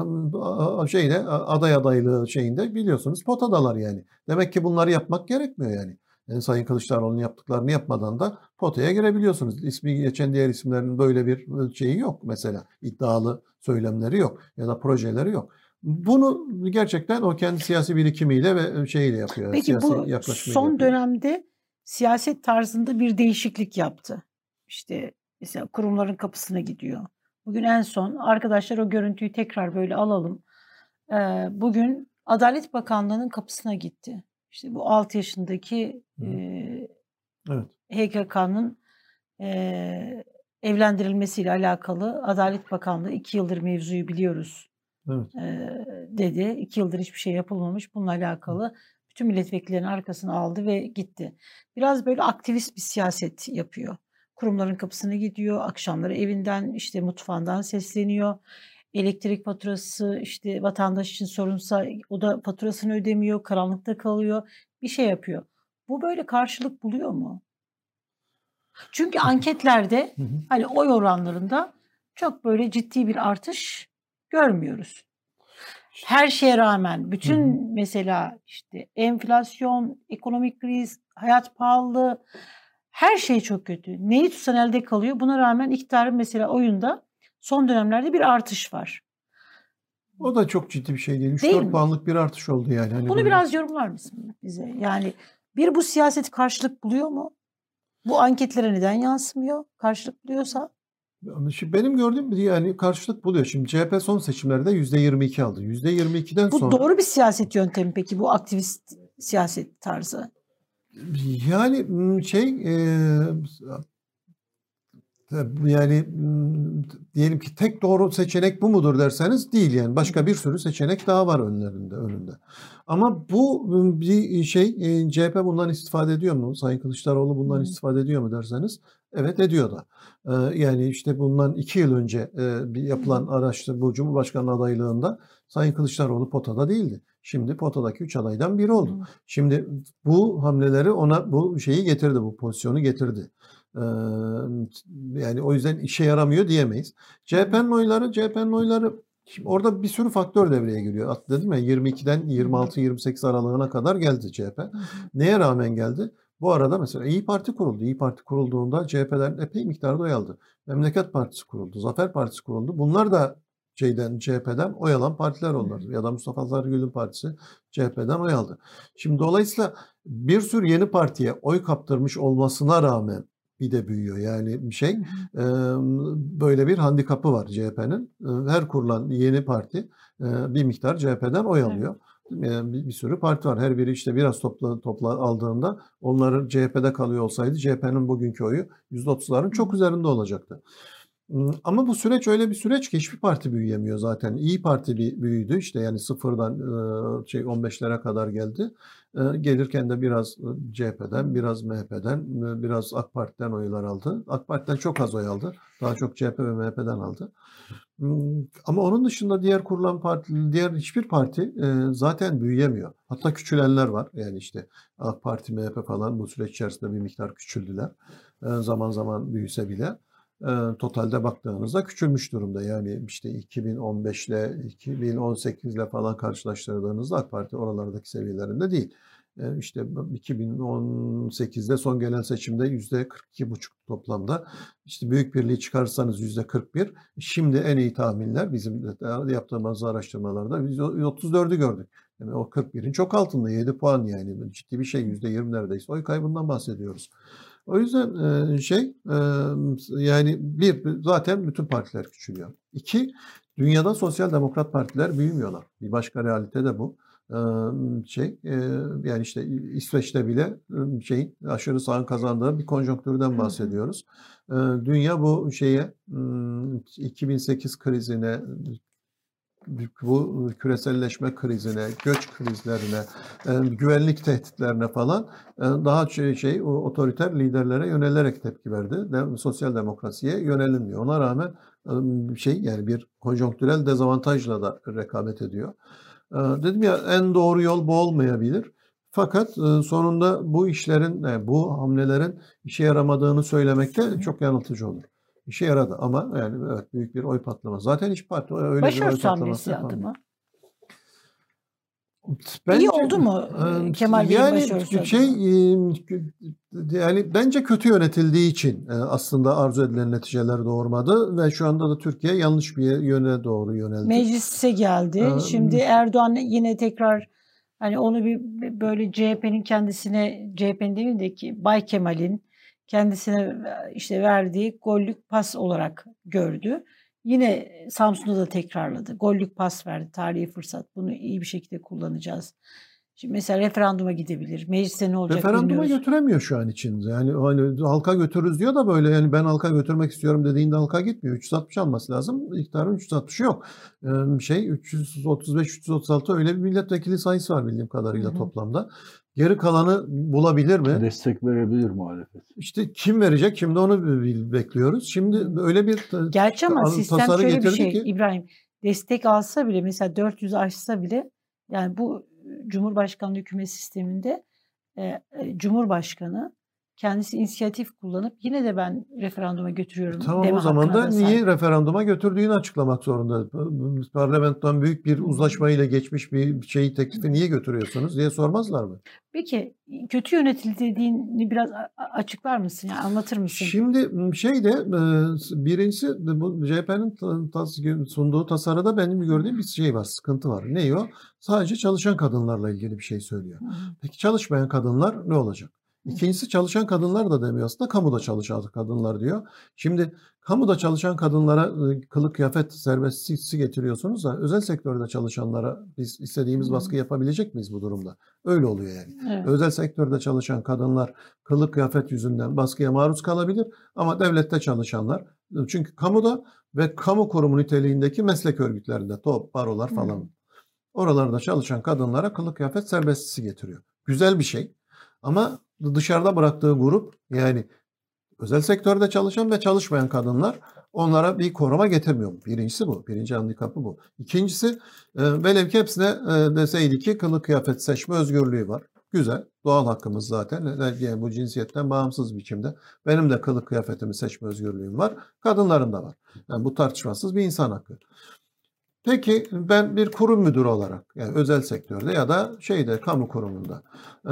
e, şeyde aday adaylığı şeyinde biliyorsunuz potadalar yani. Demek ki bunları yapmak gerekmiyor yani. Yani Sayın Kılıçdaroğlu'nun yaptıklarını yapmadan da potaya girebiliyorsunuz. İsmi geçen diğer isimlerin böyle bir şeyi yok mesela. İddialı söylemleri yok ya da projeleri yok. Bunu gerçekten o kendi siyasi birikimiyle ve şeyiyle yapıyor. Peki siyasi bu son yapıyor. dönemde siyaset tarzında bir değişiklik yaptı. İşte mesela kurumların kapısına gidiyor. Bugün en son arkadaşlar o görüntüyü tekrar böyle alalım. Ee, bugün Adalet Bakanlığı'nın kapısına gitti. İşte bu altı yaşındaki e, evet. H K K'nın e, evlendirilmesiyle alakalı Adalet Bakanlığı iki yıldır mevzuyu biliyoruz. Evet. E, dedi. İki yıldır hiçbir şey yapılmamış. Bununla alakalı bütün milletvekillerinin arkasına aldı ve gitti. Biraz böyle aktivist bir siyaset yapıyor. Kurumların kapısına gidiyor. Akşamları evinden işte mutfağından sesleniyor. Elektrik faturası işte vatandaş için sorunsa o da faturasını ödemiyor. Karanlıkta kalıyor. Bir şey yapıyor. Bu böyle karşılık buluyor mu? Çünkü anketlerde hani oy oranlarında çok böyle ciddi bir artış görmüyoruz. Her şeye rağmen bütün hı hı. mesela işte enflasyon, ekonomik kriz, hayat pahalılığı her şey çok kötü. Neyi tutsan elde kalıyor. Buna rağmen iktidarın mesela oyunda son dönemlerde bir artış var. O da çok ciddi bir şey değil. üç Değil dört puanlık bir artış oldu yani. Hani Bunu böyle... biraz yorumlar mısın bize? Yani bir bu siyaset karşılık buluyor mu? Bu anketlere neden yansımıyor? Karşılık buluyorsa? Şimdi benim gördüğüm yani karşılık buluyor. Şimdi C H P son seçimlerde yüzde yirmi iki aldı. yüzde yirmi ikiden bu sonra... Bu doğru bir siyaset yöntemi peki bu aktivist siyaset tarzı? Yani şey e, yani diyelim ki tek doğru seçenek bu mudur derseniz değil yani. Başka bir sürü seçenek daha var önlerinde önünde. Ama bu bir şey C H P bundan istifade ediyor mu? Sayın Kılıçdaroğlu bundan hmm. istifade ediyor mu derseniz evet ediyor da. Yani işte bundan iki yıl önce bir yapılan araştırma bu Cumhurbaşkanlığı adaylığında Sayın Kılıçdaroğlu potada değildi. Şimdi potadaki üç adaydan biri oldu. Hmm. Şimdi bu hamleleri ona bu şeyi getirdi, bu pozisyonu getirdi. Yani o yüzden işe yaramıyor diyemeyiz. C H P'nin oyları, C H P'nin oyları şimdi orada bir sürü faktör devreye giriyor. Dedim ya yirmi ikiden yirmi altı yirmi sekiz aralığına kadar geldi C H P. Neye rağmen geldi? Bu arada mesela İYİ Parti kuruldu. İYİ Parti kurulduğunda C H P'den epey miktarda oy aldı. Memleket Partisi kuruldu. Zafer Partisi kuruldu. Bunlar da şeyden C H P'den oy alan partiler oldu. Ya da Mustafa Sarıgül'ün partisi C H P'den oy aldı. Şimdi dolayısıyla bir sürü yeni partiye oy kaptırmış olmasına rağmen bir de büyüyor. Yani bir şey e, böyle bir handikapı var C H P'nin. E, her kurulan yeni parti e, bir miktar C H P'den oy alıyor. E, bir, bir sürü parti var. Her biri işte biraz topla, topla aldığında onların C H P'de kalıyor olsaydı C H P'nin bugünkü oyu yüzde otuzların çok üzerinde olacaktı. Ama bu süreç öyle bir süreç ki hiçbir parti büyüyemiyor zaten. İYİ Parti bir büyüdü işte yani sıfırdan şey on beşlere kadar geldi. Gelirken de biraz C H P'den, biraz M H P'den, biraz AK Parti'den oylar aldı. AK Parti'den çok az oy aldı. Daha çok C H P ve M H P'den aldı. Ama onun dışında diğer kurulan parti, diğer hiçbir parti zaten büyüyemiyor. Hatta küçülenler var. Yani işte AK Parti, M H P falan bu süreç içerisinde bir miktar küçüldüler. Zaman zaman büyüse bile. Totalde baktığınızda küçülmüş durumda. Yani işte iki bin on beş ile iki bin on sekiz ile falan karşılaştırdığınızda AK Parti oralardaki seviyelerinde değil. İşte iki bin on sekizde son genel seçimde yüzde kırk iki buçuk toplamda. İşte Büyük Birliği çıkarsanız yüzde kırk bir. Şimdi en iyi tahminler bizim yaptığımız araştırmalarda biz otuz dördü gördük. Yani o kırk birin çok altında yedi puan yani ciddi bir şey yüzde yirmi neredeyse oy kaybından bahsediyoruz. O yüzden şey yani bir zaten bütün partiler küçülüyor. İki dünyada sosyal demokrat partiler büyümüyorlar. Bir başka realite de bu. Şey yani işte İsveç'te bile şey aşırı sağın kazandığı bir konjonktürden bahsediyoruz. Dünya bu şeye iki bin sekiz krizine bu küreselleşme krizine, göç krizlerine, e, güvenlik tehditlerine falan e, daha şey, şey o otoriter liderlere yönelerek tepki verdi. De, sosyal demokrasiye yönelinmiyor. Ona rağmen e, şey yani bir konjonktürel dezavantajla da rekabet ediyor. E, dedim ya en doğru yol bu olmayabilir. Fakat e, sonunda bu işlerin, e, bu hamlelerin işe yaramadığını söylemekte çok yanıltıcı olur. İşe yaradı ama yani evet büyük bir oy patlaması. Zaten hiç parti öyle bir oy Başörtüsü patlaması hamlesi adı yapamıyor. mı? Bence, İyi oldu mu e, Kemal Bey'in yani başörtüsü şey adına? e, yani bence kötü yönetildiği için e, aslında arzu edilen neticeler doğurmadı ve şu anda da Türkiye yanlış bir yöne doğru yöneldi. Meclise geldi. Ee, Şimdi Erdoğan yine tekrar hani onu bir bir böyle C H P'nin kendisine C H P'nin değil de ki Bay Kemal'in kendisine işte verdiği gollük pas olarak gördü. Yine Samsun'da da tekrarladı. Gollük pas verdi. Tarihi fırsat. Bunu iyi bir şekilde kullanacağız. Şimdi mesela referanduma gidebilir. Mecliste ne olacak Referanduma bilmiyoruz. götüremiyor şu an için. Yani hani halka götürürüz diyor da böyle yani ben halka götürmek istiyorum dediğinde halka gitmiyor. üç yüz altmış alması lazım. İktidarın üç yüz altmışı yok. Ee, şey üç yüz otuz beş üç yüz otuz altı öyle bir milletvekili sayısı var bildiğim kadarıyla Hı hı. toplamda. Geri kalanı bulabilir mi? Destek verebilir muhalefet. İşte kim verecek? Şimdi onu bir- bekliyoruz. Şimdi öyle bir ta- Gerçi ama ta- sistem tasarı şöyle bir getirdi şey ki İbrahim, destek alsa bile mesela dört yüz aşsa bile yani bu Cumhurbaşkanlığı hükümet sisteminde e, e, Cumhurbaşkanı kendisi inisiyatif kullanıp yine de ben referanduma götürüyorum tamam deme o zaman hakkına da da niye sahip. referanduma götürdüğünü açıklamak zorunda. Parlamentodan büyük bir uzlaşmayla geçmiş bir şeyi teklifi niye götürüyorsunuz diye sormazlar mı? Peki kötü yönetildiğini biraz a- a- açıklar mısın? Yani anlatır mısın? Şimdi şey de e, birincisi bu C H P'nin sunduğu tasarıda benim gördüğüm bir şey var, sıkıntı var. Ne o? Sadece çalışan kadınlarla ilgili bir şey söylüyor. Hı hı. Peki çalışmayan kadınlar ne olacak? İkincisi çalışan kadınlar da demiyor aslında, kamuda çalışan kadınlar diyor. Şimdi kamuda çalışan kadınlara e, kılık kıyafet serbestisi getiriyorsunuz da özel sektörde çalışanlara biz istediğimiz Hı. baskı yapabilecek miyiz bu durumda? Öyle oluyor yani. Evet. Özel sektörde çalışan kadınlar kılık kıyafet yüzünden baskıya maruz kalabilir ama devlette çalışanlar, çünkü kamuda ve kamu kurumu niteliğindeki meslek örgütlerinde, TOP, barolar falan, Hı. oralarda çalışan kadınlara kılık kıyafet serbestisi getiriyor. Güzel bir şey ama dışarıda bıraktığı grup, yani özel sektörde çalışan ve çalışmayan kadınlar, onlara bir koruma getirmiyor. Birincisi bu. Birinci handikapı bu. İkincisi e, velev ki hepsine e, deseydi ki kılık kıyafet seçme özgürlüğü var. Güzel. Doğal hakkımız zaten. Yani bu cinsiyetten bağımsız biçimde. Benim de kılık kıyafetimi seçme özgürlüğüm var. Kadınların da var. Yani bu tartışmasız bir insan hakkı. Peki ben bir kurum müdürü olarak, yani özel sektörde ya da şeyde, kamu kurumunda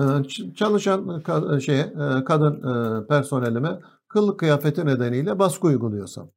çalışan şeye, kadın personelime kılık kıyafeti nedeniyle baskı uyguluyorsam,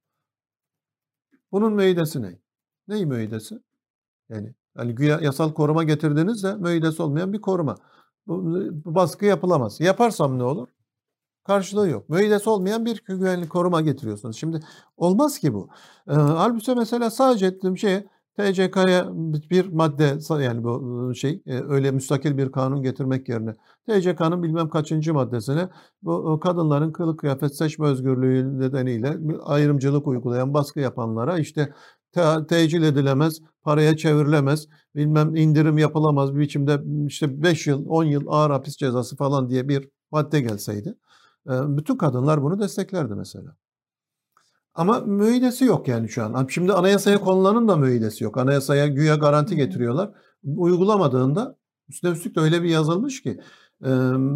bunun müeyyidesi ne? Neyi müeyyidesi? Yani hani güya yasal koruma getirdiniz de müeyyidesi olmayan bir koruma. Bu, bu baskı yapılamaz. Yaparsam ne olur? Karşılığı yok. Müeyyidesi olmayan bir güvenlik koruma getiriyorsunuz. Şimdi olmaz ki bu. Ee, halbuki mesela sadece ettiğim şey T C K'ya bir madde, yani bu şey öyle müstakil bir kanun getirmek yerine T C K'nın bilmem kaçıncı maddesine bu kadınların kılık kıyafet seçme özgürlüğü nedeniyle ayrımcılık uygulayan, baskı yapanlara işte te- tecil edilemez, paraya çevrilemez, bilmem indirim yapılamaz bir biçimde işte beş yıl, on yıl ağır hapis cezası falan diye bir madde gelseydi, bütün kadınlar bunu desteklerdi mesela. Ama müeyyidesi yok yani şu an. Şimdi anayasaya konulanın da müeyyidesi yok. Anayasaya güya garanti getiriyorlar. Uygulamadığında üstüne üstlük de öyle bir yazılmış ki e,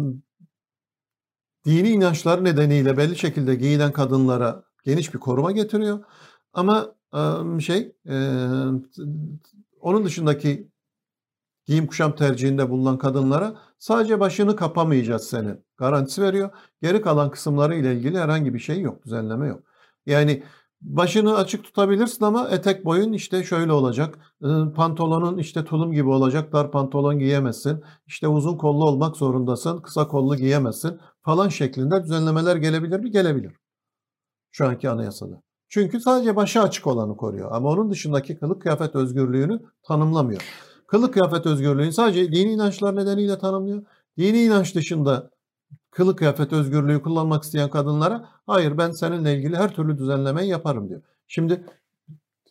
dini inançlar nedeniyle belli şekilde giyinen kadınlara geniş bir koruma getiriyor. Ama e, şey e, onun dışındaki giyim kuşam tercihinde bulunan kadınlara sadece başını kapamayacağız senin garantisi veriyor. Geri kalan kısımları ile ilgili herhangi bir şey yok, düzenleme yok. Yani başını açık tutabilirsin ama etek boyun işte şöyle olacak, pantolonun işte tulum gibi olacak, dar pantolon giyemezsin, işte uzun kollu olmak zorundasın, kısa kollu giyemezsin falan şeklinde düzenlemeler gelebilir mi? Gelebilir. Şu anki anayasada. Çünkü sadece başı açık olanı koruyor ama onun dışındaki kılık kıyafet özgürlüğünü tanımlamıyor. Kılık kıyafet özgürlüğünü sadece dini inançlar nedeniyle tanımlıyor. Dini inanç dışında kılık kıyafet özgürlüğü kullanmak isteyen kadınlara hayır ben seninle ilgili her türlü düzenlemeyi yaparım diyor. Şimdi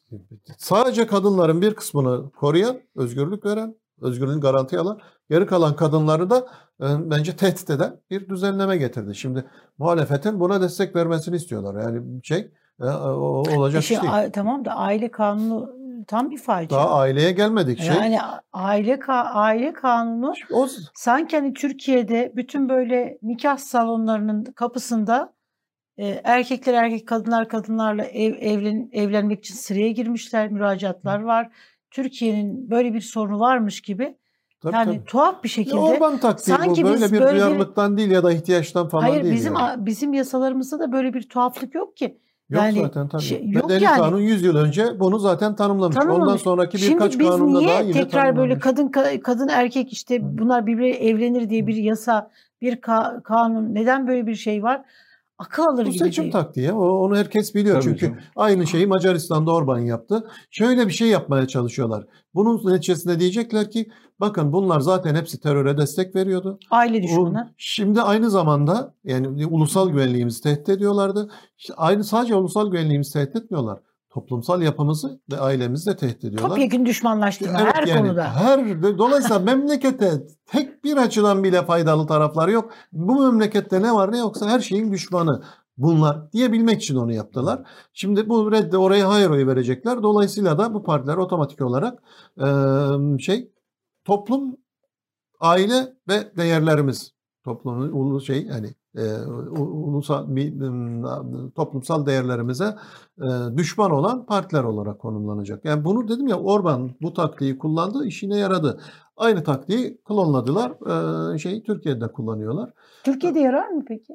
Sadece kadınların bir kısmını koruyan, özgürlük veren, özgürlüğün garanti alan, geri kalan kadınları da e, bence tehdit eden bir düzenleme getirdi. Şimdi muhalefetin buna destek vermesini istiyorlar. Yani şey e, o, olacak Şey, iş değil. a- tamam da aile kanunu tam bir facia. Daha aileye gelmedik şey. Yani aile ka- aile kanunu O, sanki hani Türkiye'de bütün böyle nikah salonlarının kapısında e, erkekler erkek, kadınlar kadınlarla ev, evlen, evlenmek için sıraya girmişler, müracaatlar var. Türkiye'nin böyle bir sorunu varmış gibi. tabii, Yani tabii. tuhaf bir Ya şekilde. Orban taktiği sanki bu. biz Böyle bir böyle bir- duyarlılıktan değil ya da ihtiyaçtan falan Hayır değil. bizim yani. bizim yasalarımızda da böyle bir tuhaflık yok ki. Yok yani zaten tabii. şey- yok Medeni yani. kanun yüz yıl önce bunu zaten tanımlamış. Ondan Tanımlamış. sonraki Şimdi birkaç biz kanunda niye daha yine tekrar böyle tanımlanmış. kadın ka- kadın erkek işte bunlar birbirine evlenir diye bir yasa, bir ka- kanun, neden böyle bir şey var? Akıl alır Bu gibi seçim değil. taktiği ya. O- Onu herkes biliyor. Tabii Çünkü canım. aynı şeyi Macaristan'da Orban yaptı. Şöyle bir şey yapmaya çalışıyorlar. Bunun neticesinde diyecekler ki bakın bunlar zaten hepsi teröre destek veriyordu. Aile O- düşmanı. Şimdi aynı zamanda yani ulusal güvenliğimizi tehdit ediyorlardı. İşte aynı sadece ulusal güvenliğimizi tehdit etmiyorlar. Toplumsal yapımızı ve ailemizi de tehdit ediyorlar. Topyekun düşmanlaştırma Evet, her yani konuda. Her, dolayısıyla memlekete tek bir açıdan bile faydalı tarafları yok. Bu memlekette ne var ne yoksa her şeyin düşmanı bunlar diyebilmek için onu yaptılar. Şimdi bu redde oraya hayır oyu verecekler. Dolayısıyla da bu partiler otomatik olarak e, şey toplum, aile ve değerlerimiz toplumun ulu şey yani e, ulusal bir, toplumsal değerlerimize e, düşman olan partiler olarak konumlanacak. Yani bunu dedim ya Orban bu taktiği kullandı, işine yaradı. Aynı taktiği klonladılar. E, şey Türkiye'de kullanıyorlar. Türkiye'de yarar mı peki?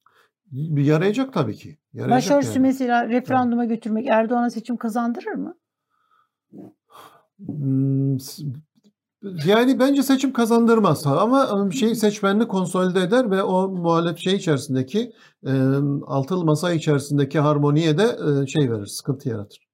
Bir yarayacak tabii ki. Yarayacak Başörtüsü yani. mesela referanduma götürmek Erdoğan'a seçim kazandırır mı? Hmm, Yani bence seçim kazandırmaz ama şey seçmenini konsolide eder ve o muhalef şey içerisindeki e, altılı masa içerisindeki harmoniye de e, şey verir, sıkıntı yaratır.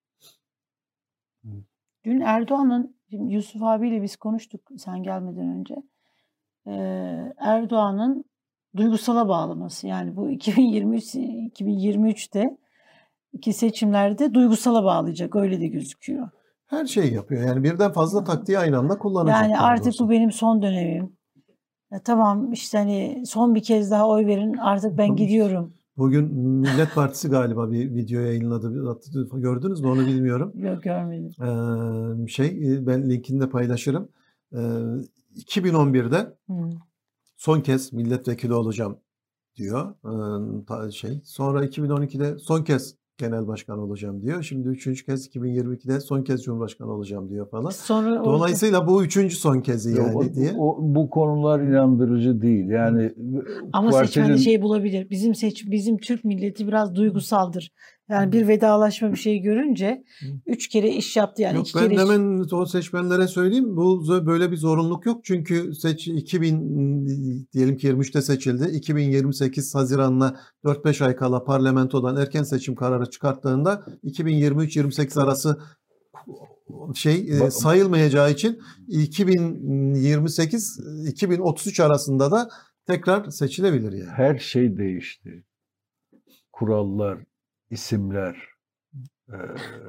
Dün Erdoğan'ın, şimdi Yusuf abiyle biz konuştuk sen gelmeden önce. Ee, Erdoğan'ın duygusala bağlaması. Yani bu iki bin yirmi üç iki bin yirmi üçte iki seçimlerde duygusala bağlayacak. Öyle de gözüküyor. Her şeyi yapıyor. Yani birden fazla taktiği aynı anda kullanacak. Yani daha artık doğrusu. bu benim son dönemim. Ya tamam işte hani son bir kez daha oy verin artık ben Tabii. gidiyorum. Bugün Millet Partisi galiba bir video yayınladı. Gördünüz mü onu bilmiyorum. Yok görmedim. Ee, şey ben linkini de paylaşırım. Ee, iki bin on birde Hmm. son kez milletvekili olacağım diyor. Ee, şey sonra iki bin on ikide son kez genel başkan olacağım diyor. Şimdi üçüncü kez iki bin yirmi ikide son kez cumhurbaşkanı olacağım diyor falan. Sonra orada- Dolayısıyla bu üçüncü son kezi yani Yok, o- diye. o- bu konular inandırıcı değil. Yani ama partinin- seçmende şey bulabilir. Bizim seç bizim Türk milleti biraz duygusaldır. Yani bir vedalaşma bir şey görünce üç kere iş yaptı yani Yok iki ben kere iş- hemen o seçmenlere söyleyeyim. Bu böyle bir zorunluluk yok. Çünkü seç iki bin diyelim ki yirmi üçte seçildi. iki bin yirmi sekiz Haziran'la dört beş ay kala parlamentodan erken seçim kararı çıkarttığında iki bin yirmi üç yirmi sekiz arası şey e, Bak- sayılmayacağı için iki bin yirmi sekiz iki bin otuz üç arasında da tekrar seçilebilir yani. her şey değişti. Kurallar, isimler, eee,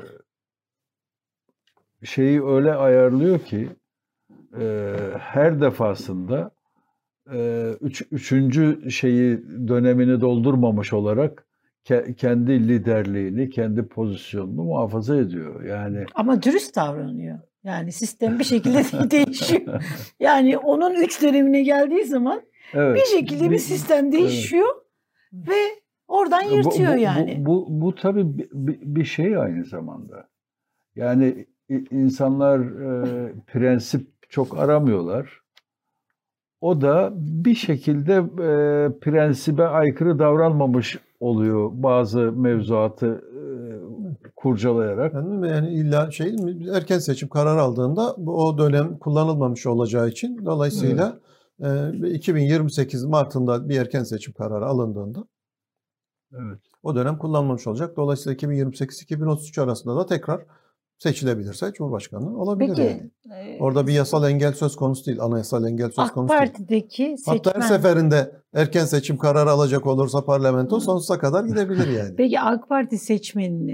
şeyi öyle ayarlıyor ki eee, her defasında eee, üç, üçüncü şeyi dönemini doldurmamış olarak ke- kendi liderliğini, kendi pozisyonunu muhafaza ediyor. Yani ama dürüst davranıyor. Yani sistem bir şekilde değişiyor. Yani onun üç dönemine geldiği zaman evet, bir şekilde bir sistem değişiyor ve oradan Bu- yırtıyor bu, bu, yani. Bu, bu, bu tabii bir, bir- bir şey aynı zamanda. Yani i- insanlar e, prensip çok aramıyorlar. O da bir şekilde e, prensibe aykırı davranmamış oluyor bazı mevzuatı e, kurcalayarak. Yani, yani illa şey erken seçim kararı aldığında bu o dönem kullanılmamış olacağı için dolayısıyla e, iki bin yirmi sekiz Mart'ında bir erken seçim kararı alındığında Evet. o dönem kullanılmamış olacak. Dolayısıyla iki bin yirmi sekiz iki bin otuz üç arasında da tekrar seçilebilirse Cumhurbaşkanı olabilir Peki yani. e, Orada bir yasal engel söz konusu değil, anayasal engel söz AK konusu değil. Parti'deki Hatta her seçmen. seferinde erken seçim kararı alacak olursa parlamento sonsuza kadar gidebilir yani. Peki AK Parti seçmenini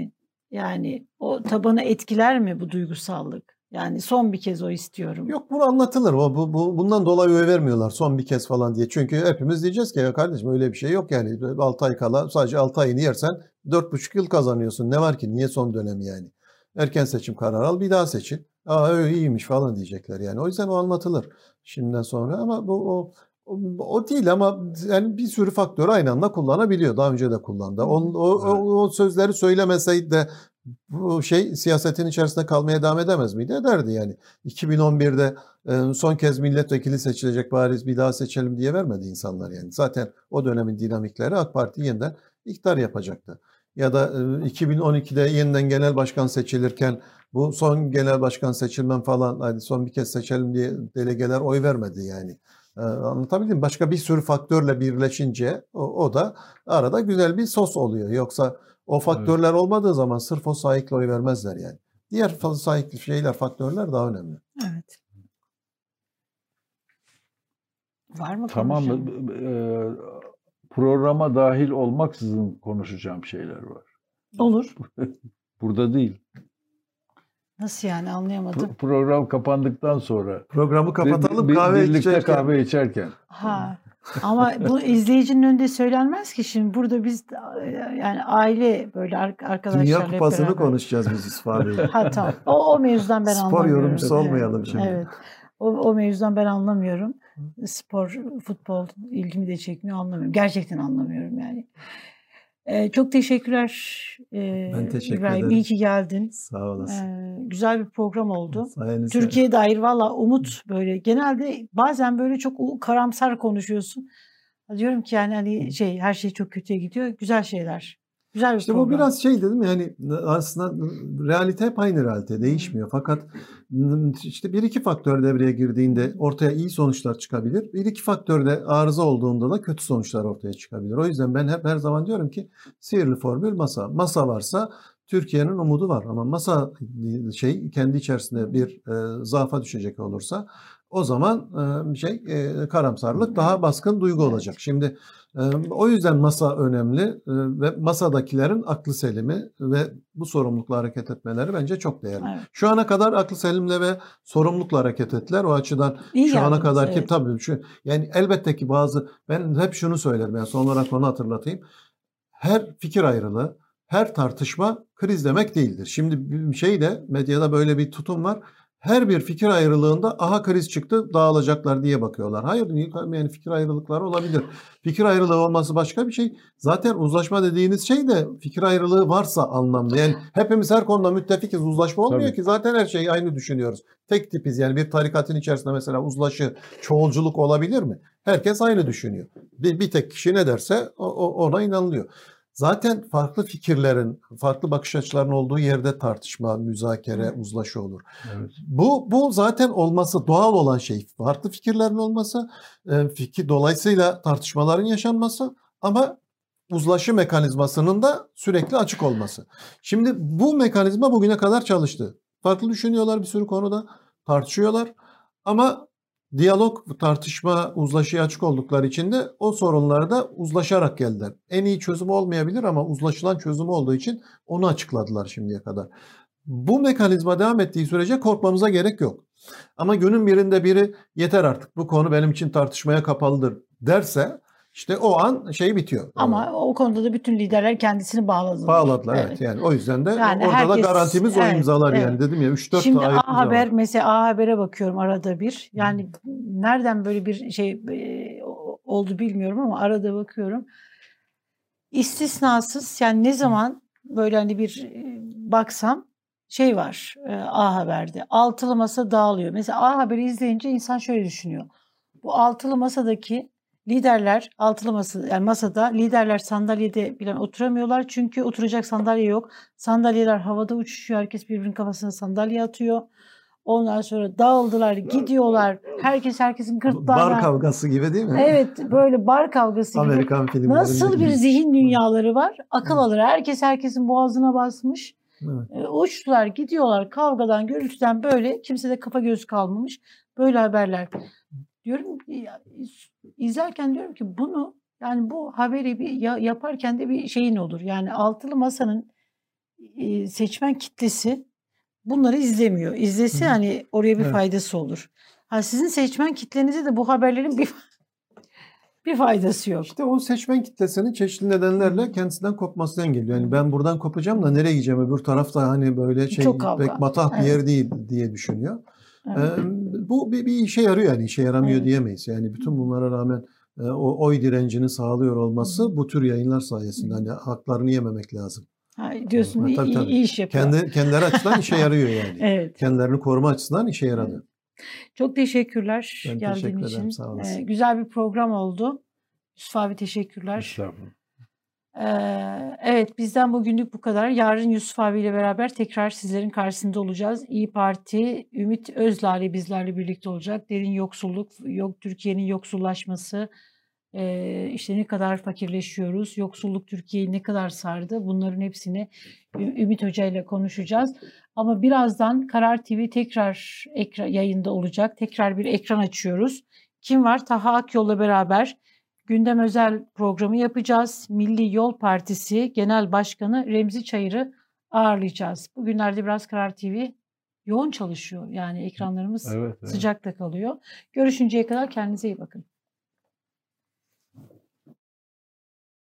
Yani o tabanı etkiler mi bu duygusallık? Yani son bir kez o istiyorum. Yok, bunu anlatılır. O bu, bu bundan dolayı öyle vermiyorlar son bir kez falan diye. Çünkü hepimiz diyeceğiz ki ya kardeşim öyle bir şey yok yani. altı ay kala sadece altı ayını yersen dört buçuk yıl kazanıyorsun. Ne var ki? Niye son dönemi yani? Erken seçim kararı al, bir daha seçin. Aa öyle iyiymiş falan diyecekler yani. O yüzden o anlatılır şimdiden sonra, ama bu o o, o değil, ama yani bir sürü faktörü aynı anda kullanabiliyor. Daha önce de kullandı. O, o, o, o sözleri söylemeseydi de bu şey siyasetin içerisinde kalmaya devam edemez miydi? Ederdi yani. iki bin on birde e, son kez milletvekili seçilecek, bari bir daha seçelim diye vermedi insanlar yani. Zaten o dönemin dinamikleri AK Parti yeniden iktidar yapacaktı. Ya da e, iki bin on ikide yeniden genel başkan seçilirken bu son genel başkan seçilmem falan, hadi son bir kez seçelim diye delegeler oy vermedi yani. Ee, anlatabildim mi? Başka bir sürü faktörle birleşince o, o da arada güzel bir sos oluyor. Yoksa o faktörler evet. olmadığı zaman sırf o sahikle oy vermezler yani. Diğer sahikli şeyler, faktörler daha önemli. Evet. Var mı tamam mı? E, programa dahil olmaksızın konuşacağım şeyler var. Olur. Burada değil. Nasıl yani, anlayamadım. Pro- program kapandıktan sonra. Programı kapatalım, bir, bir, kahve birlikte içerken. kahve içerken. Ha. Ama bu izleyicinin önünde söylenmez ki, şimdi burada biz yani aile böyle arkadaşlarla Dünya Kupası'nı beraber konuşacağız biz Yusuf abi. Ha tamam. O, o mevzudan ben Spor anlamıyorum. yorumcusu Evet, olmayalım şimdi. Evet. O, o mevzudan ben anlamıyorum. Spor, futbol ilgimi de çekmiyor, anlamıyorum. Gerçekten anlamıyorum yani. Ee, çok teşekkürler. Ee, Ben teşekkür İbrahim. ederim. İyi ki geldin. Sağ olasın. Ee, güzel bir program oldu. Sayenizde. Türkiye'ye dair valla umut, böyle genelde bazen böyle çok karamsar konuşuyorsun. Diyorum ki yani hani şey, her şey çok kötüye gidiyor. Güzel şeyler. Güzel bir İşte program. bu biraz şey dedim yani, aslında realite hep aynı realite, değişmiyor. Fakat işte bir iki faktör devreye girdiğinde ortaya iyi sonuçlar çıkabilir. Bir iki faktör de arıza olduğunda da kötü sonuçlar ortaya çıkabilir. O yüzden ben hep her zaman diyorum ki sihirli formül masa. Masa varsa Türkiye'nin umudu var, ama masa şey kendi içerisinde bir e, zaafa düşecek olursa o zaman e, şey e, karamsarlık daha baskın duygu evet. olacak. Şimdi e, o yüzden masa önemli e, ve masadakilerin aklı selimi ve bu sorumlulukla hareket etmeleri bence çok değerli. Evet. Şu ana kadar aklı selimle ve sorumlulukla hareket ettiler. O açıdan İyi şu ana kadar ki evet. tabii şu yani elbette ki bazı, ben hep şunu söylerim yani, son olarak onu hatırlatayım. Her fikir ayrılığı, her tartışma kriz demek değildir. Şimdi bir şey de medyada böyle bir tutum var. Her bir fikir ayrılığında aha kriz çıktı, dağılacaklar diye bakıyorlar. Hayır, yani fikir ayrılıkları olabilir. Fikir ayrılığı olması başka bir şey. Zaten uzlaşma dediğiniz şey de fikir ayrılığı varsa anlamlı. Yani hepimiz her konuda müttefikiz, uzlaşma olmuyor Tabii. ki. Zaten her şeyi aynı düşünüyoruz. Tek tipiz yani, bir tarikatın içerisinde mesela uzlaşı, çoğulculuk olabilir mi? Herkes aynı düşünüyor. Bir, bir tek kişi ne derse o, o, ona inanılıyor. Zaten farklı fikirlerin, farklı bakış açılarının olduğu yerde tartışma, müzakere, uzlaşı olur. Evet. Bu bu zaten olması doğal olan şey. Farklı fikirlerin olması, fikir dolayısıyla tartışmaların yaşanması, ama uzlaşı mekanizmasının da sürekli açık olması. Şimdi bu mekanizma bugüne kadar çalıştı. Farklı düşünüyorlar bir sürü konuda, tartışıyorlar, ama diyalog, tartışma, uzlaşıya açık oldukları için de o sorunlarda uzlaşarak geldiler. En iyi çözüm olmayabilir ama uzlaşılan çözüm olduğu için onu açıkladılar şimdiye kadar. Bu mekanizma devam ettiği sürece korkmamıza gerek yok. Ama günün birinde biri yeter artık, bu konu benim için tartışmaya kapalıdır derse, İşte o an şey bitiyor. Ama o konuda da bütün liderler kendisini bağladılar. Bağladılar evet. evet. Yani o yüzden de yani orada herkes, da garantimiz evet, o imzalar evet. yani dedim ya üç dört Şimdi ayrı A Haber mesela, A Haber'e bakıyorum arada bir. Yani hmm. nereden böyle bir şey e, oldu bilmiyorum ama arada bakıyorum. İstisnasız yani ne zaman böyle hani bir e, baksam şey var e, A Haber'de. Altılı masa dağılıyor. Mesela A Haber'i izleyince insan şöyle düşünüyor. Bu altılı masadaki liderler, altılı masa, yani masada liderler sandalyede bile oturamıyorlar. Çünkü oturacak sandalye yok. Sandalyeler havada uçuşuyor. Herkes birbirinin kafasına sandalye atıyor. Ondan sonra dağıldılar, gidiyorlar. Herkes herkesin gırtlağına. Bar kavgası gibi değil mi? Evet, böyle bar kavgası gibi. Amerikan filmlerinde. Nasıl bir zihin dünyaları var? Akıl alır. Herkes herkesin boğazına basmış. Evet. E, uçtular, gidiyorlar. Kavgadan, gürültüden böyle. Kimse de kafa göz kalmamış. Böyle haberler. Diyorum izlerken diyorum ki bunu, yani bu haberi bir yaparken de bir şeyin olur. Yani altılı masanın e, seçmen kitlesi bunları izlemiyor. İzlese Hı hı. hani oraya bir Evet. faydası olur. Ha, sizin seçmen kitlenize de bu haberlerin bir bir faydası yok. İşte o seçmen kitlesinin çeşitli nedenlerle kendisinden kopmasını engelliyor. Yani ben buradan kopacağım da nereye gideceğim? Öbür tarafta hani böyle şey Çok kavga. pek matah bir Evet. yer değil diye düşünüyor. Evet. Ee, bu bir, bir işe yarıyor yani işe yaramıyor Evet. diyemeyiz. Yani bütün bunlara rağmen e, o oy direncini sağlıyor olması Hı hı. bu tür yayınlar sayesinde. Hani haklarını yememek lazım. Ha, diyorsun Ha, iyi, tabii, iyi, tabii. iyi iş yapıyor. Kendi kendileri açısından işe yarıyor yani. Evet. Kendilerini koruma açısından işe yaradı. Çok teşekkürler Ben geldiğin teşekkür için. ederim, sağ olasın. Ee, güzel bir program oldu. Yusuf abi teşekkürler. Estağfurullah. Ee, evet, bizden bugünlük bu kadar. Yarın Yusuf abiyle beraber tekrar sizlerin karşısında olacağız. İyi Parti, Ümit Özdağ'la bizlerle birlikte olacak. Derin yoksulluk, yok Türkiye'nin yoksullaşması, e, işte ne kadar fakirleşiyoruz, yoksulluk Türkiye'yi ne kadar sardı. Bunların hepsini Ü- Ümit Hoca ile konuşacağız. Ama birazdan Karar T V tekrar ekra yayında olacak. Tekrar bir ekran açıyoruz. Kim var? Taha Akyol'la beraber gündem özel programı yapacağız. Milli Yol Partisi Genel Başkanı Remzi Çayır'ı ağırlayacağız. Bugünlerde biraz Karar T V yoğun çalışıyor. Yani ekranlarımız Evet, evet. sıcakta kalıyor. Görüşünceye kadar kendinize iyi bakın.